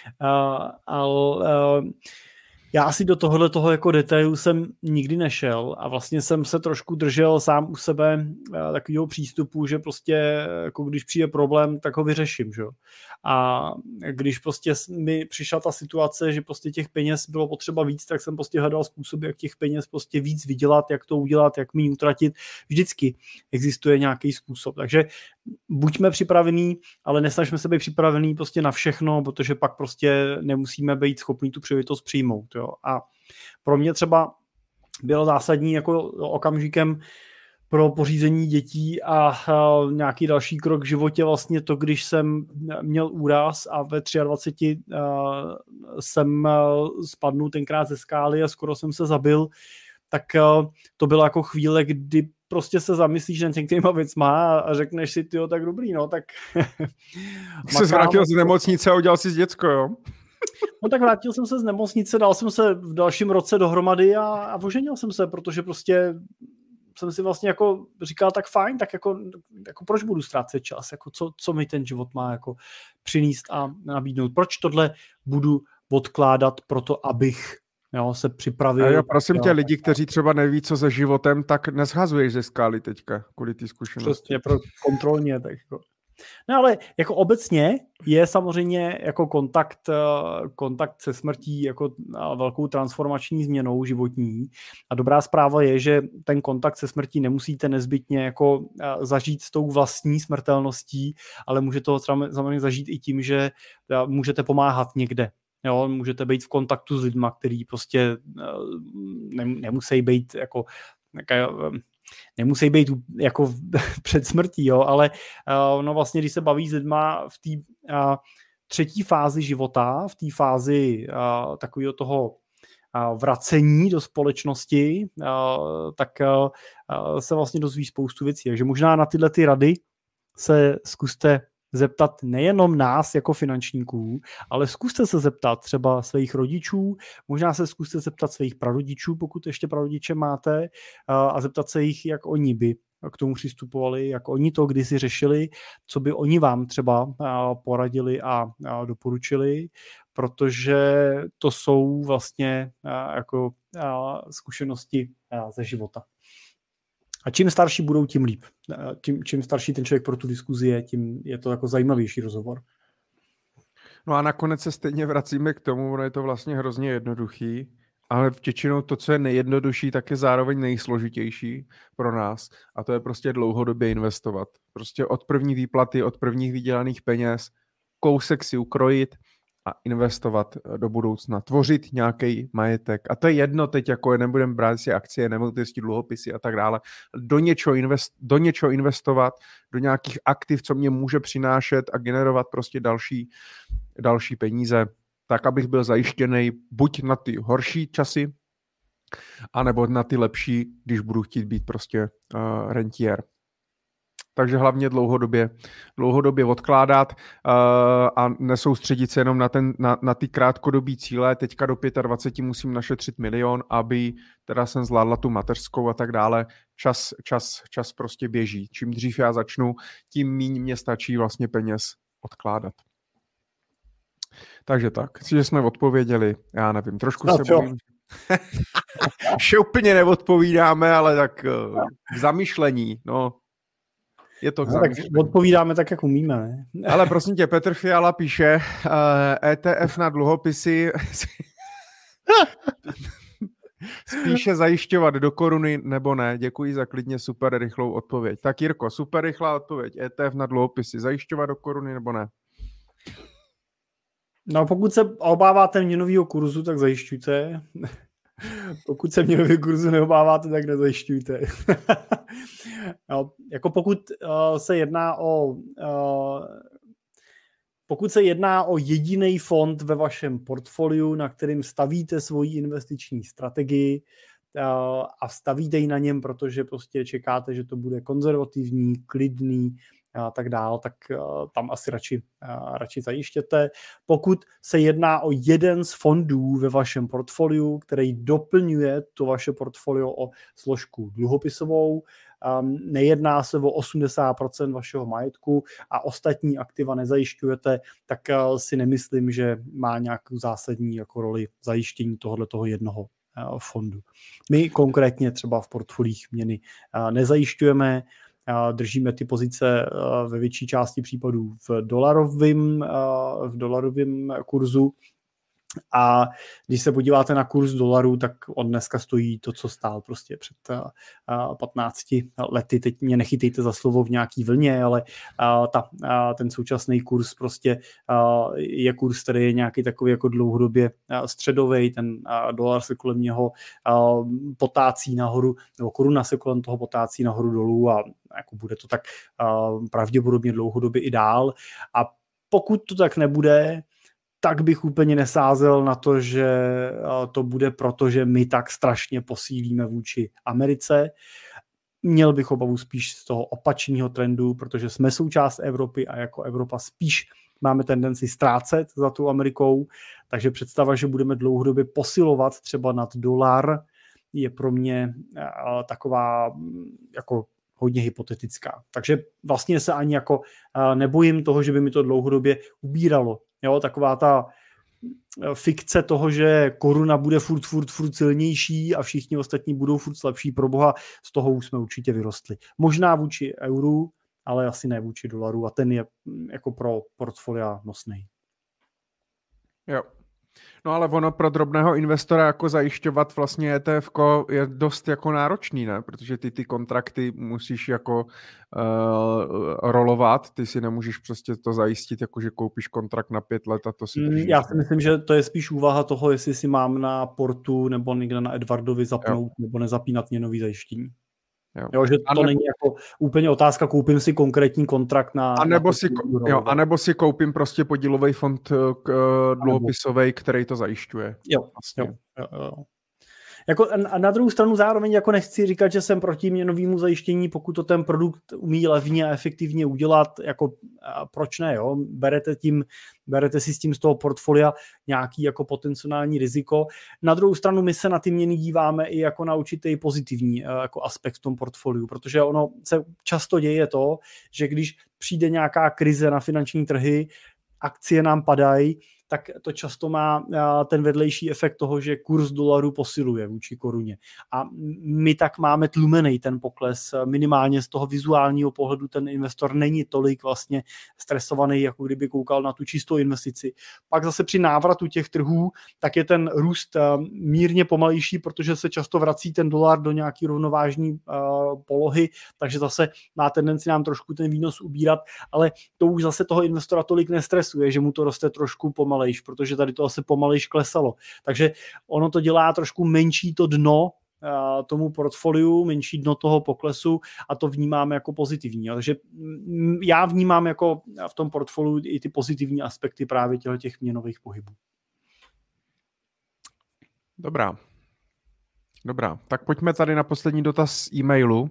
ale já asi do toho jako detailu jsem nikdy nešel a vlastně jsem se trošku držel sám u sebe takového přístupu, že prostě jako když přijde problém, tak ho vyřeším, že? A když prostě mi přišla ta situace, že prostě těch peněz bylo potřeba víc, tak jsem prostě hledal způsoby, jak těch peněz prostě víc vydělat, jak to udělat, jak méně utratit. Vždycky existuje nějaký způsob. Takže buďme připravení, ale nesnažme se být připravení prostě na všechno, protože pak prostě nemusíme být schopní tu příležitost přijmout. Jo? A pro mě třeba bylo zásadní jako okamžikem pro pořízení dětí a nějaký další krok v životě vlastně to, když jsem měl úraz a ve 23 jsem spadnul tenkrát ze skály a skoro jsem se zabil, tak to byla jako chvíle, kdy prostě se zamyslíš nad některýma věcma a řekneš si, tyjo, tak dobrý, no, tak... Jsi se vrátil z nemocnice a udělal si z děcko, jo? No tak vrátil jsem se z nemocnice, dal jsem se v dalším roce dohromady a oženil jsem se, protože prostě jsem si vlastně jako říkal, tak fajn, tak jako proč budu ztrácet čas, jako co mi ten život má jako přinést a nabídnout, proč tohle budu odkládat proto, abych se připravil. Jo, prosím tě, lidi, kteří třeba neví, co se životem, tak neshazuješ ze skály teďka, kvůli té zkušenosti. Přesně, kontrolně, tak jako. No ale jako obecně je samozřejmě jako kontakt se smrtí jako velkou transformační změnou životní a dobrá zpráva je, že ten kontakt se smrtí nemusíte nezbytně jako zažít s tou vlastní smrtelností, ale můžete ho samozřejmě zažít i tím, že můžete pomáhat někde. Jo, můžete být v kontaktu s lidma, který prostě nemusí být jako nemusí být jako před smrtí, jo, ale no vlastně, když se baví s lidma v té třetí fázi života, v té fázi takového toho vracení do společnosti, tak se vlastně dozví spoustu věcí. Takže možná na tyhle ty rady se zkuste zeptat nejenom nás jako finančníků, ale zkuste se zeptat třeba svých rodičů, možná se zkuste zeptat svých prarodičů, pokud ještě prarodiče máte, a zeptat se jich, jak oni by k tomu přistupovali, jak oni to kdysi řešili, co by oni vám třeba poradili a doporučili, protože to jsou vlastně jako zkušenosti ze života. A čím starší budou, tím líp. Čím starší ten člověk pro tu diskuzi je, tím je to jako zajímavější rozhovor. No a nakonec se stejně vracíme k tomu, ono je to vlastně hrozně jednoduchý, ale většinou to, co je nejjednodušší, tak je zároveň nejsložitější pro nás. A to je prostě dlouhodobě investovat. Prostě od první výplaty, od prvních vydělaných peněz, kousek si ukrojit a investovat do budoucna. Tvořit nějaký majetek. A to je jedno teď, jako nebudeme brát si akcie, nebudeme si dluhopisy a tak dále. Do něčeho investovat, do nějakých aktiv, co mě může přinášet a generovat prostě další peníze, tak abych byl zajištěný buď na ty horší časy, anebo na ty lepší, když budu chtít být prostě rentier. Takže hlavně dlouhodobě odkládat a nesoustředit se jenom na ty krátkodobý cíle. Teďka do 25 musím našetřit 1 000 000, aby teda jsem zvládla tu mateřskou a tak dále. Čas prostě běží. Čím dřív já začnu, tím míň mě stačí vlastně peněz odkládat. Takže tak, že jsme odpověděli, já nevím, trošku se bojím. Že úplně neodpovídáme, ale tak k zamyšlení, no. Je to tak odpovídáme tak, jak umíme. Ne? Ale prosím tě, Petr Fiala píše, ETF na dluhopisy spíše zajišťovat do koruny nebo ne. Děkuji za klidně super rychlou odpověď. Tak Jirko, super rychlá odpověď. ETF na dluhopisy zajišťovat do koruny nebo ne? No pokud se obáváte měnového kurzu, tak zajišťujte. Pokud se měnového kurzu neobáváte, tak nezajišťujte. No, jako pokud se jedná o jediný fond ve vašem portfoliu, na kterým stavíte svoji investiční strategii a stavíte ji na něm, protože prostě čekáte, že to bude konzervativní, klidný a tak dál, tak tam asi radši zajištěte. Pokud se jedná o jeden z fondů ve vašem portfoliu, který doplňuje to vaše portfolio o složku dluhopisovou, nejedná se o 80% vašeho majetku a ostatní aktiva nezajišťujete, tak si nemyslím, že má nějakou zásadní jako roli zajištění tohoto jednoho fondu. My konkrétně třeba v portfoliích měny nezajišťujeme, držíme ty pozice ve větší části případů v dolarovém kurzu. A když se podíváte na kurz dolaru, tak on dneska stojí to, co stál prostě před 15 lety. Teď mě nechytejte za slovo v nějaký vlně, ale ten současný kurz prostě je kurz, který je nějaký takový jako dlouhodobě středový. Ten dolar se kolem něho potácí nahoru, nebo koruna se kolem toho potácí nahoru dolů a jako bude to tak pravděpodobně dlouhodobě i dál. A pokud to tak nebude, tak bych úplně nesázel na to, že to bude proto, že my tak strašně posílíme vůči Americe. Měl bych obavu spíš z toho opačného trendu, protože jsme součást Evropy a jako Evropa spíš máme tendenci ztrácet za tou Amerikou, takže představa, že budeme dlouhodobě posilovat třeba nad dolar, je pro mě taková jako hodně hypotetická. Takže vlastně se ani jako nebojím toho, že by mi to dlouhodobě ubíralo. Jo, taková ta fikce toho, že koruna bude furt silnější a všichni ostatní budou furt slabší, pro boha, z toho už jsme určitě vyrostli. Možná vůči euru, ale asi ne vůči dolaru a ten je jako pro portfolia nosnej. Jo. No ale ono pro drobného investora jako zajišťovat vlastně ETF-ko je dost jako náročný, ne? Protože ty kontrakty musíš jako rolovat, ty si nemůžeš prostě to zajistit, jako že koupíš kontrakt na 5 let a to si držíš. Já si myslím, že to je spíš úvaha toho, jestli si mám na Portu nebo někde na Edwardovi zapnout nebo nezapínat měnový zajištění. Jo, že to není jako úplně otázka, koupím si konkrétní kontrakt na... Anebo si koupím prostě podílový fond dluhopisový, který to zajišťuje. Jo. Jako a na druhou stranu zároveň jako nechci říkat, že jsem proti měnovému zajištění, pokud to ten produkt umí levně a efektivně udělat, jako proč ne, jo? Berete si s tím z toho portfolia nějaký jako potenciální riziko. Na druhou stranu my se na ty měny díváme i jako na určitý pozitivní jako aspekt v tom portfoliu, protože ono se často děje to, že když přijde nějaká krize na finanční trhy, akcie nám padají, tak to často má ten vedlejší efekt toho, že kurz dolaru posiluje vůči koruně. A my tak máme tlumený ten pokles. Minimálně z toho vizuálního pohledu ten investor není tolik vlastně stresovaný, jako kdyby koukal na tu čistou investici. Pak zase při návratu těch trhů, tak je ten růst mírně pomalejší, protože se často vrací ten dolar do nějaký rovnovážní polohy, takže zase má tendenci nám trošku ten výnos ubírat, ale to už zase toho investora tolik nestresuje, že mu to roste trošku pomalejší, protože tady to asi pomalejš klesalo. Takže ono to dělá trošku menší to dno tomu portfoliu, menší dno toho poklesu a to vnímám jako pozitivní. Takže já vnímám jako v tom portfoliu i ty pozitivní aspekty právě těch měnových pohybů. Dobrá. Tak pojďme tady na poslední dotaz z e-mailu.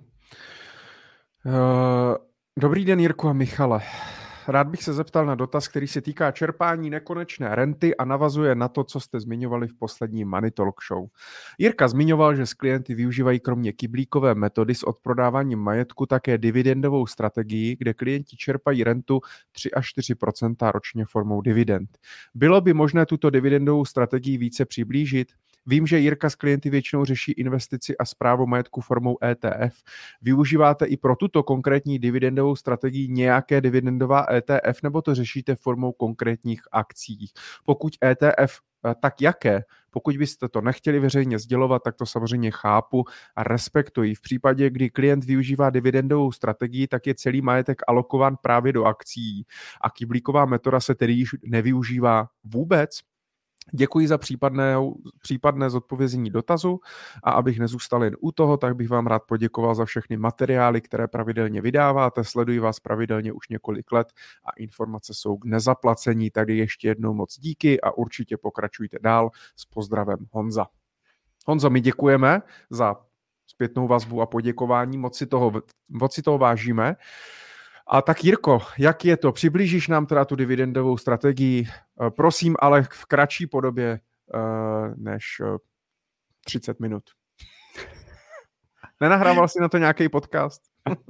Dobrý den, Jirko a Michale. Rád bych se zeptal na dotaz, který se týká čerpání nekonečné renty a navazuje na to, co jste zmiňovali v posledním Money Talk Show. Jirka zmiňoval, že s klienty využívají kromě kyblíkové metody s odprodáváním majetku také dividendovou strategii, kde klienti čerpají rentu 3-4% ročně formou dividend. Bylo by možné tuto dividendovou strategii více přiblížit? Vím, že Jirka s klienty většinou řeší investici a správu majetku formou ETF. Využíváte i pro tuto konkrétní dividendovou strategii nějaké dividendová ETF nebo to řešíte formou konkrétních akcí? Pokud ETF, tak jaké? Pokud byste to nechtěli veřejně sdělovat, tak to samozřejmě chápu a respektuji. V případě, kdy klient využívá dividendovou strategii, tak je celý majetek alokován právě do akcií a kyblíková metoda se tedy již nevyužívá vůbec. Děkuji za případné zodpovězení dotazu a abych nezůstal jen u toho, tak bych vám rád poděkoval za všechny materiály, které pravidelně vydáváte. Sleduji vás pravidelně už několik let a informace jsou k nezaplacení. Tady ještě jednou moc díky a určitě pokračujte dál. S pozdravem Honza. Honzo, my děkujeme za zpětnou vazbu a poděkování, moc si toho vážíme. A tak Jirko, jak je to? Přiblížíš nám teda tu dividendovou strategii, prosím, ale v kratší podobě než 30 minut. Nenahrával jsi na to nějaký podcast?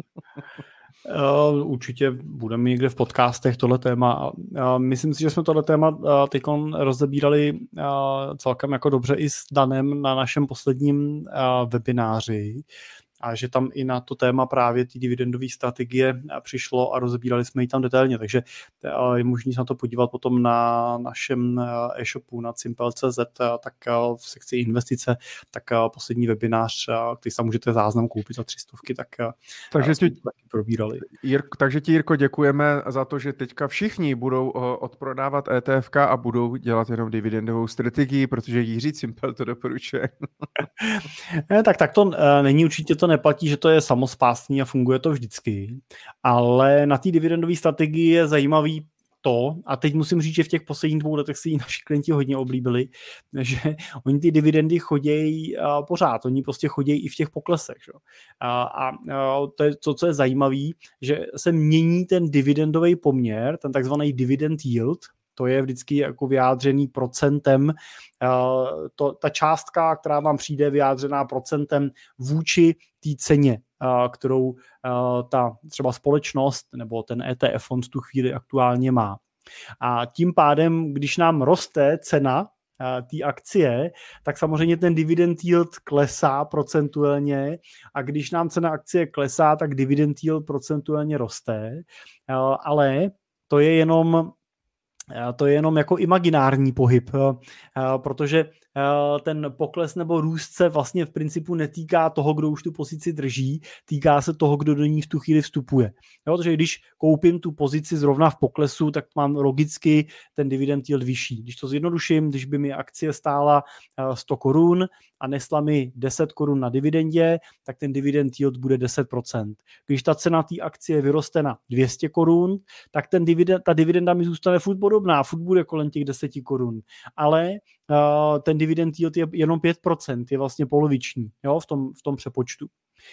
Určitě budeme někde v podcastech tohle téma. Myslím si, že jsme tohle téma teď rozebírali celkem jako dobře i s Danem na našem posledním webináři. A že tam i na to téma právě ty dividendové strategie přišlo a rozebírali jsme ji tam detailně, takže je možné se na to podívat potom na našem e-shopu na Simple.cz, tak v sekci investice, tak poslední webinář, který se můžete záznam koupit za 300, tak takže jsme taky probírali. Takže ti, Jirko, děkujeme za to, že teďka všichni budou odprodávat ETF a budou dělat jenom dividendovou strategii, protože Jiří Simple to doporučuje. Tak to není, určitě to neplatí, že to je samospásný a funguje to vždycky, ale na té dividendové strategii je zajímavý to, a teď musím říct, že v těch posledních 2 letech si naši klienti hodně oblíbili, že oni ty dividendy chodějí pořád, oni prostě chodějí i v těch poklesech. Že? A to je to, co je zajímavý, že se mění ten dividendový poměr, ten takzvaný dividend yield, to je vždycky jako vyjádřený procentem, ta částka, která vám přijde vyjádřená procentem vůči té ceně, kterou ta třeba společnost nebo ten ETF fond v tu chvíli aktuálně má. A tím pádem, když nám roste cena té akcie, tak samozřejmě ten dividend yield klesá procentuálně a když nám cena akcie klesá, tak dividend yield procentuálně roste, ale to je jenom jako imaginární pohyb, protože ten pokles nebo růst se vlastně v principu netýká toho, kdo už tu pozici drží, týká se toho, kdo do ní v tu chvíli vstupuje. Protože když koupím tu pozici zrovna v poklesu, tak mám logicky ten dividend yield vyšší. Když to zjednoduším, když by mi akcie stála 100 korun a nesla mi 10 korun na dividendě, tak ten dividend yield bude 10%. Když ta cena té akcie vyroste na 200 korun, tak ta dividenda mi zůstane furt podobná, furt bude kolem těch 10 korun. Ale ten dividend yield je jenom 5%, je vlastně poloviční, jo, v tom přepočtu.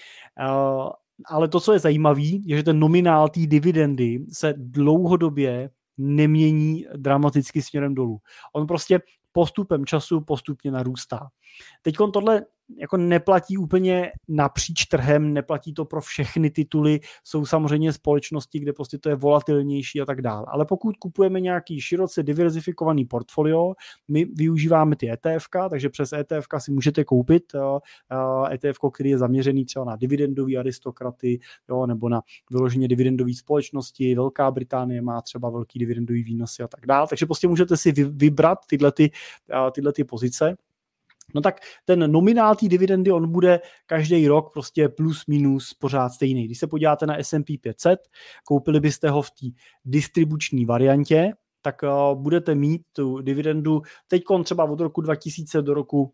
Ale to, co je zajímavé, je, že ten nominál té dividendy se dlouhodobě nemění dramaticky směrem dolů. On prostě postupem času postupně narůstá. Teď tohle jako neplatí úplně napříč trhem, neplatí to pro všechny tituly, jsou samozřejmě společnosti, kde prostě to je volatilnější a tak dále. Ale pokud kupujeme nějaký široce diverzifikovaný portfolio, my využíváme ty ETFka, takže přes ETFka si můžete koupit ETFko, který je zaměřený třeba na dividendový aristokraty, jo, nebo na vyloženě dividendové společnosti. Velká Británie má třeba velký dividendový výnosy a tak dále. Takže prostě můžete si vybrat tyhle pozice. No tak ten nominál té dividendy, on bude každý rok prostě plus minus pořád stejný. Když se podíváte na S&P 500, koupili byste ho v té distribuční variantě, tak budete mít tu dividendu teďkon třeba od roku 2000 do roku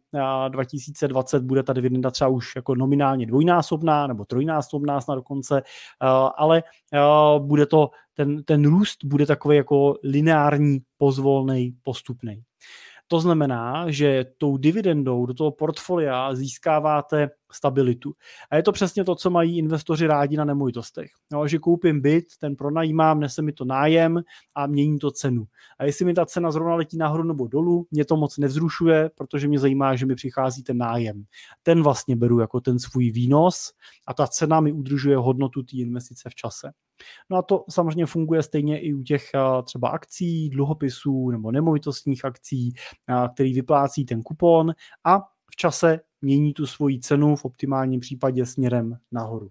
2020 bude ta dividenda třeba už jako nominálně dvojnásobná nebo trojnásobná na dokonce, ale bude to, ten růst bude takový jako lineární, pozvolnej, postupnej. To znamená, že tou dividendou do toho portfolia získáváte stabilitu. A je to přesně to, co mají investoři rádi na nemovitostech. No, že koupím byt, ten pronajímám, nese mi to nájem a mění to cenu. A jestli mi ta cena zrovna letí nahoru nebo dolů, mě to moc nevzrušuje, protože mě zajímá, že mi přichází ten nájem. Ten vlastně beru jako ten svůj výnos a ta cena mi udržuje hodnotu té investice v čase. No a to samozřejmě funguje stejně i u těch třeba akcí, dluhopisů nebo nemovitostních akcí, který vyplácí ten kupon a v čase mění tu svoji cenu v optimálním případě směrem nahoru.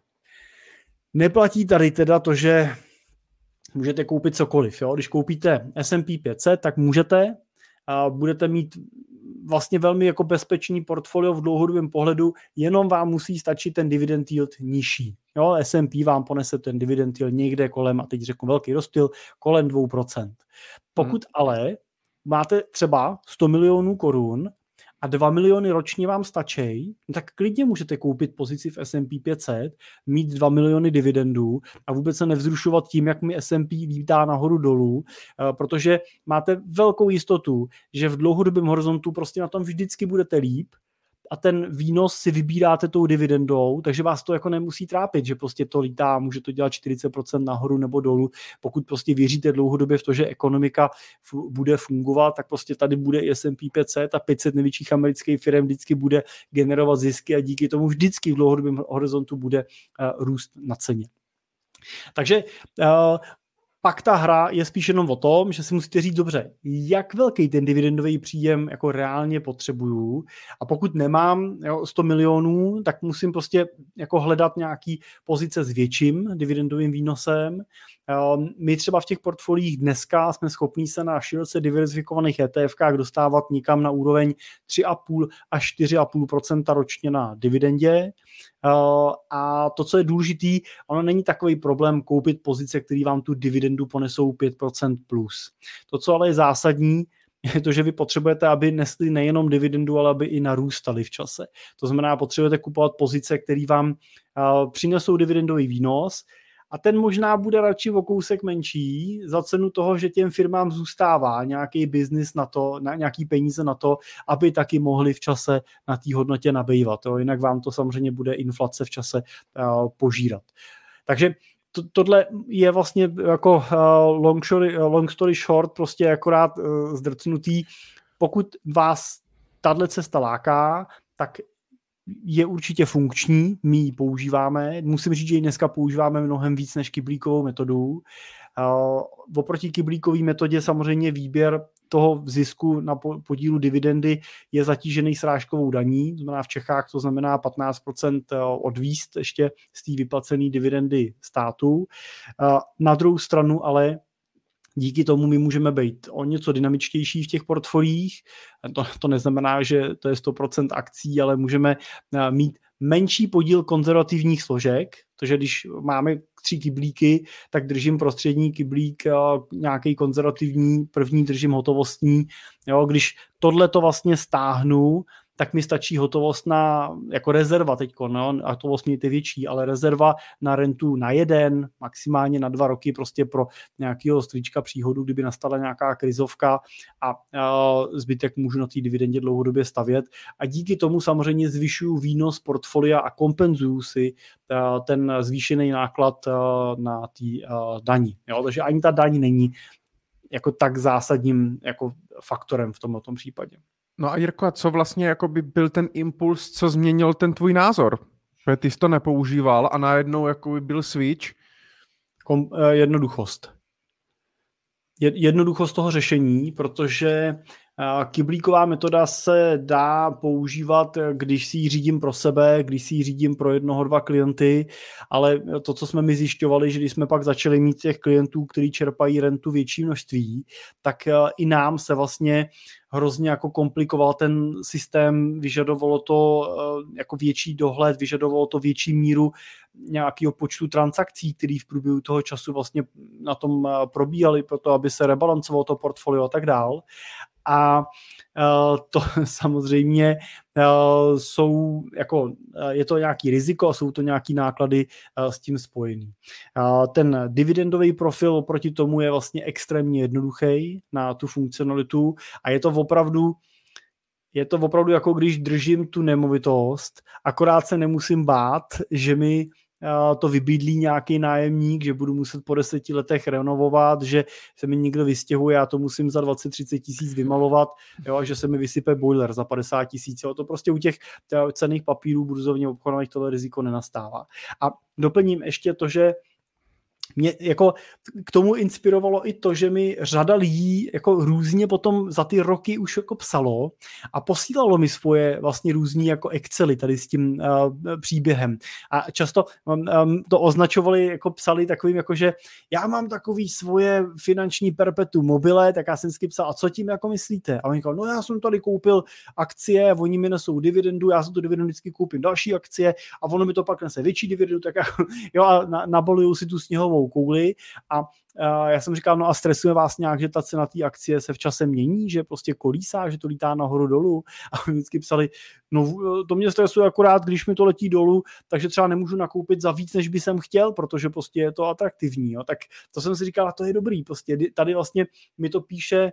Neplatí tady teda to, že můžete koupit cokoliv. Jo? Když koupíte S&P 500, tak můžete, budete mít vlastně velmi jako bezpečný portfolio v dlouhodobém pohledu, jenom vám musí stačit ten dividend yield nižší. Jo, S&P vám ponese ten dividend yield někde kolem, a teď řeknu velký rozptyl, kolem 2%. Pokud ale máte třeba 100 milionů korun a 2 miliony ročně vám stačí, tak klidně můžete koupit pozici v S&P 500, mít 2 miliony dividendů a vůbec se nevzrušovat tím, jak mi S&P vítá nahoru dolů, protože máte velkou jistotu, že v dlouhodobém horizontu prostě na tom vždycky budete líp a ten výnos si vybíráte tou dividendou, takže vás to jako nemusí trápit, že prostě to lítá, může to dělat 40% nahoru nebo dolů. Pokud prostě věříte dlouhodobě v to, že ekonomika bude fungovat, tak prostě tady bude i S&P 500 a 500 největších amerických firm vždycky bude generovat zisky a díky tomu vždycky v dlouhodobém horizontu bude růst na ceně. Takže pak ta hra je spíš jenom o tom, že si musíte říct dobře, jak velký ten dividendový příjem jako reálně potřebuju a pokud nemám 100 milionů, tak musím prostě jako hledat nějaký pozice s větším dividendovým výnosem. My třeba v těch portfoliích dneska jsme schopní se na široce diverzifikovaných ETFkách dostávat někam na úroveň 3,5 až 4,5% ročně na dividendě. A to, co je důležitý, ono není takový problém koupit pozice, které vám tu dividendu ponesou 5% plus. To, co ale je zásadní, je to, že vy potřebujete, aby nesli nejenom dividendu, ale aby i narůstaly v čase. To znamená, potřebujete kupovat pozice, které vám přinesou dividendový výnos, a ten možná bude radši o kousek menší za cenu toho, že těm firmám zůstává nějaký biznis na to, nějaký peníze na to, aby taky mohli v čase na té hodnotě nabývat. Jo? Jinak vám to samozřejmě bude inflace v čase požírat. Takže tohle je vlastně jako long story short, prostě akorát zdrcnutý. Pokud vás tahle cesta láká, tak je určitě funkční, my ji používáme. Musím říct, že ji dneska používáme mnohem víc než kyblíkovou metodu. Oproti kyblíkové metodě samozřejmě výběr toho zisku na podílu dividendy je zatížený srážkovou daní, to znamená v Čechách to znamená 15% odvíst ještě z té vyplacené dividendy státu. Na druhou stranu ale díky tomu my můžeme být o něco dynamičtější v těch portfoliích. To neznamená, že to je 100% akcí, ale můžeme mít menší podíl konzervativních složek, protože když máme 3 kyblíky, tak držím prostřední kyblík, nějaký konzervativní, první držím hotovostní. Jo, když tohle to vlastně stáhnu, tak mi stačí hotovost na, jako rezerva teďko, no, a hotovost mějte větší, ale rezerva na rentu na 1, maximálně na 2 roky, prostě pro nějakého strýčka příhodu, kdyby nastala nějaká krizovka a zbytek můžu na té dividendě dlouhodobě stavět. A díky tomu samozřejmě zvyšuju výnos portfolia a kompenzuju si ten zvýšený náklad na té dani. Jo? Takže ani ta daň není jako tak zásadním jako faktorem v tomto případě. No a Jirko, a co vlastně jako by byl ten impuls, co změnil ten tvůj názor? Protože ty jsi to nepoužíval a najednou jako by byl switch? Jednoduchost. Jednoduchost toho řešení, protože kyblíková metoda se dá používat, když si ji řídím pro sebe, když si ji řídím pro 1-2 klienty, ale to, co jsme my zjišťovali, že když jsme pak začali mít těch klientů, kteří čerpají rentu větší množství, tak i nám se vlastně hrozně jako komplikoval ten systém, vyžadovalo to jako větší dohled, vyžadovalo to větší míru nějakého počtu transakcí, který v průběhu toho času vlastně na tom probíhaly, proto aby se rebalancovalo to portfolio a tak dál. A to samozřejmě jsou jako, je to nějaký riziko a jsou to nějaký náklady s tím spojený. Ten dividendový profil oproti tomu je vlastně extrémně jednoduchý na tu funkcionalitu a je to opravdu jako když držím tu nemovitost, akorát se nemusím bát, že mi to vybydlí nějaký nájemník, že budu muset po 10 letech renovovat, že se mi někdo vystěhuje, já to musím za 20-30 tisíc vymalovat, jo, a že se mi vysype boiler za 50 tisíc. To prostě u těch cenných papírů burzovně obchodovaných tohle riziko nenastává. A doplním ještě to, že mě jako k tomu inspirovalo i to, že mi řada lidí jako různě potom za ty roky už jako psalo a posílalo mi svoje vlastně různý jako excely tady s tím příběhem. A často to označovali, jako psali takovým jako, že já mám takový svoje finanční perpetuum mobile, tak já jsem vždycky psal, a co tím jako myslíte? A on říkal, no já jsem tady koupil akcie, oni mi nesou dividendu, já jsem tu dividendu vždycky koupím další akcie a ono mi to pak nese větší dividendu, tak jo a nabaluju si tu sněhovou kouli a já jsem říkal, no a stresuje vás nějak, že ta cena té akcie se v čase mění, že prostě kolísá, že to lítá nahoru dolů a oni vždycky psali, no to mě stresuje akorát, když mi to letí dolů, takže třeba nemůžu nakoupit za víc, než by jsem chtěl, protože prostě je to atraktivní, jo. Tak to jsem si říkal, a to je dobrý, prostě tady vlastně mi to píše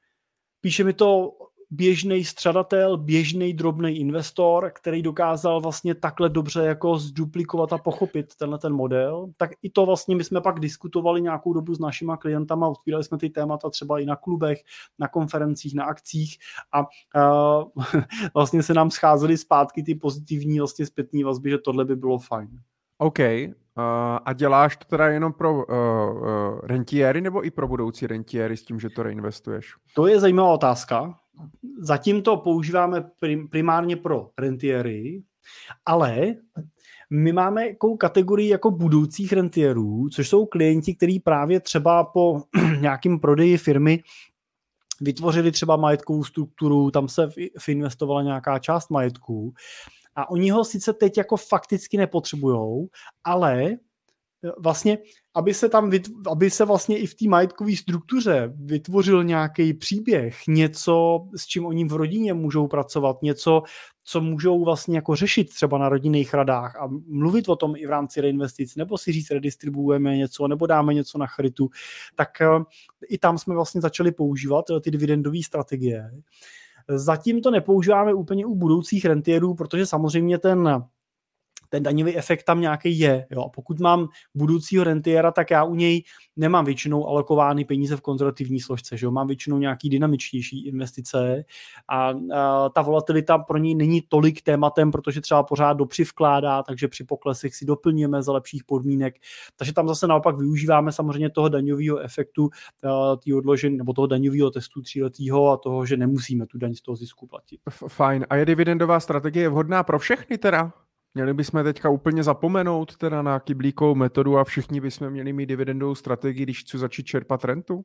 mi to běžný střadatel, běžný drobný investor, který dokázal vlastně takhle dobře jako zduplikovat a pochopit tenhle ten model, tak i to vlastně my jsme pak diskutovali nějakou dobu s našima klientama, otvírali jsme ty témata třeba i na klubech, na konferencích, na akcích a vlastně se nám scházely zpátky ty pozitivní vlastně zpětní vazby, že tohle by bylo fajn. OK. A děláš to teda jenom pro rentiéry nebo i pro budoucí rentiéry s tím, že to reinvestuješ? To je zajímavá otázka. Zatím to používáme primárně pro rentiéry, ale my máme jakou kategorii jako budoucích rentiérů, což jsou klienti, kteří právě třeba po nějakým prodeji firmy vytvořili třeba majetkovou strukturu, tam se investovala nějaká část majetku a oni ho sice teď jako fakticky nepotřebujou, ale vlastně, aby se vlastně i v té majetkové struktuře vytvořil nějaký příběh, něco, s čím oni v rodině můžou pracovat, něco, co můžou vlastně jako řešit třeba na rodinných radách a mluvit o tom i v rámci reinvestic, nebo si říct, redistribuujeme něco, nebo dáme něco na charitu, tak i tam jsme vlastně začali používat ty dividendové strategie. Zatím to nepoužíváme úplně u budoucích rentiérů, protože samozřejmě ten daňový efekt tam nějaký je. Jo. A pokud mám budoucího rentiéra, tak já u něj nemám většinou alokovány peníze v konzervativní složce. Že jo. Mám většinou nějaký dynamičtější investice a ta volatilita pro něj není tolik tématem, protože třeba pořád dopřivkládá, takže při poklesech si doplňujeme za lepších podmínek. Takže tam zase naopak využíváme samozřejmě toho daňového efektu, nebo toho daňového testu 3letého a toho, že nemusíme tu daň z toho zisku platit. Fajn. A je dividendová strategie vhodná pro všechny teda? Měli bychom teďka úplně zapomenout teda na kyblíkovou metodu a všichni bychom měli mít dividendovou strategii, když chci začít čerpat rentu?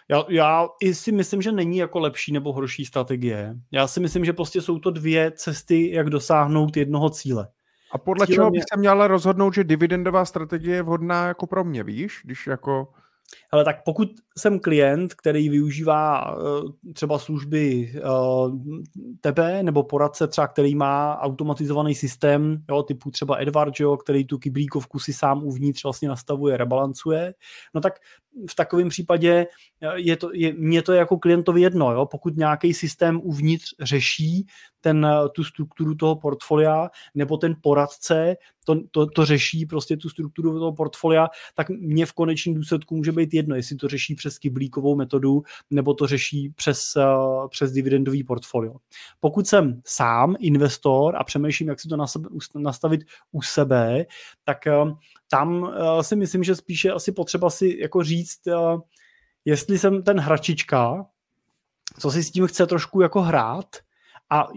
Já i si myslím, že není jako lepší nebo horší strategie. Já si myslím, že prostě jsou to dvě cesty, jak dosáhnout jednoho cíle. A podle čeho bych se měl rozhodnout, že dividendová strategie je vhodná jako pro mě, víš? Když jako... Hele, tak pokud jsem klient, který využívá třeba služby tebe nebo poradce třeba, který má automatizovaný systém, jo, typu třeba Edward, jo, který tu kyblíkovku si sám uvnitř vlastně nastavuje, rebalancuje, no tak v takovém případě mně to je jako klientovi jedno, jo, pokud nějaký systém uvnitř řeší tu strukturu toho portfolia, nebo ten poradce to řeší prostě tu strukturu toho portfolia, tak mně v konečném důsledku může být jedno, jestli to řeší přes kyblíkovou metodu, nebo to řeší přes dividendový portfolio. Pokud jsem sám investor a přemýšlím, jak si to nastavit u sebe, tak tam si myslím, že spíše asi potřeba si jako říct, jestli jsem ten hračička, co si s tím chce trošku jako hrát, a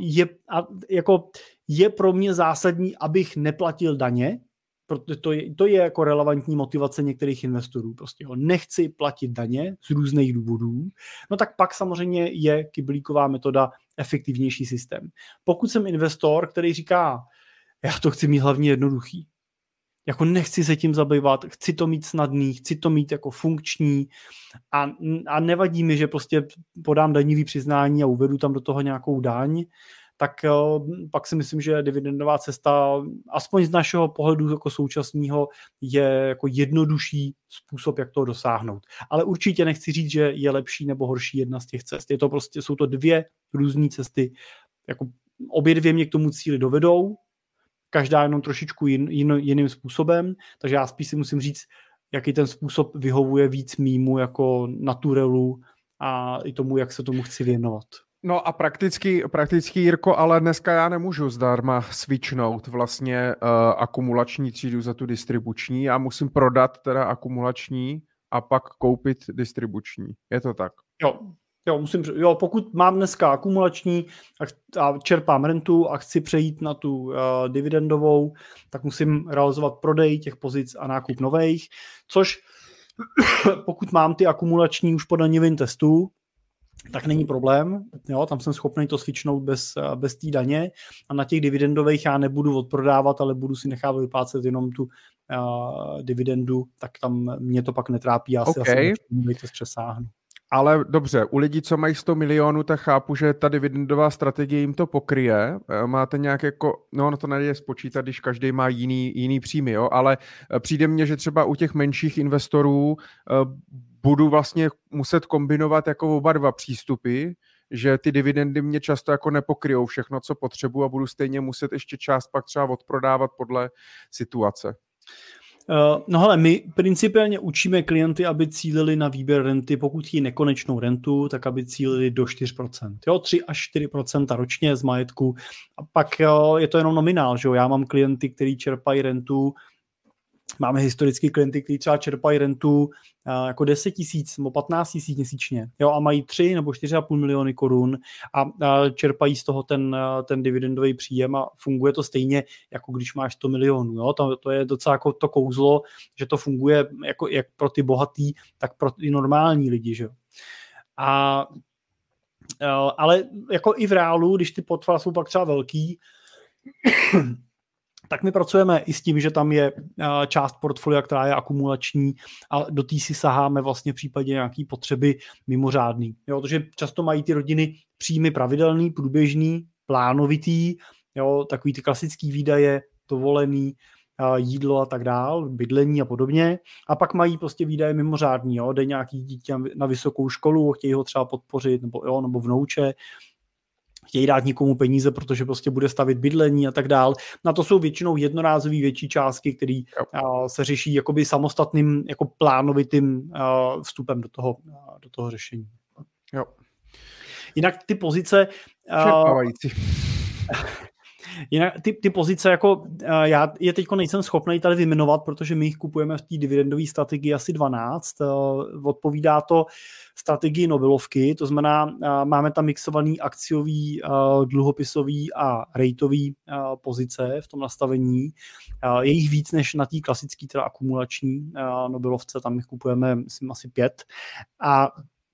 je pro mě zásadní, abych neplatil daně, protože to je jako relevantní motivace některých investorů. Prostě nechci platit daně z různých důvodů, no tak pak samozřejmě je kyblíková metoda efektivnější systém. Pokud jsem investor, který říká, já to chci mít hlavně jednoduchý, jako nechci se tím zabývat, chci to mít snadný, chci to mít jako funkční a nevadí mi, že prostě podám daňový přiznání a uvedu tam do toho nějakou daň, tak pak si myslím, že dividendová cesta, aspoň z našeho pohledu jako současného, je jako jednodušší způsob, jak toho dosáhnout. Ale určitě nechci říct, že je lepší nebo horší jedna z těch cest. Jsou to dvě různé cesty. Jako obě dvě mě k tomu cíli dovedou, každá jenom trošičku jiným způsobem, takže já spíš si musím říct, jaký ten způsob vyhovuje víc mýmu jako naturelu a i tomu, jak se tomu chci věnovat. No a prakticky, Jirko, ale dneska já nemůžu zdarma switchnout vlastně akumulační třídu za tu distribuční. Já musím prodat teda akumulační a pak koupit distribuční. Je to tak? Jo, pokud mám dneska akumulační a čerpám rentu a chci přejít na tu dividendovou, tak musím realizovat prodej těch pozic a nákup nových, což pokud mám ty akumulační už po daňovém testu, tak není problém, jo, tam jsem schopný to switchnout bez té daně a na těch dividendových já nebudu odprodávat, ale budu si nechávat vyplácet jenom tu dividendu, tak tam mě to pak netrápí, já si asi test přesáhnu. Ale dobře, u lidí, co mají 100 milionů, tak chápu, že ta dividendová strategie jim to pokryje. Máte nějak jako, no to nejde spočítat, když každý má jiný příjmy, jo, ale přijde mně, že třeba u těch menších investorů budu vlastně muset kombinovat jako oba dva přístupy, že ty dividendy mě často jako nepokryjou všechno, co potřebuji a budu stejně muset ještě část pak třeba odprodávat podle situace. No hele, my principiálně učíme klienty, aby cílili na výběr renty, pokud chtějí nekonečnou rentu, tak aby cílili do 4%. Jo, 3 až 4% ročně z majetku. A pak je to jenom nominál, že jo? Já mám klienty, kteří čerpají rentu, máme historicky klienty, kteří třeba čerpají rentu jako 10 000 nebo 15 000 měsíčně, jo, a mají 3 nebo 4,5 miliony korun a čerpají z toho ten dividendový příjem a funguje to stejně, jako když máš 100 milionů. Jo. To je docela jako to kouzlo, že to funguje jako, jak pro ty bohatý, tak pro ty normální lidi. Že? Ale jako i v reálu, když ty portfolia jsou pak třeba velký, tak my pracujeme i s tím, že tam je část portfolia, která je akumulační a do té si saháme vlastně v případě nějaký potřeby mimořádný. Jo, protože často mají ty rodiny příjmy pravidelný, průběžný, plánovitý, jo, takový ty klasický výdaje, dovolený, jídlo a tak dál, bydlení a podobně. A pak mají prostě výdaje mimořádný, jo, jde nějaký dítě na vysokou školu, chtějí ho třeba podpořit, nebo vnouče, chtějí dát někomu peníze, protože prostě bude stavit bydlení a tak dál. Na to jsou většinou jednorázové větší částky, které se řeší jakoby samostatným jako plánovitým vstupem do toho řešení. Jo. Jinak ty pozice... Čerpávající. Jinak ty pozice, jako já je teďko nejsem schopný tady vyjmenovat, protože my jich kupujeme v té dividendové strategii asi 12. Odpovídá to strategii Nobelovky, to znamená, máme tam mixovaný akciový, dluhopisový a rateový pozice v tom nastavení. Je jich víc než na té klasické, teda akumulační Nobelovce, tam jich kupujeme, myslím, asi 5. A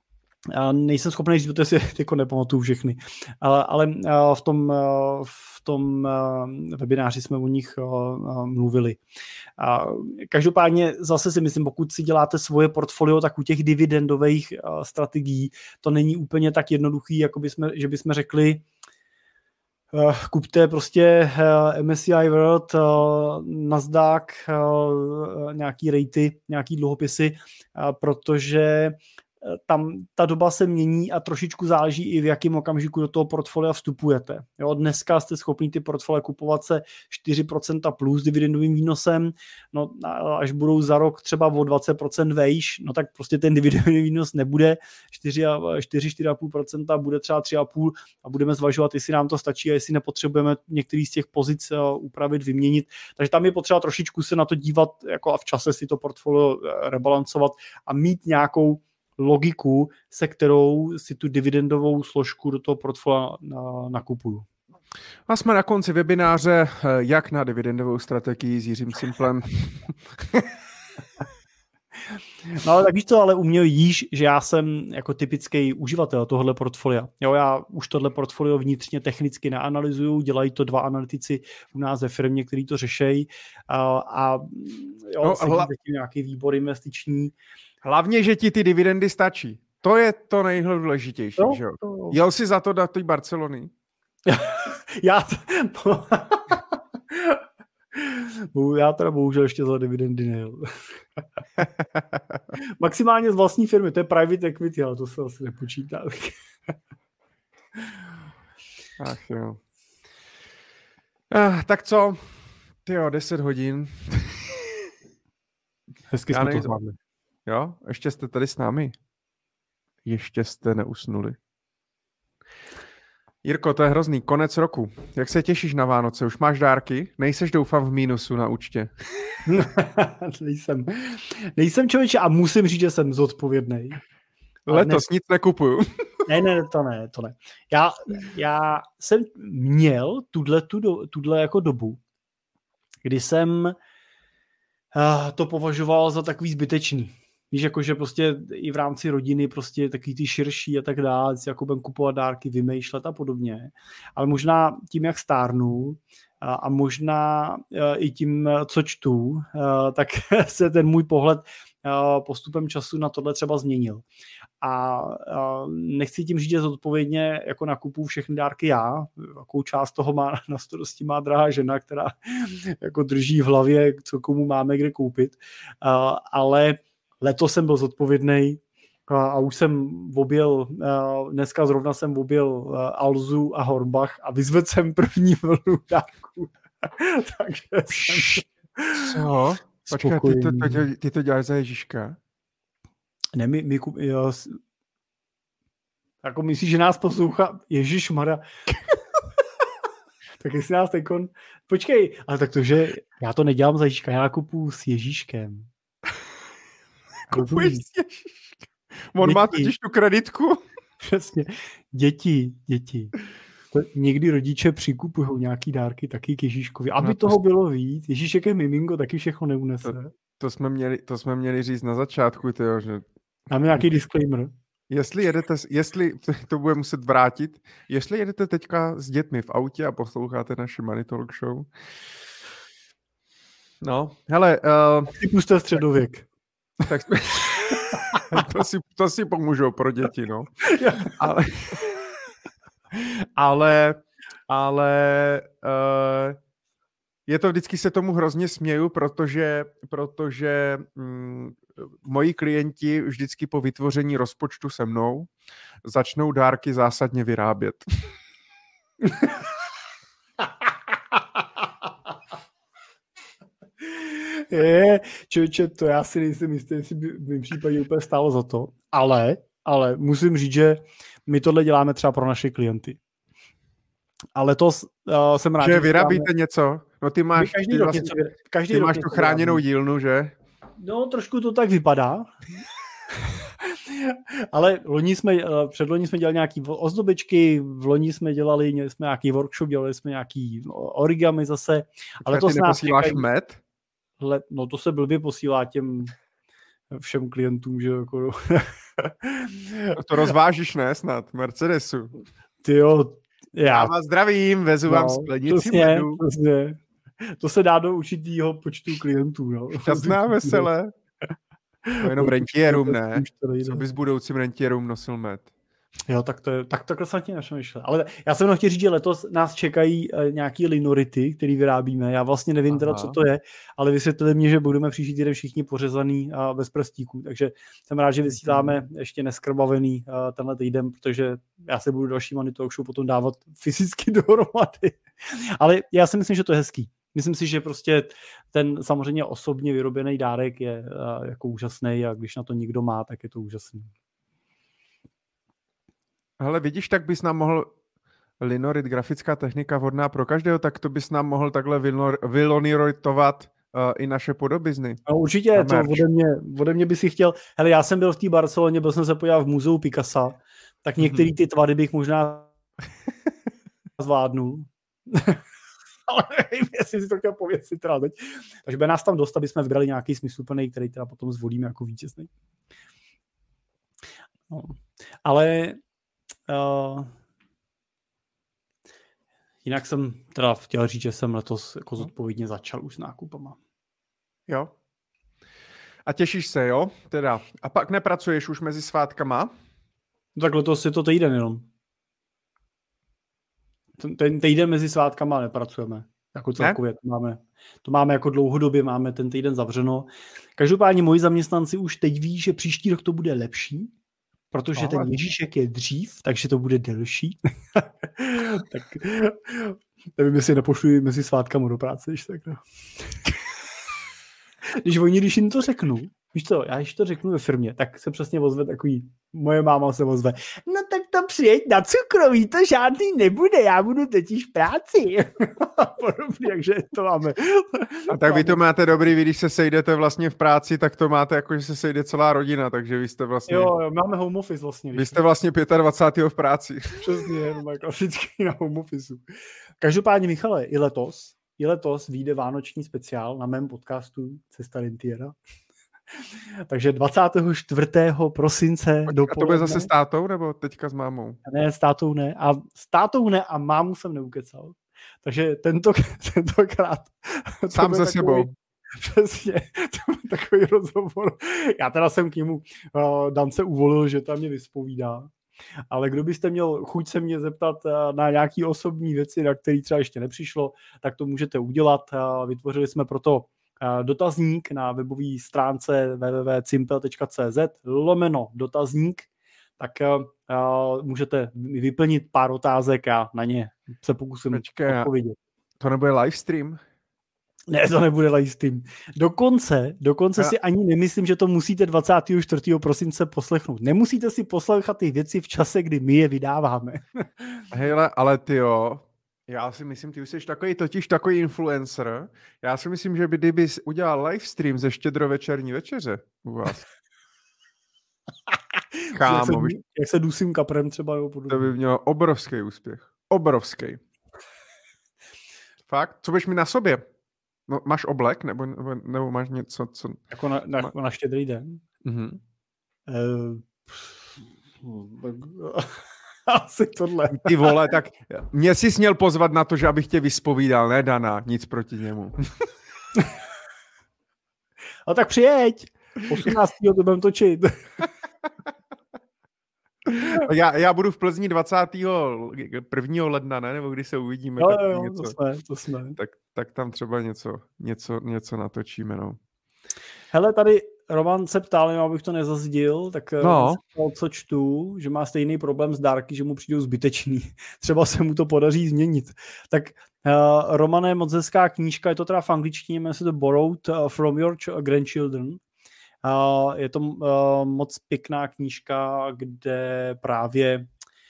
Já nejsem schopný říct, protože si jako nepamatuju všechny, ale v tom webináři jsme o nich mluvili. Každopádně zase si myslím, pokud si děláte svoje portfolio, tak u těch dividendových strategií to není úplně tak jednoduchý, jako že bychom řekli, kupte prostě MSCI World, Nasdaq, nějaký rejty, nějaký dluhopisy, protože tam ta doba se mění a trošičku záleží i v jakém okamžiku do toho portfolia vstupujete. Jo, dneska jste schopni ty portfolia kupovat se 4% plus dividendovým výnosem, no až budou za rok třeba o 20% vejš, no tak prostě ten dividendový výnos nebude 4,5%, bude třeba 3,5% a budeme zvažovat, jestli nám to stačí a jestli nepotřebujeme některý z těch pozic upravit, vyměnit. Takže tam je potřeba trošičku se na to dívat jako a v čase si to portfolio rebalancovat a mít nějakou logiku, se kterou si tu dividendovou složku do toho portfolia nakupuju. A jsme na konci webináře, jak na dividendovou strategii s Jiřím Simplem. No ale tak víš co, ale u mě jíš, že já jsem jako typický uživatel tohohle portfolia. Jo, já už tohle portfolio vnitřně technicky neanalyzuju, dělají to 2 analytici u nás ve firmě, který to řešejí a sedí nějaký výbor investiční. Hlavně, že ti ty dividendy stačí. To je to nejdůležitější, že jo? Jel jsi za to do té Barcelony? Já teda bohužel ještě za dividendy nejel. Maximálně z vlastní firmy, to je private equity, ale to se asi nepočítá. Ach jo. Tak co? Tyjo, 10 hodin. Hezky jsme to zvládli. Jo, ještě jste tady s námi. Ještě jste neusnuli. Jirko, to je hrozný. Konec roku. Jak se těšíš na Vánoce? Už máš dárky? Nejseš doufám v mínusu na účtě? Nejsem člověče a musím říct, že jsem zodpovědnej. Letos nic nekupuju. Ne, to ne. Já jsem měl tuhle jako dobu, kdy jsem to považoval za takový zbytečný. Víš, jakože prostě i v rámci rodiny prostě takový ty širší a tak dále, jako budem kupovat dárky, vymýšlet a podobně. Ale možná tím, jak stárnu a možná i tím, co čtu, tak se ten můj pohled postupem času na tohle třeba změnil. A nechci tím říct, že zodpovědně jako nakupuju všechny dárky já. Jakou část toho má na starosti má drahá žena, která jako drží v hlavě, co komu máme kde koupit. Ale letos jsem byl zodpovědnej a už jsem objel, dneska zrovna jsem objel Alzu a Hornbach a vyzvedl jsem první vlnu dárků. Takže jsem... Co? Počkej, ty to děláš za Ježíška? Ne, jako myslíš, že nás poslouchá Ježišmarja. Tak jestli nás teďkon... Počkej, ale tak to, že já to nedělám za Ježíška, já kupuju s Ježíškem. Kupuješ s Ježíškem? On má totiž tu kreditku. Přesně. Děti. Někdy rodiče přikupují nějaký dárky taky k Ježíškovi. Aby toho bylo víc. Ježíšek je miminko, taky všechno neunese. To jsme měli říct na začátku, tyjo, že... Máme nějaký disclaimer. Jestli to bude muset vrátit, jestli jedete teďka s dětmi v autě a posloucháte naši Money Talk Show. No, hele... Ty puste středověk. Tak to si pomůžou pro děti, no. Ale je to vždycky se tomu hrozně směju, protože moji klienti vždycky po vytvoření rozpočtu se mnou začnou dárky zásadně vyrábět. Člověče, to já si nejsem jistý, jestli by v mém případě úplně stálo za to, ale musím říct, že my tohle děláme třeba pro naše klienty. A letos jsem rád, že vyrábíte něco? No ty máš, každý máš tu chráněnou dílnu, že? No, trošku to tak vypadá. Ale předloni jsme dělali nějaký ozdobičky, v loni měli jsme nějaký workshop, dělali jsme nějaký origami zase. Ale to ty neposíláš med? No to se blbě posílá těm všem klientům, že jako... To rozvážíš, ne, snad, Mercedesu. Tyjo, já vás zdravím, vezu vám sklenici medu. Přesně. To se dá do určitého počtu klientů. No. Šťastná, veselé. To jenom rentierům, ne? Co bys budoucím rentierům nosil med? Jo, tak takhle jsem tě našel. Ale já jsem chtěl říct, že letos nás čekají nějaký linority, který vyrábíme. Já vlastně nevím teda, co to je, ale vysvětlili mě, že budeme příští týden všichni pořezaný a bez prstíků. Takže jsem rád, že vysíláme ještě neskrbavený tenhle týden, protože já se budu další Money Talk Show potom dávat fyzicky dohromady. Ale já si myslím, že to je hezký. Myslím si, že prostě ten samozřejmě osobně vyrobený dárek je jako úžasný a když na to někdo má, tak je to úžasný. Hele, vidíš, tak bys nám mohl linorit, grafická technika vhodná pro každého, tak to bys nám mohl takhle vyloniritovat i naše podobizny. No, určitě, to ode mě by si chtěl. Hele, já jsem byl v té Barceloně, byl jsem se podívat v muzeu Picassa, tak některé ty tvary bych možná zvládnul. Ale nevím, jestli si to chtěl pověsit teda teď. Takže by nás tam dost, aby jsme vybrali nějaký smysluplný, který teda potom zvolíme jako vítězný. No. Ale jinak jsem teda chtěl říct, že jsem letos jako zodpovědně začal už s nákupama. Jo. A těšíš se, jo? Teda. A pak nepracuješ už mezi svátkama? No tak letos je to týden jenom. Ten týden mezi svátkama nepracujeme. Jako celkově to máme jako dlouhodobě, máme ten týden zavřeno. Každopádně moji zaměstnanci už teď ví, že příští rok to bude lepší, protože ten Ježíšek je dřív, takže to bude delší. Tak nevím, jestli nepošluji mezi svátkama do práce, když jim to řeknu, víš co, já když to řeknu ve firmě, tak se přesně ozve takový, moje máma se ozve, no tak to přijeď na cukroví, to žádný nebude, já budu totiž v práci. Podobně, takže to máme. A tak vy to máte dobrý, vy když se sejdete vlastně v práci, tak to máte jako, že se sejde celá rodina, takže vy jste vlastně... Jo, máme home office vlastně. Vy jste vlastně 25. v práci. Přesně, no klasicky na home office. Každopádně, Michale, i letos vyjde vánoční speciál na mém podcastu Cesta Rentiera. Takže 24. prosince dopoledne. A to bude zase s tátou, nebo teďka s mámou? Ne, s tátou ne a mámu jsem neukecal. Takže tentokrát... Sám ze sebou. Přesně, to byl takový rozhovor. Já teda jsem k němu Dan se uvolil, že tam mě vyspovídá. Ale kdo byste měl chuť se mě zeptat na nějaké osobní věci, na které třeba ještě nepřišlo, tak to můžete udělat. Vytvořili jsme proto dotazník na webové stránce www.cimpe.cz/dotazník, tak můžete vyplnit pár otázek a na ně se pokusím odpovědět. To nebude livestream? Ne, to nebude livestream. Dokonce si ani nemyslím, že to musíte 24. prosince poslechnout. Nemusíte si poslouchat ty věci v čase, kdy my je vydáváme. Hejle, ale tyjo, já si myslím, ty už jsi takový influencer. Já si myslím, že kdyby udělal livestream ze štědrovečerní večeře u vás. Kámo, jak se dusím kaprem třeba. To by mělo obrovský úspěch. Obrovský. Fakt? Co budeš mi na sobě? No, máš oblek? Nebo máš něco, co... Jako na štědrý den? Mhm. Asi tohle. Ty vole, tak mě jsi směl pozvat na to, že abych tě vyspovídal, ne Dana, nic proti němu. A tak přijeď. 18. to budeme točit. Já budu v Plzni 21. ledna, ne? Nebo kdy se uvidíme. Jo, to jsme. Tak tam třeba něco natočíme, no. Hele, tady Roman se ptal, abych to nezazdil, tak co čtu, že má stejný problém s dárky, že mu přijdou zbytečný. Třeba se mu to podaří změnit. Tak Romane, moc hezká knížka, je to teda v angličtině, jmenuje se to Borrowed from Your Grandchildren. Je to moc pěkná knížka, kde právě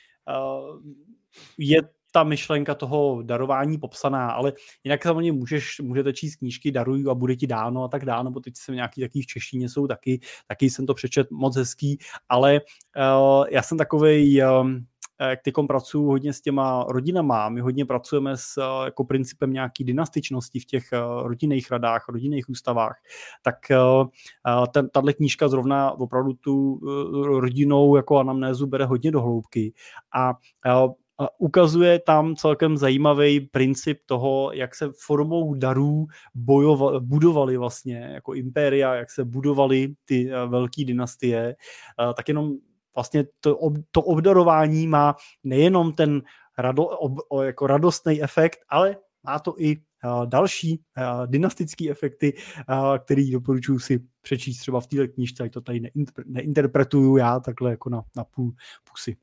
je ta myšlenka toho darování popsaná, ale jinak samozřejmě můžete číst knížky Daruju a bude ti dáno a tak dále, nebo teď jsem nějaký takový v češtině jsou taky jsem to přečet, moc hezký, ale já jsem takovej jak teďkom pracuju hodně s těma rodinama, my hodně pracujeme s jako principem nějaký dynastičnosti v těch rodinných radách, rodinných ústavách, tak tahle knížka zrovna opravdu tu rodinnou jako anamnézu bere hodně do hloubky a ukazuje tam celkem zajímavý princip toho, jak se formou darů budovali vlastně jako impéria, jak se budovaly ty velké dynastie, tak jenom vlastně to obdarování má nejenom ten jako radostný efekt, ale má to i další dynastické efekty, který doporučuji si přečíst třeba v této knížce, ať to tady neinterpretuju já takhle jako na půl pusy.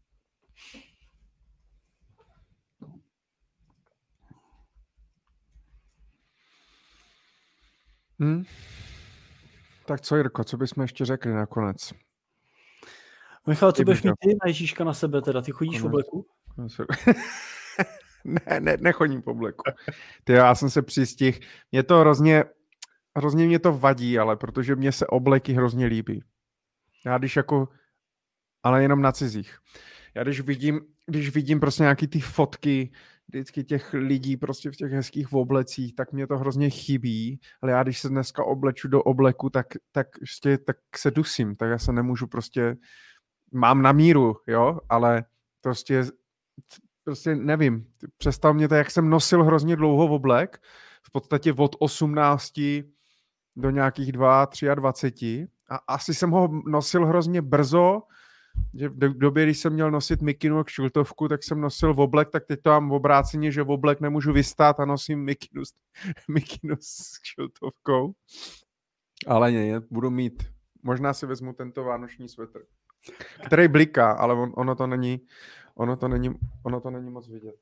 Tak co, Jirko, co bychom ještě řekli nakonec? Michal, co budeš mít ty na Ježíška na sebe teda? Ty chodíš v obleku? Ne, nechodím v obleku. Já jsem se přistihl. Mě to hrozně mě to vadí, ale protože mě se obleky hrozně líbí. Já když jako, ale jenom na cizích. Já když vidím prostě nějaký ty fotky vždycky těch lidí prostě v těch hezkých oblecích, tak mě to hrozně chybí, ale já když se dneska obleču do obleku, tak se dusím, tak já se nemůžu prostě, mám na míru, jo, ale prostě nevím, přestal mě to, jak jsem nosil hrozně dlouho v oblek, v podstatě od 18 do nějakých 23 a asi jsem ho nosil hrozně brzo, že v době, když jsem měl nosit mikinu a kšiltovku, tak jsem nosil v oblek, tak teď to mám v obráceně, že v oblek nemůžu vystát a nosím mikinu s kšiltovkou. Ale ne, budu mít, možná si vezmu tento vánoční svetr, který bliká, ale ono to není moc vidět.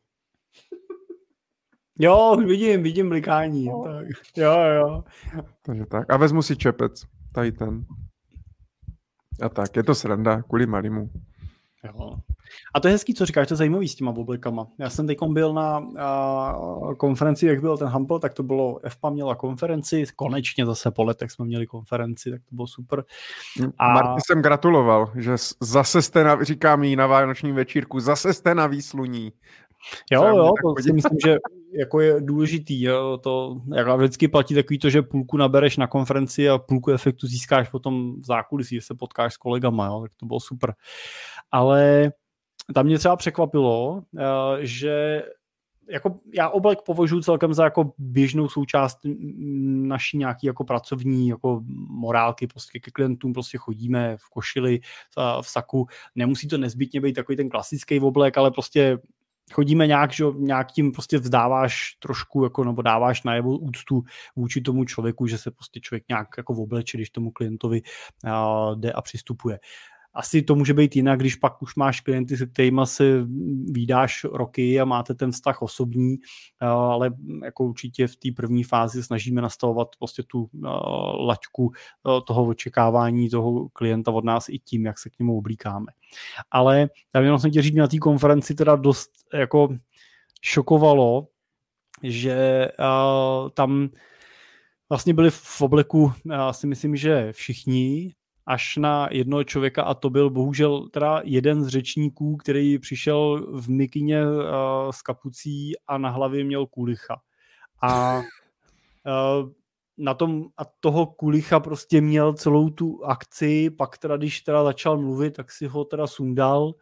Jo, vidím blikání. No. Tak. Jo. Takže tak. A vezmu si čepec, tady ten. A tak, je to sranda, kvůli Marimu. Jo. A to je hezký, co říkáš, to je zajímavý s těma oblekama. Já jsem teď byl na konferenci, jak byl ten Humble, tak to bylo, FPA měla konferenci, konečně zase po letech jsme měli konferenci, tak to bylo super. Marti jsem gratuloval, že zase jste, říkám jí na vánočním večírku, zase jste na výsluní. Jo, to si myslím, že jako je důležitý. Jo, to jak vždycky platí takový to, že půlku nabereš na konferenci a půlku efektu získáš potom v zákulisí, že se potkáš s kolegama, jo, tak to bylo super. Ale tam mě třeba překvapilo, že jako já oblek považuji celkem za jako běžnou součást naší nějaký jako pracovní jako morálky, prostě ke klientům prostě chodíme v košili, v saku, nemusí to nezbytně být takový ten klasický oblek, ale prostě chodíme nějak tím prostě vzdáváš trošku, jako, nebo dáváš najevo úctu vůči tomu člověku, že se prostě člověk nějak jako obleče, když tomu klientovi jde a přistupuje. Asi to může být jinak, když pak už máš klienty, se kterými se vídáš roky a máte ten vztah osobní, ale jako určitě v té první fázi snažíme nastavovat prostě tu laťku toho očekávání toho klienta od nás i tím, jak se k němu oblíkáme. Ale já jenom jsem tě říct, na té konferenci teda dost jako šokovalo, že tam vlastně byli v obleku, já si myslím, že všichni, až na jednoho člověka a to byl bohužel teda jeden z řečníků, který přišel v mikině s kapucí a na hlavě měl kulicha. A na tom a toho kulicha prostě měl celou tu akci, pak teda když teda začal mluvit, tak si ho teda sundal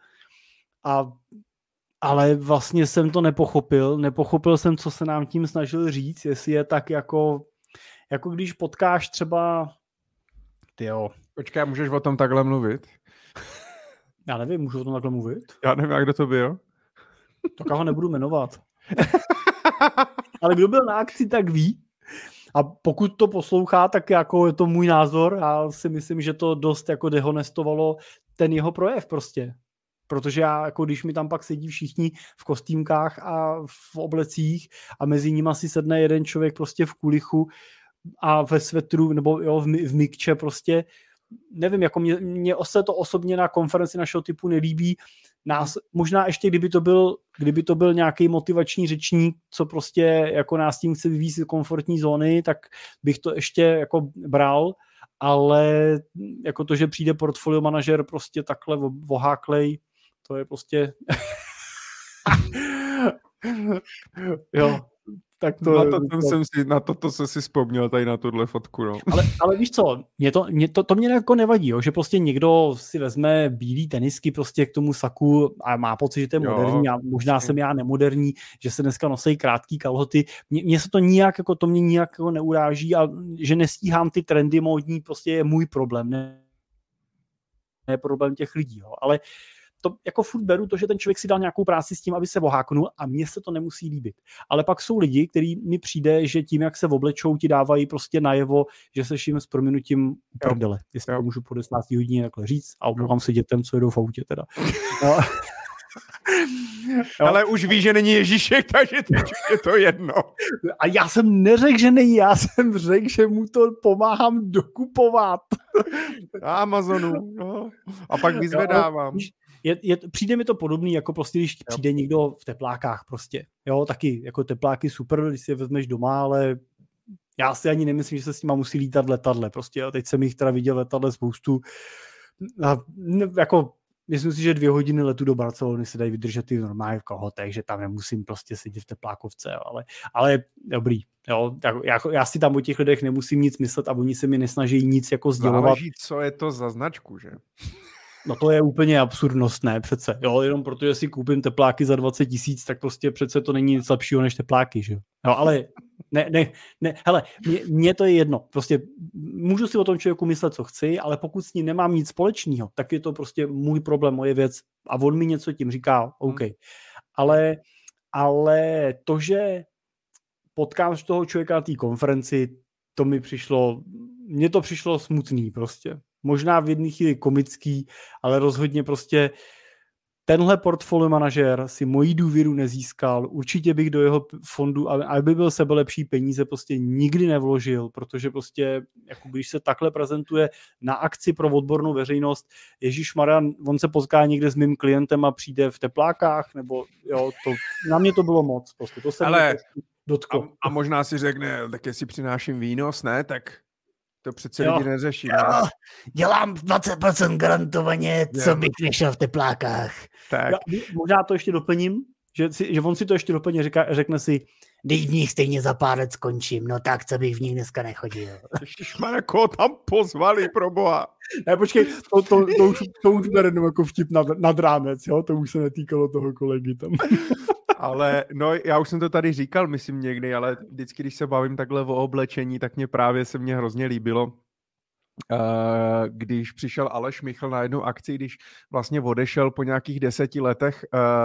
ale vlastně jsem to nepochopil jsem, co se nám tím snažil říct, jestli je tak jako když potkáš třeba tyjo. Počkej, můžeš o tom takhle mluvit? Já nevím, můžu o tom takhle mluvit? Já nevím, jak kdo to byl. Tak já ho nebudu jmenovat. Ale kdo byl na akci, tak ví. A pokud to poslouchá, tak jako je to můj názor. Já si myslím, že to dost jako dehonestovalo ten jeho projev prostě. Protože já, jako když mi tam pak sedí všichni v kostýmkách a v oblecích a mezi nimi si sedne jeden člověk prostě v kulichu a ve svetru, nebo jo, v mikče prostě, nevím, jako mě se to osobně na konferenci našeho typu nelíbí. Možná ještě, kdyby to byl nějaký motivační řečník, co prostě jako nás tím chce vyvízt z komfortní zóny, tak bych to ještě jako bral, ale jako to, že přijde portfolio manažer prostě takhle voháklej, To je prostě... jo. Tak to, na toto jsem si vzpomněl tady na tuhle fotku. No. Ale víš co, to mě jako nevadí, jo, že prostě někdo si vezme bílý tenisky prostě k tomu saku a má pocit, že to je moderní a možná jsem já nemoderní, že se dneska nosí krátký kalhoty. Mně se to nijak, jako to mě nijak jako neuráží a že nestíhám ty trendy módní, prostě je můj problém, ne problém těch lidí, jo. Ale to jako furt beru to, že ten člověk si dal nějakou práci s tím, aby se oháknul a mně se to nemusí líbit. Ale pak jsou lidi, kteří mi přijde, že tím, jak se oblečou, ti dávají prostě najevo, že seš jim s prominutím uprdele. Jestli to můžu po 10 hodině takhle říct a omlouvám se dětem, co jedou v autě teda. No. Ale už ví, že není Ježíšek, takže teď je to jedno. A já jsem neřekl, že není, já jsem řekl, že mu to pomáhám dokupovat. Amazonu, no. A pak vyzvedávám. Přijde mi to podobný, jako prostě, když přijde někdo v teplákách prostě. Jo, taky jako tepláky super, když si je vezmeš doma, ale já si ani nemyslím, že se s nima musí lítat v letadle. Prostě a teď jsem jich teda viděl v letadle spoustu. A jako myslím si, že 2 hodiny letu do Barcelony se dají vydržet i normálně v kalhotech, že tam nemusím prostě sedět v teplákovce, ale dobrý. Jo, já si tam o těch lidech nemusím nic myslet a oni se mi nesnaží nic jako sdělovat. Záleží, co je to za značku, že? No to je úplně absurdnost, ne přece. Jo, jenom protože si koupím tepláky za 20 000, tak prostě přece to není nic lepšího než tepláky, že jo. No, ale ne, hele, mně to je jedno. Prostě můžu si o tom člověku myslet, co chci, ale pokud s ním nemám nic společného, tak je to prostě můj problém, moje věc a on mi něco tím říká, OK. Ale to, že potkám toho člověka na té konferenci, mně to přišlo smutný prostě. Možná v jedné chvíli komický, ale rozhodně prostě tenhle portfolio manažer si moji důvěru nezískal. Určitě bych do jeho fondu, aby byl sebelepší peníze, prostě nikdy nevložil, protože prostě, jako když se takhle prezentuje na akci pro odbornou veřejnost, ježišmarja, on se potká někde s mým klientem a přijde v teplákách, nebo jo, na mě to bylo moc. Prostě to se mě dotklo. A možná si řekne, tak jestli přináším výnos, ne, tak to přece lidi neřeší. Ne? Dělám 20% garantovaně, co bych nešel v teplákách. Tak. Možná to ještě doplním, že on si to ještě doplní, řekne si, dej v nich stejně za pár let skončím, no tak, co bych v nich dneska nechodil. Ježišmarja, koho tam pozvali, proboha. Ne, počkej, to už bere jako vtip nad rámec, jo? To už se netýkalo toho kolegy tam. Ale no, já už jsem to tady říkal, myslím někdy, ale vždycky, když se bavím takhle o oblečení, tak se mě hrozně líbilo, když přišel Aleš Michl na jednu akci, když vlastně odešel po nějakých 10 letech.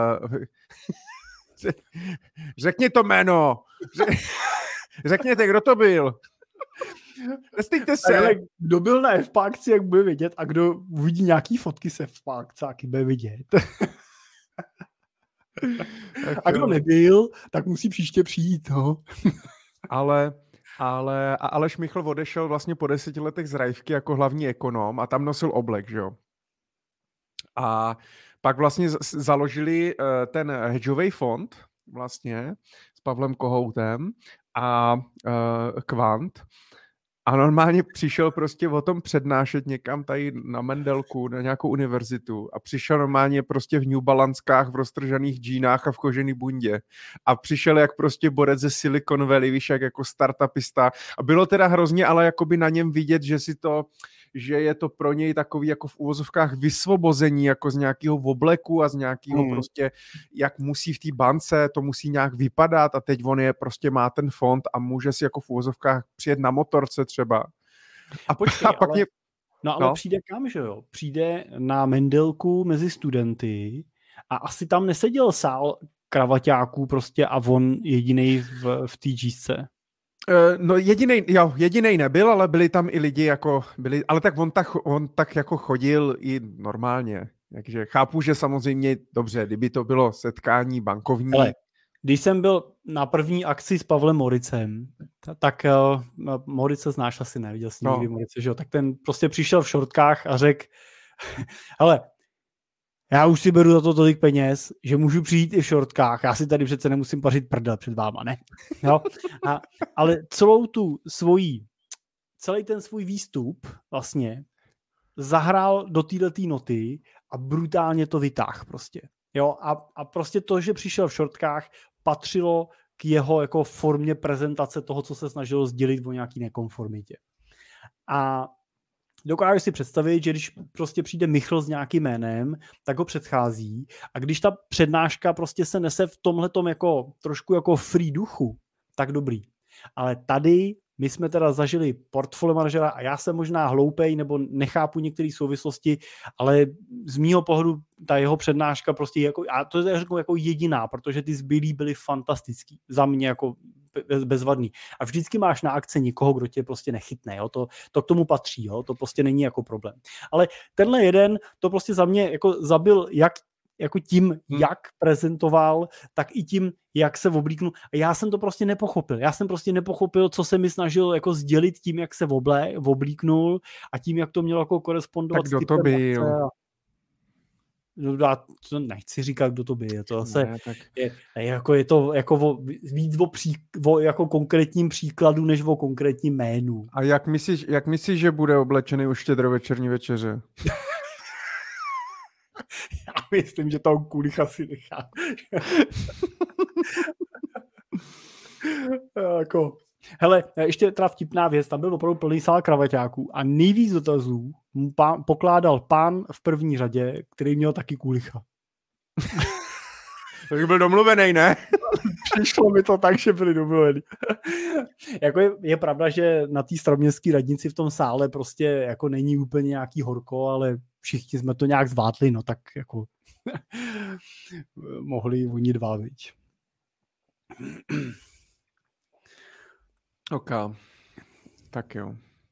Řekni to jméno! Řekněte, kdo to byl? Nestýďte se! Ale kdo byl na FPAkci, jak bude vidět, a kdo uvidí nějaký fotky se FPAkci, bude vidět. A kdo nebyl, tak musí příště přijít. No. Ale Aleš Michl odešel vlastně po 10 letech z Rajvky jako hlavní ekonom a tam nosil oblek, že jo. A pak vlastně založili ten hedžový fond vlastně s Pavlem Kohoutem a Kvant. A normálně přišel prostě o tom přednášet někam tady na Mendelku, na nějakou univerzitu a přišel normálně prostě v New Balanckách, v roztržaných džínách a v kožený bundě. A přišel jak prostě borec ze Silicon Valley, víš, jak jako startupista. A bylo teda hrozně, ale jakoby na něm vidět, že je to pro něj takový jako v uvozovkách vysvobození jako z nějakého obleku a z nějakého prostě, jak musí v té bance, to musí nějak vypadat a teď on prostě má ten fond a může si jako v uvozovkách přijet na motorce třeba. A počkej, ale přijde kam, že jo? Přijde na Mendelku mezi studenty a asi tam neseděl sál kravaťáků prostě a on jedinej v té džísce. No jedinej nebyl, ale byli tam i lidi ale tak on tak jako chodil i normálně. Takže chápu, že samozřejmě dobře, kdyby to bylo setkání bankovní. Ale když jsem byl na první akci s Pavlem Moricem, tak Morice znáš asi, neviděl jsi nikdy Morice, že jo? Tak ten prostě přišel v šortkách a řekl, hele, já už si beru za to tolik peněz, že můžu přijít i v šortkách. Já si tady přece nemusím pařit prdel před váma, ne? Jo? Ale celý ten svůj výstup vlastně zahrál do této noty a brutálně to vytáhl prostě. Jo, a prostě to, že přišel v šortkách, patřilo k jeho jako formě prezentace toho, co se snažilo sdělit o nějaký nekonformitě. A dokážu si představit, že když prostě přijde Michl s nějakým jménem, tak ho předchází a když ta přednáška prostě se nese v tomhletom jako trošku jako free duchu, tak dobrý. Ale tady my jsme teda zažili portfolio manažera a já jsem možná hloupej nebo nechápu některé souvislosti, ale z mýho pohledu ta jeho přednáška prostě jako, a to je řeknu jako jediná, protože ty zbylí byly fantastický. Za mě jako bezvadný. A vždycky máš na akci někoho, kdo tě prostě nechytne. Jo? To k tomu patří. Jo? To prostě není jako problém. Ale tenhle jeden to prostě za mě jako zabil jako tím, jak prezentoval, tak i tím, jak se oblíknul. A já jsem to prostě nepochopil. Já jsem prostě nepochopil, co se mi snažil jako sdělit tím, jak se oblíknul a tím, jak to mělo jako korespondovat. Tak kdo to byl? Já to nechci říkat, kdo to byl. To zase je to jako víc o jako konkrétním příkladu, než o konkrétním jménu. A jak myslíš, že bude oblečený u štědrovečerní večeře? Já myslím, že toho Kulicha si nechá. Jako. Hele, ještě teda vtipná věc, tam byl opravdu plný sál kravaťáků a nejvíc dotazů pokládal pán v první řadě, který měl taky Kulicha. Takže byl domluvený, ne? Přišlo mi to tak, že byli domluvený. Jako je pravda, že na té staroměstské radnici v tom sále prostě jako není úplně nějaký horko, ale všichni jsme to nějak zvládli, no tak jako mohli oni dva, viď. OK. Tak jo.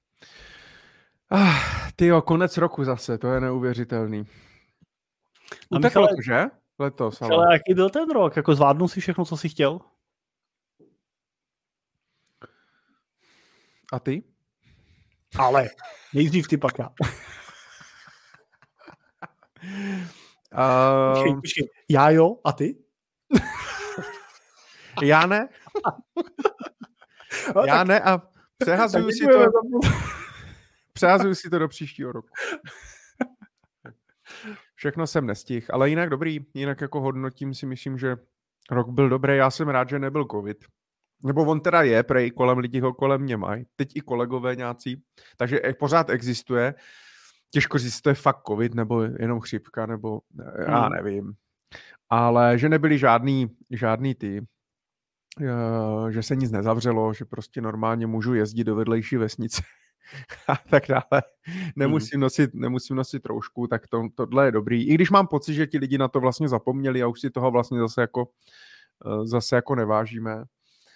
Tyjo, konec roku zase, to je neuvěřitelný. Uteklo to, že? Letos, ale jaký byl ten rok? Jako zvládnul si všechno, co jsi chtěl? A ty? Ale nejdřív ty, pak já. Počkej. Já jo, a ty? Já ne. Já ne a přehazuju si to do příštího roku. Všechno jsem nestihl, ale jinak dobrý. Jinak jako hodnotím si myslím, že rok byl dobrý. Já jsem rád, že nebyl covid. Nebo on teda je, prej lidi ho kolem mě mají. Teď i kolegové nějací. Takže pořád existuje. Těžko říct, to je fakt covid, nebo jenom chřipka, nebo já nevím. Ale že nebyli žádný ty, že se nic nezavřelo, že prostě normálně můžu jezdit do vedlejší vesnice a tak dále. Nemusím nosit roušku, tak tohle je dobrý. I když mám pocit, že ti lidi na to vlastně zapomněli a už si toho vlastně zase jako nevážíme.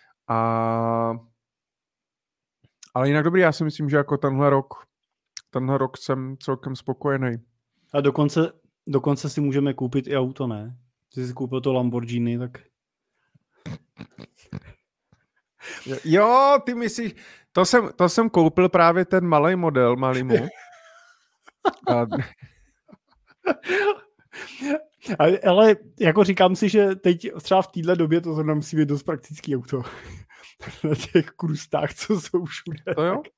Ale jinak dobrý, já si myslím, že jako tenhle rok jsem celkem spokojený. A dokonce si můžeme koupit i auto, ne? Ty jsi koupil to Lamborghini, tak... Jo, ty myslíš, to jsem koupil právě ten malej model, malýmu. Ale jako říkám si, že teď třeba v téhle době to zrovna musí být dost praktický auto. Na těch krustách, co jsou všude. To jo?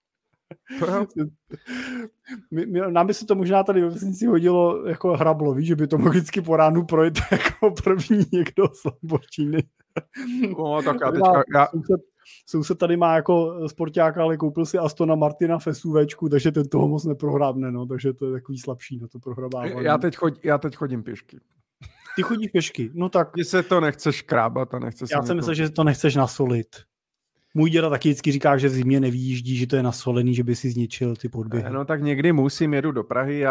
Nám by se to možná tady ve vesnici hodilo jako hrablo, víš, že by to mohl vždycky po ránu projít jako první někdo z Lamborghini. No, tak Soused tady má jako sportáka, ale koupil si Astona Martina v SUVčku, takže ten toho moc neprohrábne, no, takže to je takový slabší na to prohrabávání. Já teď chodím pěšky. Ty chodíš pěšky, no tak... Když se to nechceš škrábat a nechce se... Já jsem myslel, že to nechceš nasolit. Můj děda taky vždycky říká, že v zimě nevyjíždí, že to je nasolený, že by si zničil ty podběhy. No tak někdy jedu do Prahy,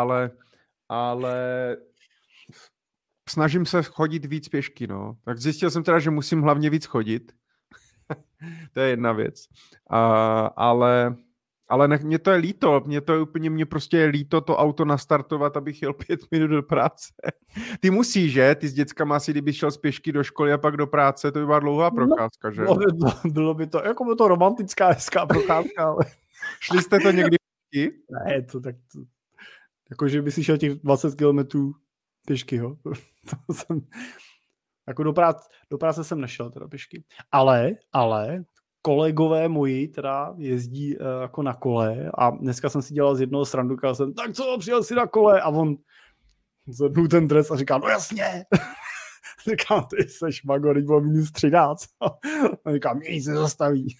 ale snažím se chodit víc pěšky, no. Tak zjistil jsem teda, že musím hlavně víc chodit. To je jedna věc. Ale mě to je líto. Mě prostě je líto to auto nastartovat, abych jel 5 minut do práce. Ty musíš, že? Ty s dětskama asi, kdyby šel z pěšky do školy a pak do práce, to by byla dlouhá procházka, že? Bylo by to, jako by to romantická, hezká procházka, ale... Šli jste to někdy pěšky? Ne, jako, že by si šel těch 20 kilometrů pěšky, jo? To jsem... Jako do práce jsem nešel teda pěšky. Ale kolegové moji teda jezdí jako na kole a dneska jsem si dělal z jednoho srandu, jsem tak co, přijel si na kole a on zvednul ten dres a říká, no jasně. Říkám, ty seš mago, teď bylo -13. A říkám, mě se zastaví.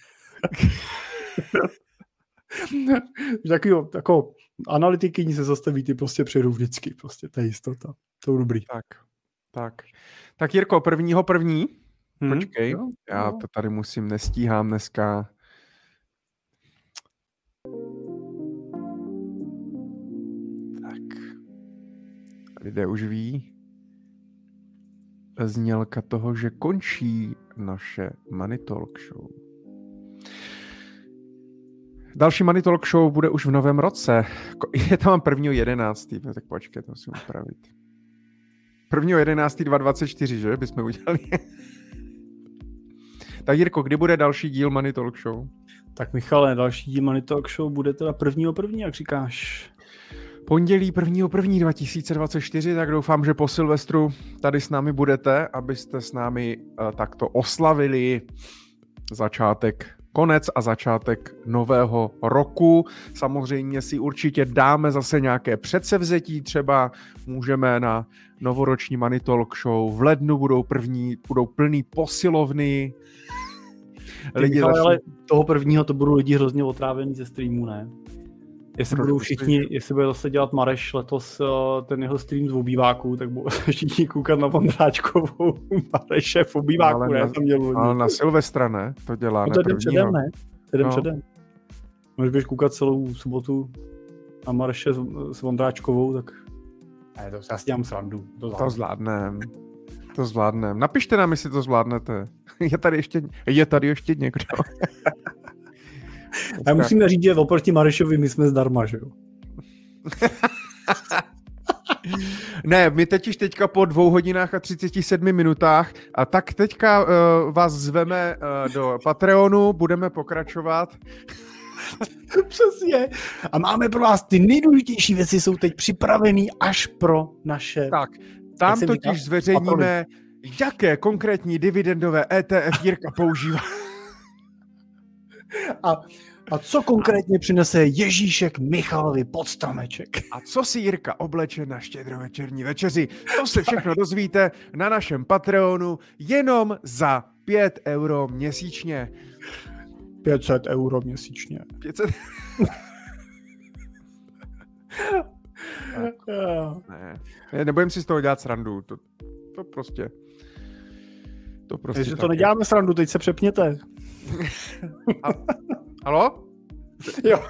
Takovou analytiky se zastaví, ty prostě přijedou vždycky, prostě to je jistota. To je dobrý. Tak Jirko, první. Počkej, jo. Já to tady nestíhám dneska. Tak. Lidé už ví znělka toho, že končí naše Money Talk Show. Další Money Talk Show bude už v novém roce. Je tam 1.11. Tak počkej, to musím upravit. 1.11. 2024, že? Bychom udělali. Tak Jirko, kdy bude další díl Money Talk Show? Tak Michale, další díl Money Talk Show bude teda 1.1., jak říkáš? Pondělí 1.1. 2024, tak doufám, že po Silvestru tady s námi budete, abyste s námi takto oslavili konec a začátek nového roku. Samozřejmě si určitě dáme zase nějaké předsevzetí, třeba můžeme na novoroční Money Talk Show v lednu budou plný posilovny. Ale toho prvního to budou lidi hrozně otrávený ze streamu, ne? Jestli bude zase dělat Mareš letos ten jeho stream z obýváku, tak budou všichni koukat na Vondráčkovou Mareše v obýváku, ale ale na Silvestra, ne? To dělá no, to předem. Můžeš koukat celou sobotu na Mareše s Vondráčkovou, tak ne, to já si dělám srandu. To zvládnem. Napište nám, jestli to zvládnete. Je tady ještě někdo. A musíme říct, že oproti Marešovi my jsme zdarma, že jo? Ne, my teďka po 2 hodinách a 37 minutách a tak teďka vás zveme do Patreonu, budeme pokračovat. Přesně. A máme pro vás ty nejdůležitější věci, jsou teď připravený až pro naše... Tak, tam totiž zveřejníme, jaké konkrétní dividendové ETF Jirka používá. A co konkrétně přinese Ježíšek Michalovi pod stromeček? A co si Jirka obleče na štědrovečerní večeři? To se všechno dozvíte na našem Patreonu jenom za 5 € měsíčně. 500 € měsíčně. 500... Ne, nebudem si z toho dělat srandu. To prostě... Takže to neděláme srandu, teď se přepněte. Haló? Jo.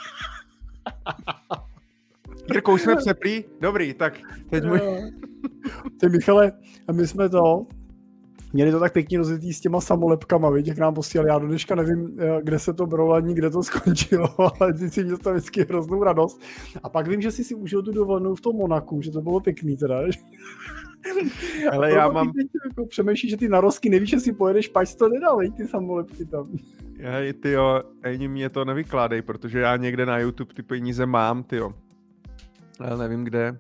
Jirko, už jsme přeplí? Dobrý, tak teď Ty Michale, a my jsme měli to tak pěkně rozjetý s těma samolepkama, víš, jak nám posílali. Já do dneška nevím, kde se to bralo ani kde to skončilo, ale ty si měl to vždycky hroznou radost. A pak vím, že jsi si užil tu dovolenou v tom Monaku, že to bylo pěkný teda. Ale já mám... Jako přemýšlíš, že ty narozky nevíš, že si pojedeš, pač to nedal, ty samolepky tam. Tyjo, ani mě to nevykládej, protože já někde na YouTube ty peníze mám, tyjo. Ale nevím kde.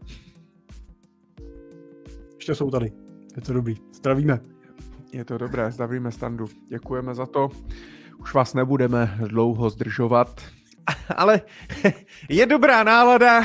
Ještě jsou tady, je to dobrý, zdravíme. Je to dobré, zdravíme Standu, děkujeme za to. Už vás nebudeme dlouho zdržovat, ale je dobrá nálada.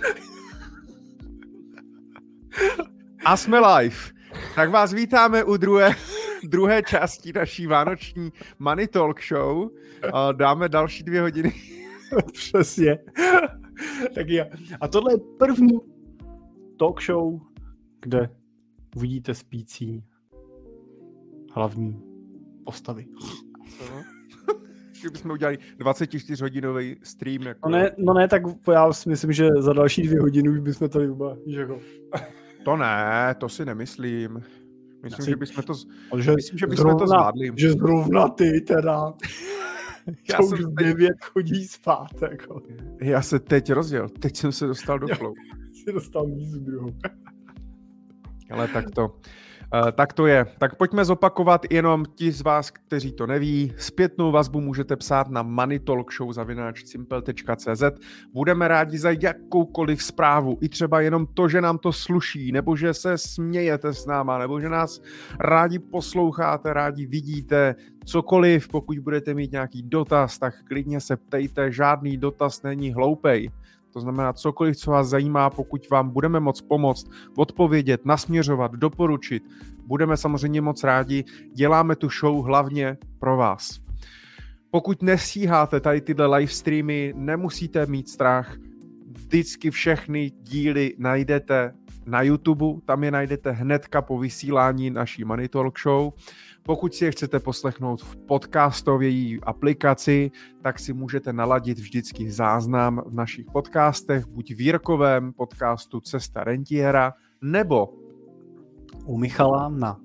A jsme live. Tak vás vítáme u druhé části naší vánoční Money Talk Show. Dáme další 2 hodiny. Přesně. Tak je. A tohle je první talk show, kde uvidíte spící hlavní postavy. Kdybychom udělali 24-hodinový stream. Jako... No ne, tak já si myslím, že za další 2 hodiny už bychom tady oba, jako... To ne, to si nemyslím. Myslím, že bychom to zvládli. Že zrovna ty teda. Já už v 9 chodí spát. Jako. Já se teď rozděl. Teď jsem se dostal do flow. Jsi dostal mízu druhou. Ale tak to je. Tak pojďme zopakovat jenom ti z vás, kteří to neví. Zpětnou vazbu můžete psát na moneytalkshow@simple.cz. Budeme rádi za jakoukoliv zprávu. I třeba jenom to, že nám to sluší, nebo že se smějete s náma, nebo že nás rádi posloucháte, rádi vidíte. Cokoliv, pokud budete mít nějaký dotaz, tak klidně se ptejte. Žádný dotaz není hloupej. To znamená cokoliv, co vás zajímá, pokud vám budeme moct pomoct, odpovědět, nasměřovat, doporučit. Budeme samozřejmě moc rádi. Děláme tu show hlavně pro vás. Pokud nestíháte tady tyhle live streamy, nemusíte mít strach. Vždycky všechny díly najdete na YouTube, tam je najdete hnedka po vysílání naší Money Talk Show. Pokud si je chcete poslechnout v podcastové aplikaci, tak si můžete naladit vždycky záznam v našich podcastech, buď v Jirkovém podcastu Cesta rentiera, nebo u Michala na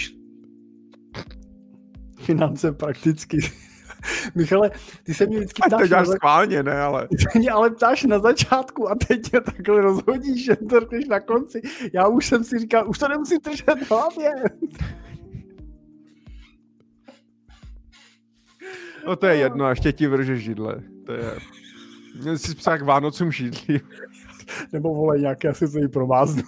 Finance prakticky. Michale, ty se mě vždycky ptáš... To děláš schválně, ne, ale... Ty mě ale ptáš na začátku a teď tě takhle rozhodíš, že to řekneš na konci. Já už jsem si říkal, už to nemusím držet v hlavě. No to je jedno, až tě ti vrže židle. To je... Měl jsi psát k Vánocům židlí. Nebo vole, nějaké asi se jí prováznu.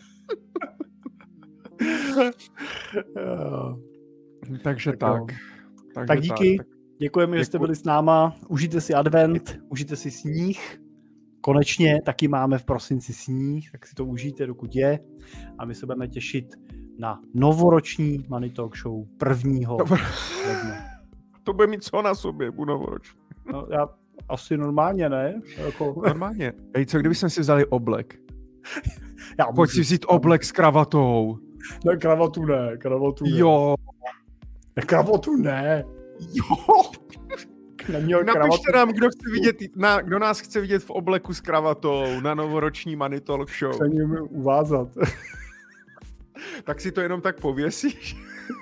Takže tak. Tak díky. Děkujeme, že jste byli s náma. Užijte si advent, užijte si sníh. Konečně taky máme v prosinci sníh, tak si to užijte, dokud je. A my se budeme těšit na novoroční Money Talk Show 1. ledna. To bude mít co na sobě, budu novoroční. No, já asi normálně, ne? Jako... Normálně. Ej, co kdybychom si vzali oblek? Pojď si vzít oblek s kravatou. Ne, kravatu ne. Jo. Kravatu ne. Jo. Napište nám, kdo nás chce vidět v obleku s kravatou na novoroční Money Talk Show. Chce mě uvázat. Tak si to jenom tak pověsíš.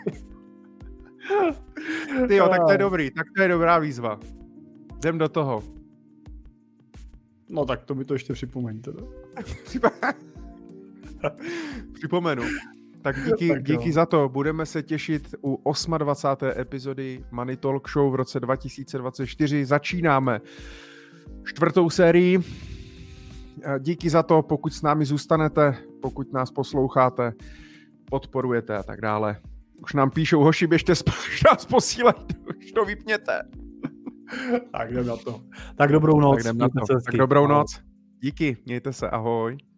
Ty jo, tak to je dobrý. Tak to je dobrá výzva. Jdem do toho. No tak to mi to ještě připomeňte. Připomenu. Tak díky za to. Budeme se těšit u 28. epizody Money Talk Show v roce 2024. Začínáme 4. sérii. Díky za to, pokud s námi zůstanete, pokud nás posloucháte, podporujete a tak dále. Už nám píšou, hoši, běžte nás posílejte, už to vypněte. Tak jdem na to. Tak dobrou noc. Tak dobrou noc. Díky, mějte se, ahoj.